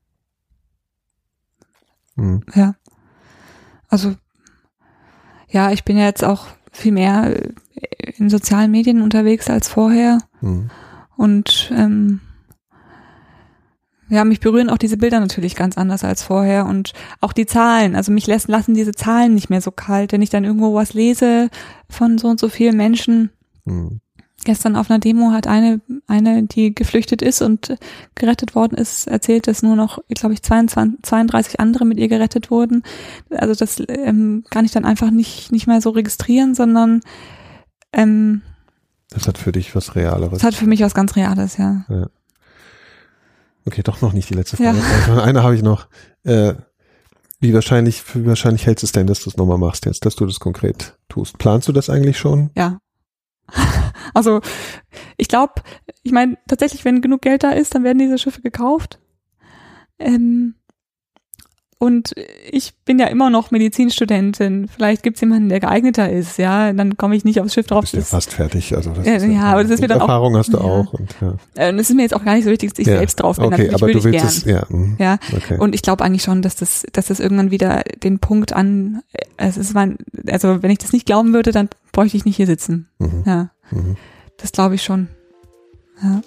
Hm. Ja. Also, ja, ich bin ja jetzt auch viel mehr in sozialen Medien unterwegs als vorher. Hm. Und ähm, ja, mich berühren auch diese Bilder natürlich ganz anders als vorher und auch die Zahlen. Also mich lassen, lassen diese Zahlen nicht mehr so kalt, wenn ich dann irgendwo was lese von so und so vielen Menschen. Hm. Gestern auf einer Demo hat eine, eine, die geflüchtet ist und gerettet worden ist, erzählt, dass nur noch, glaube ich, zweiundzwanzig, zweiunddreißig andere mit ihr gerettet wurden. Also das ähm, kann ich dann einfach nicht, nicht mehr so registrieren, sondern ähm, das hat für dich was Realeres. Das hat für mich was ganz Reales, ja. ja. Okay, doch noch nicht die letzte Frage. Ja. Eine habe ich noch. Äh, wie wahrscheinlich, wie wahrscheinlich hältst du es denn, dass du es nochmal machst jetzt, dass du das konkret tust? Planst du das eigentlich schon? Ja. Also ich glaube, ich meine tatsächlich, wenn genug Geld da ist, dann werden diese Schiffe gekauft. Ähm, und ich bin ja immer noch Medizinstudentin. Vielleicht gibt es jemanden, der geeigneter ist. Ja, dann komme ich nicht aufs Schiff drauf. Du bist ja fast fertig. Also das ja, ist ja, ja, aber das ist mir dann auch. Erfahrung hast du ja. auch. Und, ja. Und es ist mir jetzt auch gar nicht so wichtig, dass ich ja. selbst drauf bin. Okay, Natürlich aber würde du ich willst gern. es, ja. Mh. Ja. Okay. Und ich glaube eigentlich schon, dass das, dass das irgendwann wieder den Punkt an, es ist mein, also wenn ich das nicht glauben würde, dann bräuchte ich nicht hier sitzen. Mhm. Ja. Mhm. Das glaube ich schon. Ja.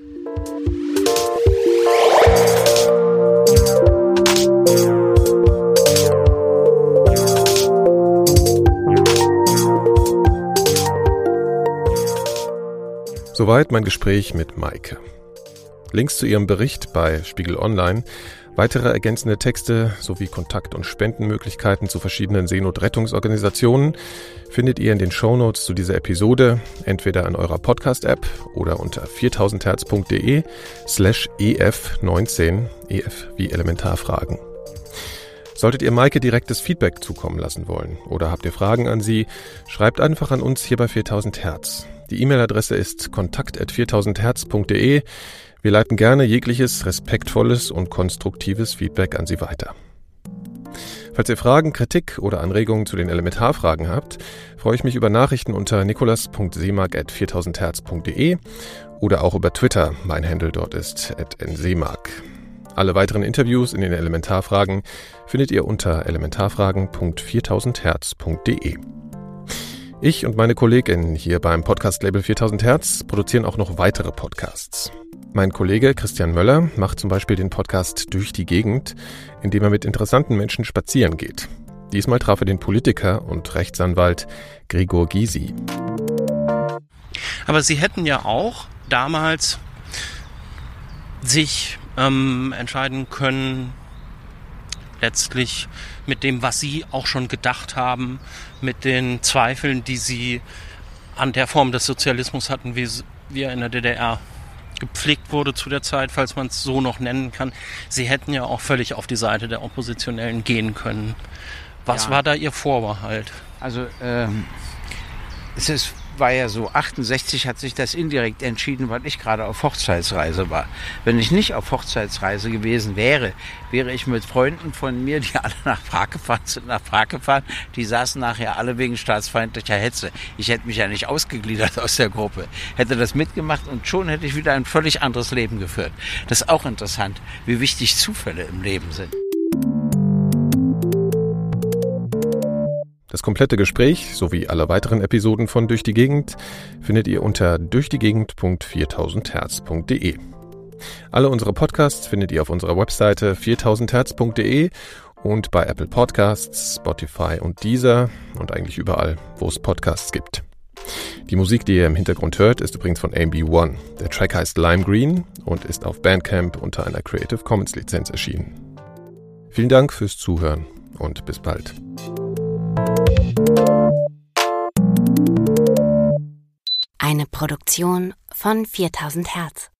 Soweit mein Gespräch mit Maike. Links zu ihrem Bericht bei Spiegel Online, weitere ergänzende Texte sowie Kontakt- und Spendenmöglichkeiten zu verschiedenen Seenotrettungsorganisationen findet ihr in den Shownotes zu dieser Episode, entweder in eurer Podcast-App oder unter viertausendherz.de slash ef19, ef wie Elementarfragen. Solltet ihr Maike direktes Feedback zukommen lassen wollen oder habt ihr Fragen an sie, schreibt einfach an uns hier bei viertausend Hertz. Die E-Mail-Adresse ist kontakt at viertausendherz punkt de. Wir leiten gerne jegliches respektvolles und konstruktives Feedback an Sie weiter. Falls ihr Fragen, Kritik oder Anregungen zu den Elementarfragen habt, freue ich mich über Nachrichten unter nikolas punkt seemark at viertausendherz punkt de oder auch über Twitter. Mein Handle dort ist at nseemark. Alle weiteren Interviews in den Elementarfragen findet ihr unter elementarfragen punkt viertausendherz punkt de. Ich und meine KollegInnen hier beim Podcast-Label viertausend Hertz produzieren auch noch weitere Podcasts. Mein Kollege Christian Möller macht zum Beispiel den Podcast Durch die Gegend, in dem er mit interessanten Menschen spazieren geht. Diesmal traf er den Politiker und Rechtsanwalt Gregor Gysi. Aber Sie hätten ja auch damals sich ähm, entscheiden können, letztlich mit dem, was Sie auch schon gedacht haben, mit den Zweifeln, die Sie an der Form des Sozialismus hatten, wie, wie er in der D D R gepflegt wurde zu der Zeit, falls man es so noch nennen kann. Sie hätten ja auch völlig auf die Seite der Oppositionellen gehen können. Was ja. war da Ihr Vorbehalt? Also ähm, es ist, war ja so, achtundsechzig hat sich das indirekt entschieden, weil ich gerade auf Hochzeitsreise war. Wenn ich nicht auf Hochzeitsreise gewesen wäre, wäre ich mit Freunden von mir, die alle nach Prag gefahren sind, nach Prag gefahren. Die saßen nachher alle wegen staatsfeindlicher Hetze. Ich hätte mich ja nicht ausgegliedert aus der Gruppe. Hätte das mitgemacht und schon hätte ich wieder ein völlig anderes Leben geführt. Das ist auch interessant, wie wichtig Zufälle im Leben sind. Das komplette Gespräch sowie alle weiteren Episoden von Durch die Gegend findet ihr unter durchdiegegend punkt viertausend hertz punkt de. Alle unsere Podcasts findet ihr auf unserer Webseite viertausend hertz punkt de und bei Apple Podcasts, Spotify und Deezer und eigentlich überall, wo es Podcasts gibt. Die Musik, die ihr im Hintergrund hört, ist übrigens von A M B One. Der Track heißt Lime Green und ist auf Bandcamp unter einer Creative Commons Lizenz erschienen. Vielen Dank fürs Zuhören und bis bald. Eine Produktion von viertausend Hertz.